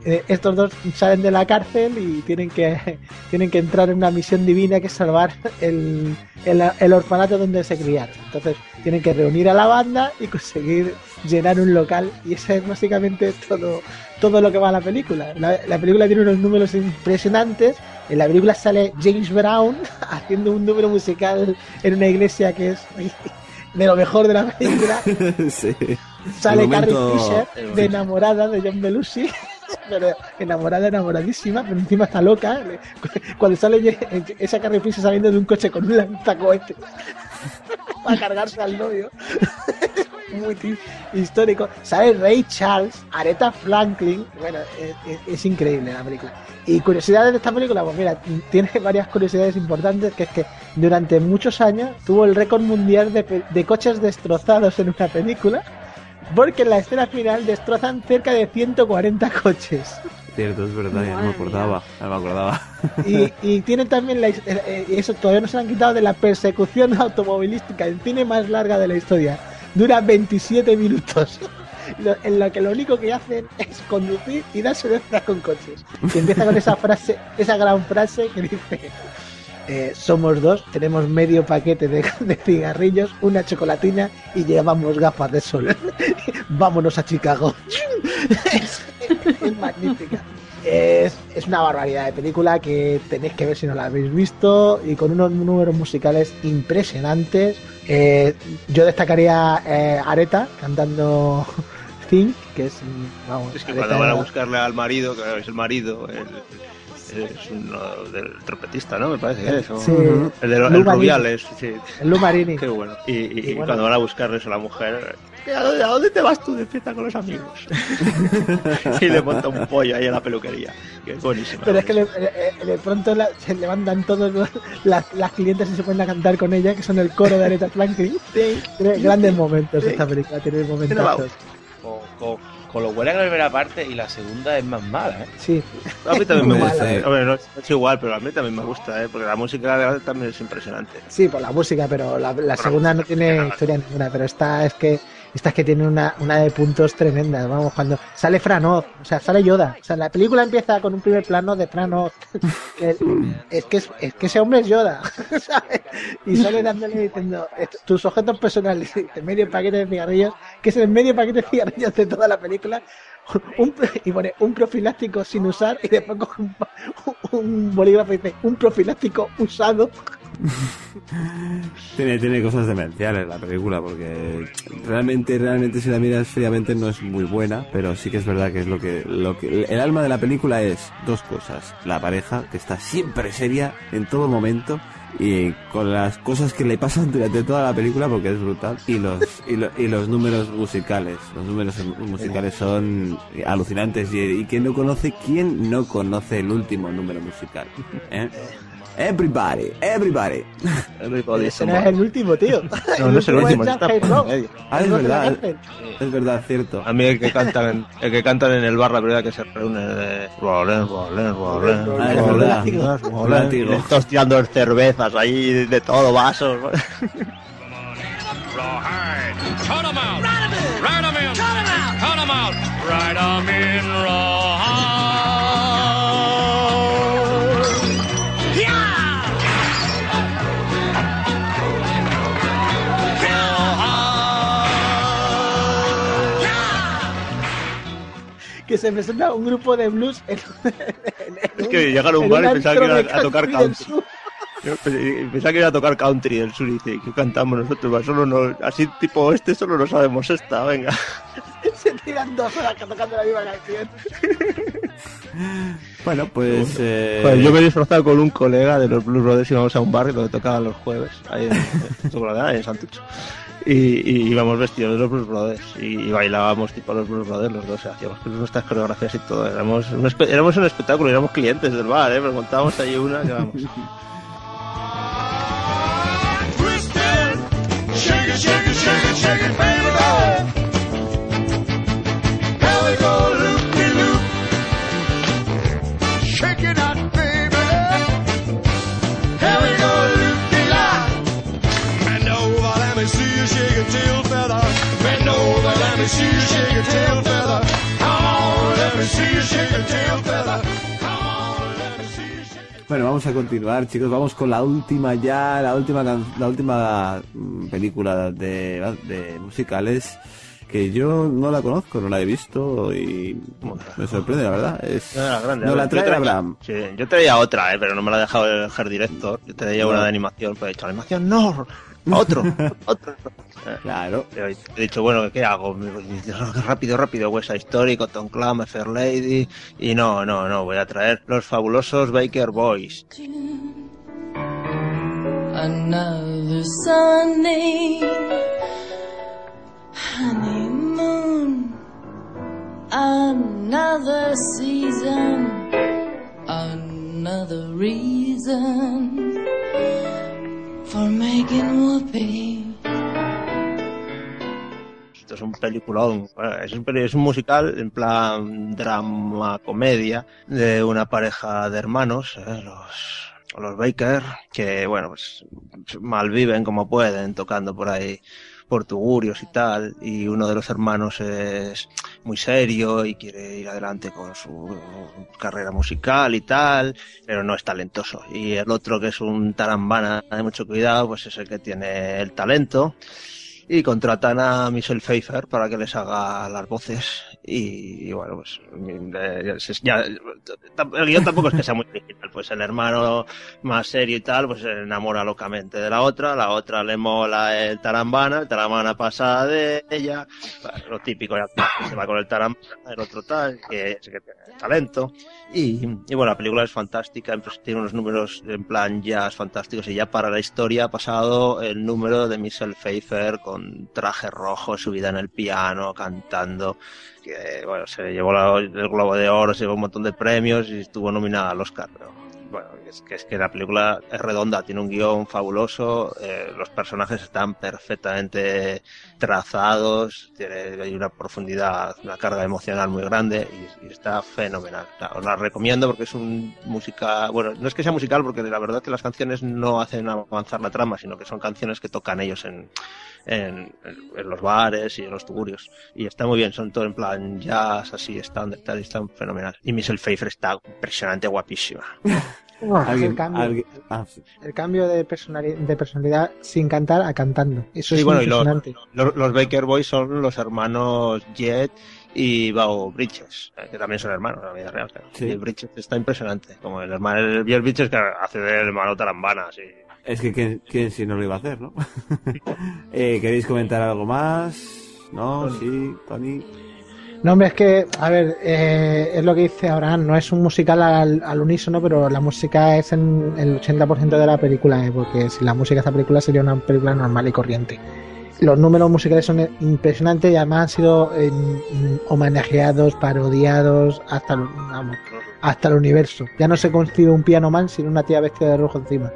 eh, estos dos salen de la cárcel y tienen que tienen que entrar en una misión divina que es salvar el, el, el orfanato donde se criaron. Entonces tienen que reunir a la banda y conseguir llenar un local, y eso es básicamente todo todo lo que va a la película. La, la película tiene unos números impresionantes. En la película sale James Brown haciendo un número musical en una iglesia que es de lo mejor de la película. Sí. Sale momento... Carrie Fisher de enamorada de John Belushi, pero enamorada, enamoradísima, pero encima está loca. Cuando sale esa Carrie Fisher saliendo de un coche con un lanzacohetes para cargarse al novio. Muy histórico. Sale Ray Charles, Aretha Franklin. Bueno, es, es, es increíble la película. Y curiosidades de esta película, pues mira, tiene varias curiosidades importantes, que es que durante muchos años tuvo el récord mundial de, de coches destrozados en una película, porque en la escena final destrozan cerca de ciento cuarenta coches. Cierto, es verdad, ya no me acordaba, no me acordaba. Y, y tienen también, la, eh, eso todavía no se han quitado, de la persecución automovilística en cine más larga de la historia. Dura veintisiete minutos. Lo, en lo que lo único que hacen es conducir y darse de hostias con coches. Y empieza con esa frase, esa gran frase que dice: eh, somos dos, tenemos medio paquete de, de cigarrillos, una chocolatina y llevamos gafas de sol. Vámonos a Chicago. es, es magnífica. Es, es una barbaridad de película que tenéis que ver si no la habéis visto, y con unos números musicales impresionantes. Eh, yo destacaría eh, Aretha cantando Think, que es, vamos, es que Aretha cuando van a era... buscarle al marido, que es el marido, el, es uno del trompetista, ¿no? Me parece que es. Sí, el de los Rubiales. Sí. El Lou Marini. Qué bueno. Y, y, y y bueno, cuando van a buscarle eso a la mujer, ¿a dónde, ¿a dónde te vas tú de fiesta con los amigos? Y le monta un pollo ahí en la peluquería. Que es buenísimo. Pero es que de, de, de pronto la, se levantan todos los, las, las clientes y se ponen a cantar con ella, que son el coro de Aretha Franklin. Sí, grandes momentos sí. Esta película, tiene momentazos. Con, con, con lo buena que la primera parte, y la segunda es más mala, ¿eh? Sí. A mí también me gusta. ¿eh? Hombre, no es igual, pero a mí también me gusta, ¿eh? Porque la música de también es impresionante. Sí, por la música, pero la, la segunda no tiene historia ninguna, pero esta es que Esta es que tiene una, una de puntos tremendas, vamos, cuando sale Fran Oz, o sea, sale Yoda, o sea, la película empieza con un primer plano de Fran Oz, que es, que es, es que ese hombre es Yoda, ¿sabes? Y sale dándole diciendo, tus objetos personales, el medio paquete de cigarrillos, que es el medio paquete de cigarrillos de toda la película, un, y pone un profiláctico sin usar, y después coge un, un bolígrafo y dice, un profiláctico usado. tiene, tiene cosas demenciales la película, porque realmente, realmente si la miras fríamente no es muy buena, pero sí que es verdad que es lo que, lo que el alma de la película es dos cosas: la pareja, que está siempre seria en todo momento y con las cosas que le pasan durante toda la película, porque es brutal, y los y, lo, y los números musicales los números musicales son alucinantes, y, y ¿quién no conoce quién no conoce el último número musical? ¿Eh? Everybody, everybody. Everybody Ese no es el último, tío. No, no es el último, está por medio. Ah, es verdad, es verdad, cierto. A mí el que cantan, el que cantan en el bar, la verdad que se reúnen de Rolen, Rolen, Rolen, Rolen, Rolen, estos tirando cervezas ahí de todo, vasos. Cut them out! Ride them in! Cut them out! Cut them out! Ride them in, rawhide! Que se presenta un grupo de blues en, en, en es que llegaron a un bar y pensaban que iba a tocar country. Pensaba que iba a tocar country el sur, y dice, ¿qué cantamos nosotros? Solo no, así tipo este, solo no sabemos esta, venga. Se tiran dos horas tocando la misma canción. Bueno, pues... Eh... Pues yo me he disfrazado con un colega de los Blues Brothers y íbamos a un bar donde tocaban los jueves, ahí en, en, en Santucho. Y, y íbamos vestidos de los Blues Brothers y, y bailábamos tipo los Blues Brothers los dos, hacíamos nuestras coreografías y todo, éramos un, espe- éramos un espectáculo, éramos clientes del bar, ¿eh? Pero montábamos ahí una que vamos. Shake it, shake it, shake it, shake it, baby, roll. Here we go, loop-de-loop. Shake it out, baby. Here we go, loop-de-lop. Bend over, let me see you shake your tail feather. Bend over, let me see you shake your tail feather. Come on, let me see you shake your tail vamos a continuar, chicos. Vamos con la última ya, la última la última película de, de musicales que yo no la conozco, no la he visto y me sorprende, la verdad. Es, no, grande, no la trae traía, Abraham. Sí, yo traía otra, eh, pero no me la ha dejado el Her Director. Yo traía no. una de animación, pero he dicho, animación no, otro, otro. Claro. He dicho, bueno, ¿qué hago? Rápido, rápido, West Side Story, Cotton Club, My Fair Lady. Y no, no, no, voy a traer Los Fabulosos Baker Boys. Another Sunday, honeymoon, another season, another reason for making whoopee. Esto es un peliculón, bueno, es, un, es un musical en plan drama, comedia, de una pareja de hermanos, eh, los, los Baker, que bueno, pues malviven como pueden, tocando por ahí por tugurios y tal, y uno de los hermanos es muy serio y quiere ir adelante con su carrera musical y tal, pero no es talentoso, y el otro, que es un tarambana de mucho cuidado, pues es el que tiene el talento. Y contratan a Michelle Pfeiffer para que les haga las voces. Y, y bueno, pues ya, el guión tampoco es que sea muy original. Pues el hermano más serio y tal, pues se enamora locamente de la otra. La otra le mola el tarambana, el tarambana pasa de ella. Bueno, lo típico, ya se va con el tarambana, el otro tal, que es que tiene talento. Y, y bueno, la película es fantástica, tiene unos números en plan jazz fantásticos, y ya para la historia ha pasado el número de Michelle Pfeiffer con traje rojo, subida en el piano, cantando, que bueno, se llevó la, el Globo de Oro, se llevó un montón de premios y estuvo nominada al Oscar, pero bueno, es que, es que la película es redonda, tiene un guión fabuloso, eh, los personajes están perfectamente trazados, tiene, hay una profundidad, una carga emocional muy grande y, y está fenomenal. O sea, os la recomiendo porque es un música, bueno, no es que sea musical porque la verdad que las canciones no hacen avanzar la trama, sino que son canciones que tocan ellos en, en, en los bares y en los tugurios. Y está muy bien, son todo en plan jazz, así, estándar, tal, y están fenomenal. Y Michelle Pfeiffer está impresionante, guapísima. Oh, ¿Alguien, el cambio, alguien, ah, sí. el cambio de, personalidad, de personalidad sin cantar a cantando. Eso sí, es bueno, impresionante. Y los, los, los Baker Boys son los hermanos Jet y Bao Bridges, que también son hermanos en la vida real. Claro. Sí. Y Bridges está impresionante, como el hermano el Bill Bridges, que hace del hermano Tarambana, así. Es que quién, quién si no lo iba a hacer, ¿no? eh, ¿Queréis comentar algo más? ¿No? Tony. Sí, Tony. No, hombre, es que, a ver, eh, es lo que dice Abraham, no es un musical al, al unísono, pero la música es en el ochenta por ciento de la película, eh, porque si la música de esta película sería una película normal y corriente. Los números musicales son impresionantes y además han sido eh, homenajeados, parodiados hasta, vamos, hasta el universo. Ya no se concibe un Piano Man sin una tía vestida de rojo encima.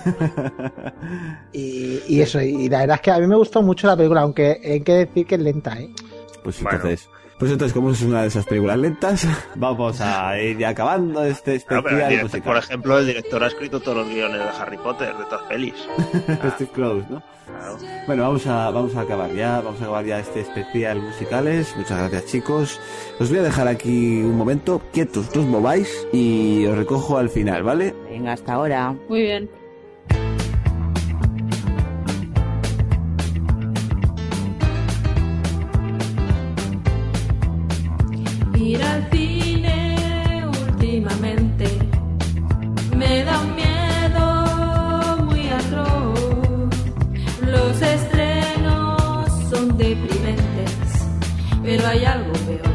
y, y eso, y la verdad es que a mí me gustó mucho la película, aunque hay que decir que es lenta, ¿eh? Pues entonces... Bueno. Pues entonces, como es una de esas películas lentas, vamos a ir ya acabando este especial. No, pero el, por ejemplo, el director ha escrito todos los guiones de Harry Potter, de todas pelis. Steve Close, ¿no? Claro. Bueno, vamos a, vamos a acabar ya, vamos a acabar ya este especial musicales. Muchas gracias, chicos. Os voy a dejar aquí un momento, quietos, no os mováis, y os recojo al final, ¿vale? Venga, hasta ahora. Muy bien. Ir al cine últimamente me da un miedo muy atroz. Los estrenos son deprimentes, pero hay algo peor.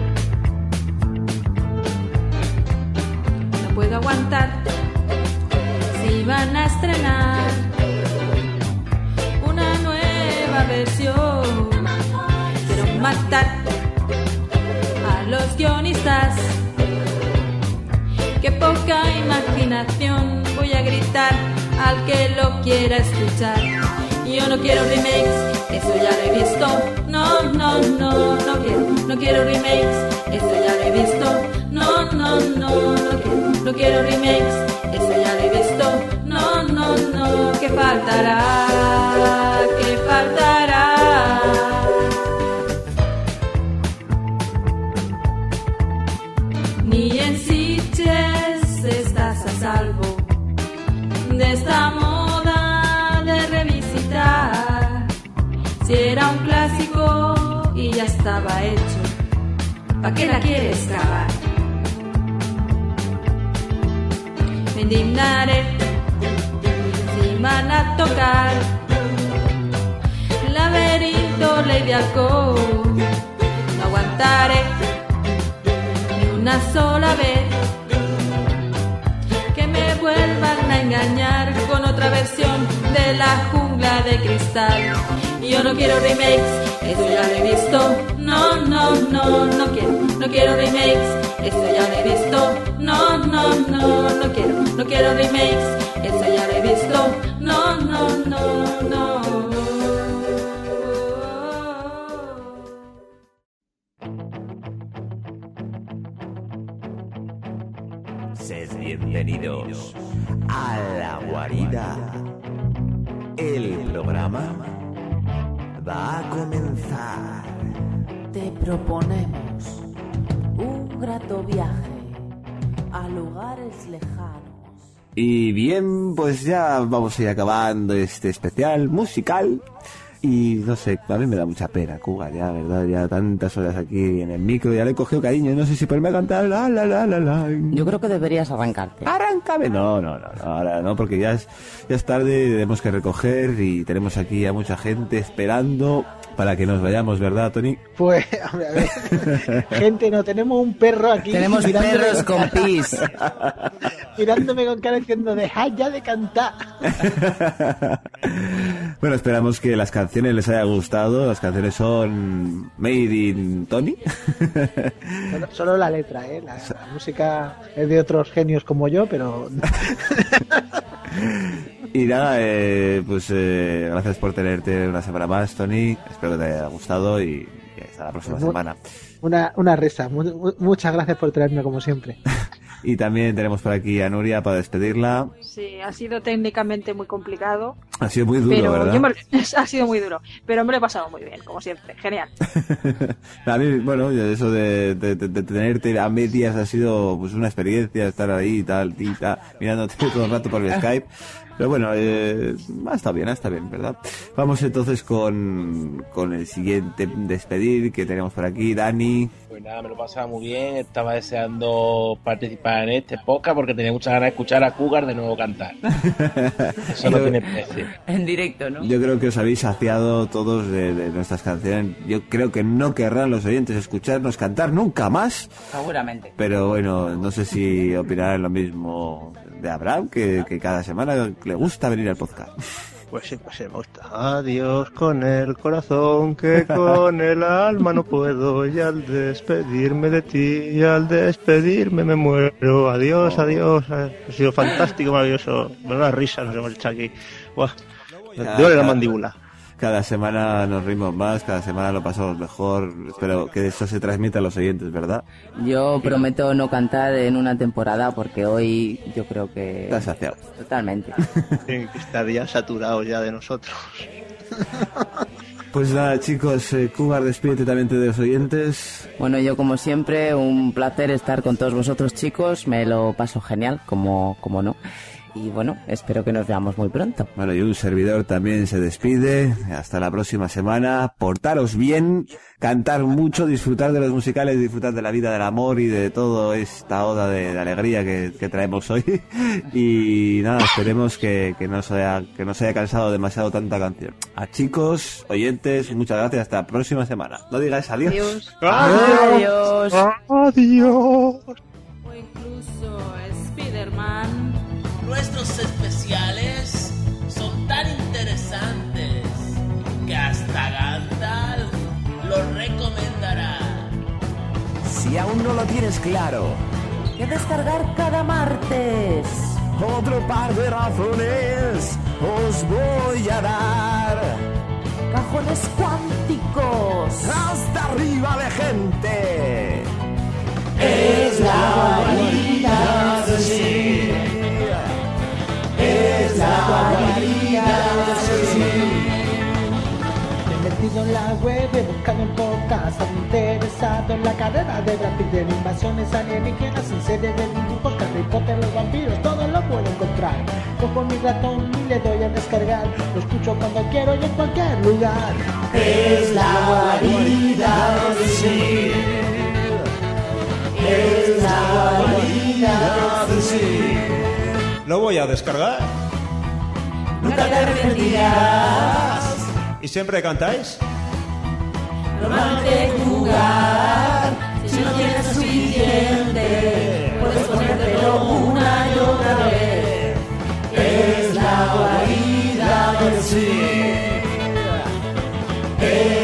No puedo aguantar si van a estrenar una nueva versión. Quiero matar los guionistas, qué poca imaginación. Voy a gritar al que lo quiera escuchar. Yo no quiero remakes, eso ya lo he visto. No, no, no, no quiero, no quiero remakes, eso ya lo he visto. No, no, no, no quiero, no quiero remakes, eso ya lo he visto. No, no, no, que faltará, que faltará. Ni en Sitges estás a salvo, estaba hecho. ¿Pa' qué la quieres cavar? Me indignaré si van a tocar laberinto, ley de alcohol. No aguantaré ni una sola vez que me vuelvan a engañar con otra versión de la jungla de cristal. Y yo no quiero remakes, eso ya lo he visto. No, no, no, no quiero, no quiero remakes, eso ya lo he visto. No, no, no, no quiero, no quiero remakes, eso ya lo he visto. No, no, no, no. Sed bienvenidos a La Guarida. El programa va a comenzar. Te proponemos un grato viaje a lugares lejanos. Y bien, pues ya vamos a ir acabando este especial musical. Y no sé, a mí me da mucha pena, Cuba, ya, ¿verdad? Ya tantas horas aquí en el micro, ya le he cogido cariño, no sé si ponerme a cantar la la la la la. Yo creo que deberías arrancarte. ¡Arráncame! No, no, no, no, ahora no, porque ya es, ya es tarde, tenemos que recoger y tenemos aquí a mucha gente esperando para que nos vayamos, ¿verdad, Tony? Pues, a ver, a ver. Gente, no, tenemos un perro aquí. Tenemos perros con pis. Mirándome con cara diciendo, dejad ya de cantar. Bueno, esperamos que las canciones les haya gustado. Las canciones son Made in Tony. Solo, solo la letra, ¿eh? La, la música es de otros genios como yo, pero... Y nada, eh, pues eh, gracias por tenerte una semana más, Tony. Espero que te haya gustado y, y hasta la próxima Mu- semana. Una, una risa. Mu- muchas gracias por traerme como siempre. Y también tenemos por aquí a Nuria para despedirla. Sí, ha sido técnicamente muy complicado. Ha sido muy duro, pero ¿verdad? yo me- ha sido muy duro, pero me lo he pasado muy bien, como siempre. Genial. A mí, bueno, eso de, de, de- de tenerte a medias ha sido pues una experiencia, estar ahí y tal, y tal, mirándote todo el rato por el Skype. Pero bueno, eh, está bien, está bien, ¿verdad? Vamos entonces con, con el siguiente despedir que tenemos por aquí, Dani. Pues nada, me lo pasaba muy bien. Estaba deseando participar en este podcast porque tenía muchas ganas de escuchar a Cougar de nuevo cantar. Eso no tiene precio. En directo, ¿no? Yo creo que os habéis saciado todos de, de nuestras canciones. Yo creo que no querrán los oyentes escucharnos cantar nunca más. Seguramente. Pero bueno, no sé si opinarán lo mismo de Abraham, que, que cada semana le gusta venir al podcast. Pues sí, pues sí, me gusta. Adiós con el corazón, que con el alma no puedo. Y al despedirme de ti, y al despedirme me muero. Adiós, adiós. Ha sido fantástico, maravilloso. Una risa nos hemos hecho aquí. Buah, me duele la mandíbula. Cada semana nos rimos más, cada semana lo pasamos mejor. Espero que eso se transmita a los oyentes, ¿verdad? Yo prometo no cantar en una temporada porque hoy yo creo que... Estás saciado. Totalmente. Sí, que estaría saturado ya de nosotros. Pues nada, chicos, eh, Cougar, despídete también de los oyentes. Bueno, yo como siempre, un placer estar con todos vosotros, chicos. Me lo paso genial, como, como no. Y bueno, espero que nos veamos muy pronto. Bueno, y un servidor también se despide. Hasta la próxima semana. Portaros bien, cantar mucho, disfrutar de los musicales, disfrutar de la vida, del amor y de toda esta oda de, de alegría que, que traemos hoy. Y nada, esperemos que, que, no se haya, que no se haya cansado demasiado tanta canción. A chicos, oyentes, muchas gracias. Hasta la próxima semana. No digáis adiós. Adiós. Adiós. Adiós. O incluso Spider-Man. Nuestros especiales son tan interesantes que hasta Gandalf los recomendará. Si aún no lo tienes claro, Que descargar cada martes. otro par de razones os voy a dar. Cajones cuánticos. Hasta arriba de gente. Es la guarida del sí. Es la guarida del sí. Me he metido en la web, he buscado en pocas, interesado en la carrera de Brad Pitt, en invasiones alienígenas, en series de dibujos, Harry Potter, los vampiros, todo lo puedo encontrar. Cojo mi ratón y le doy a descargar, lo escucho cuando quiero y en cualquier lugar. Es la guarida del Sith. Es la guarida del Sith. Lo voy a descargar. Nunca te arrepentirás. ¿Y siempre cantáis? Normalmente jugar, si no tienes suficiente, puedes ponértelo una y otra vez. Es la guarida del Sith.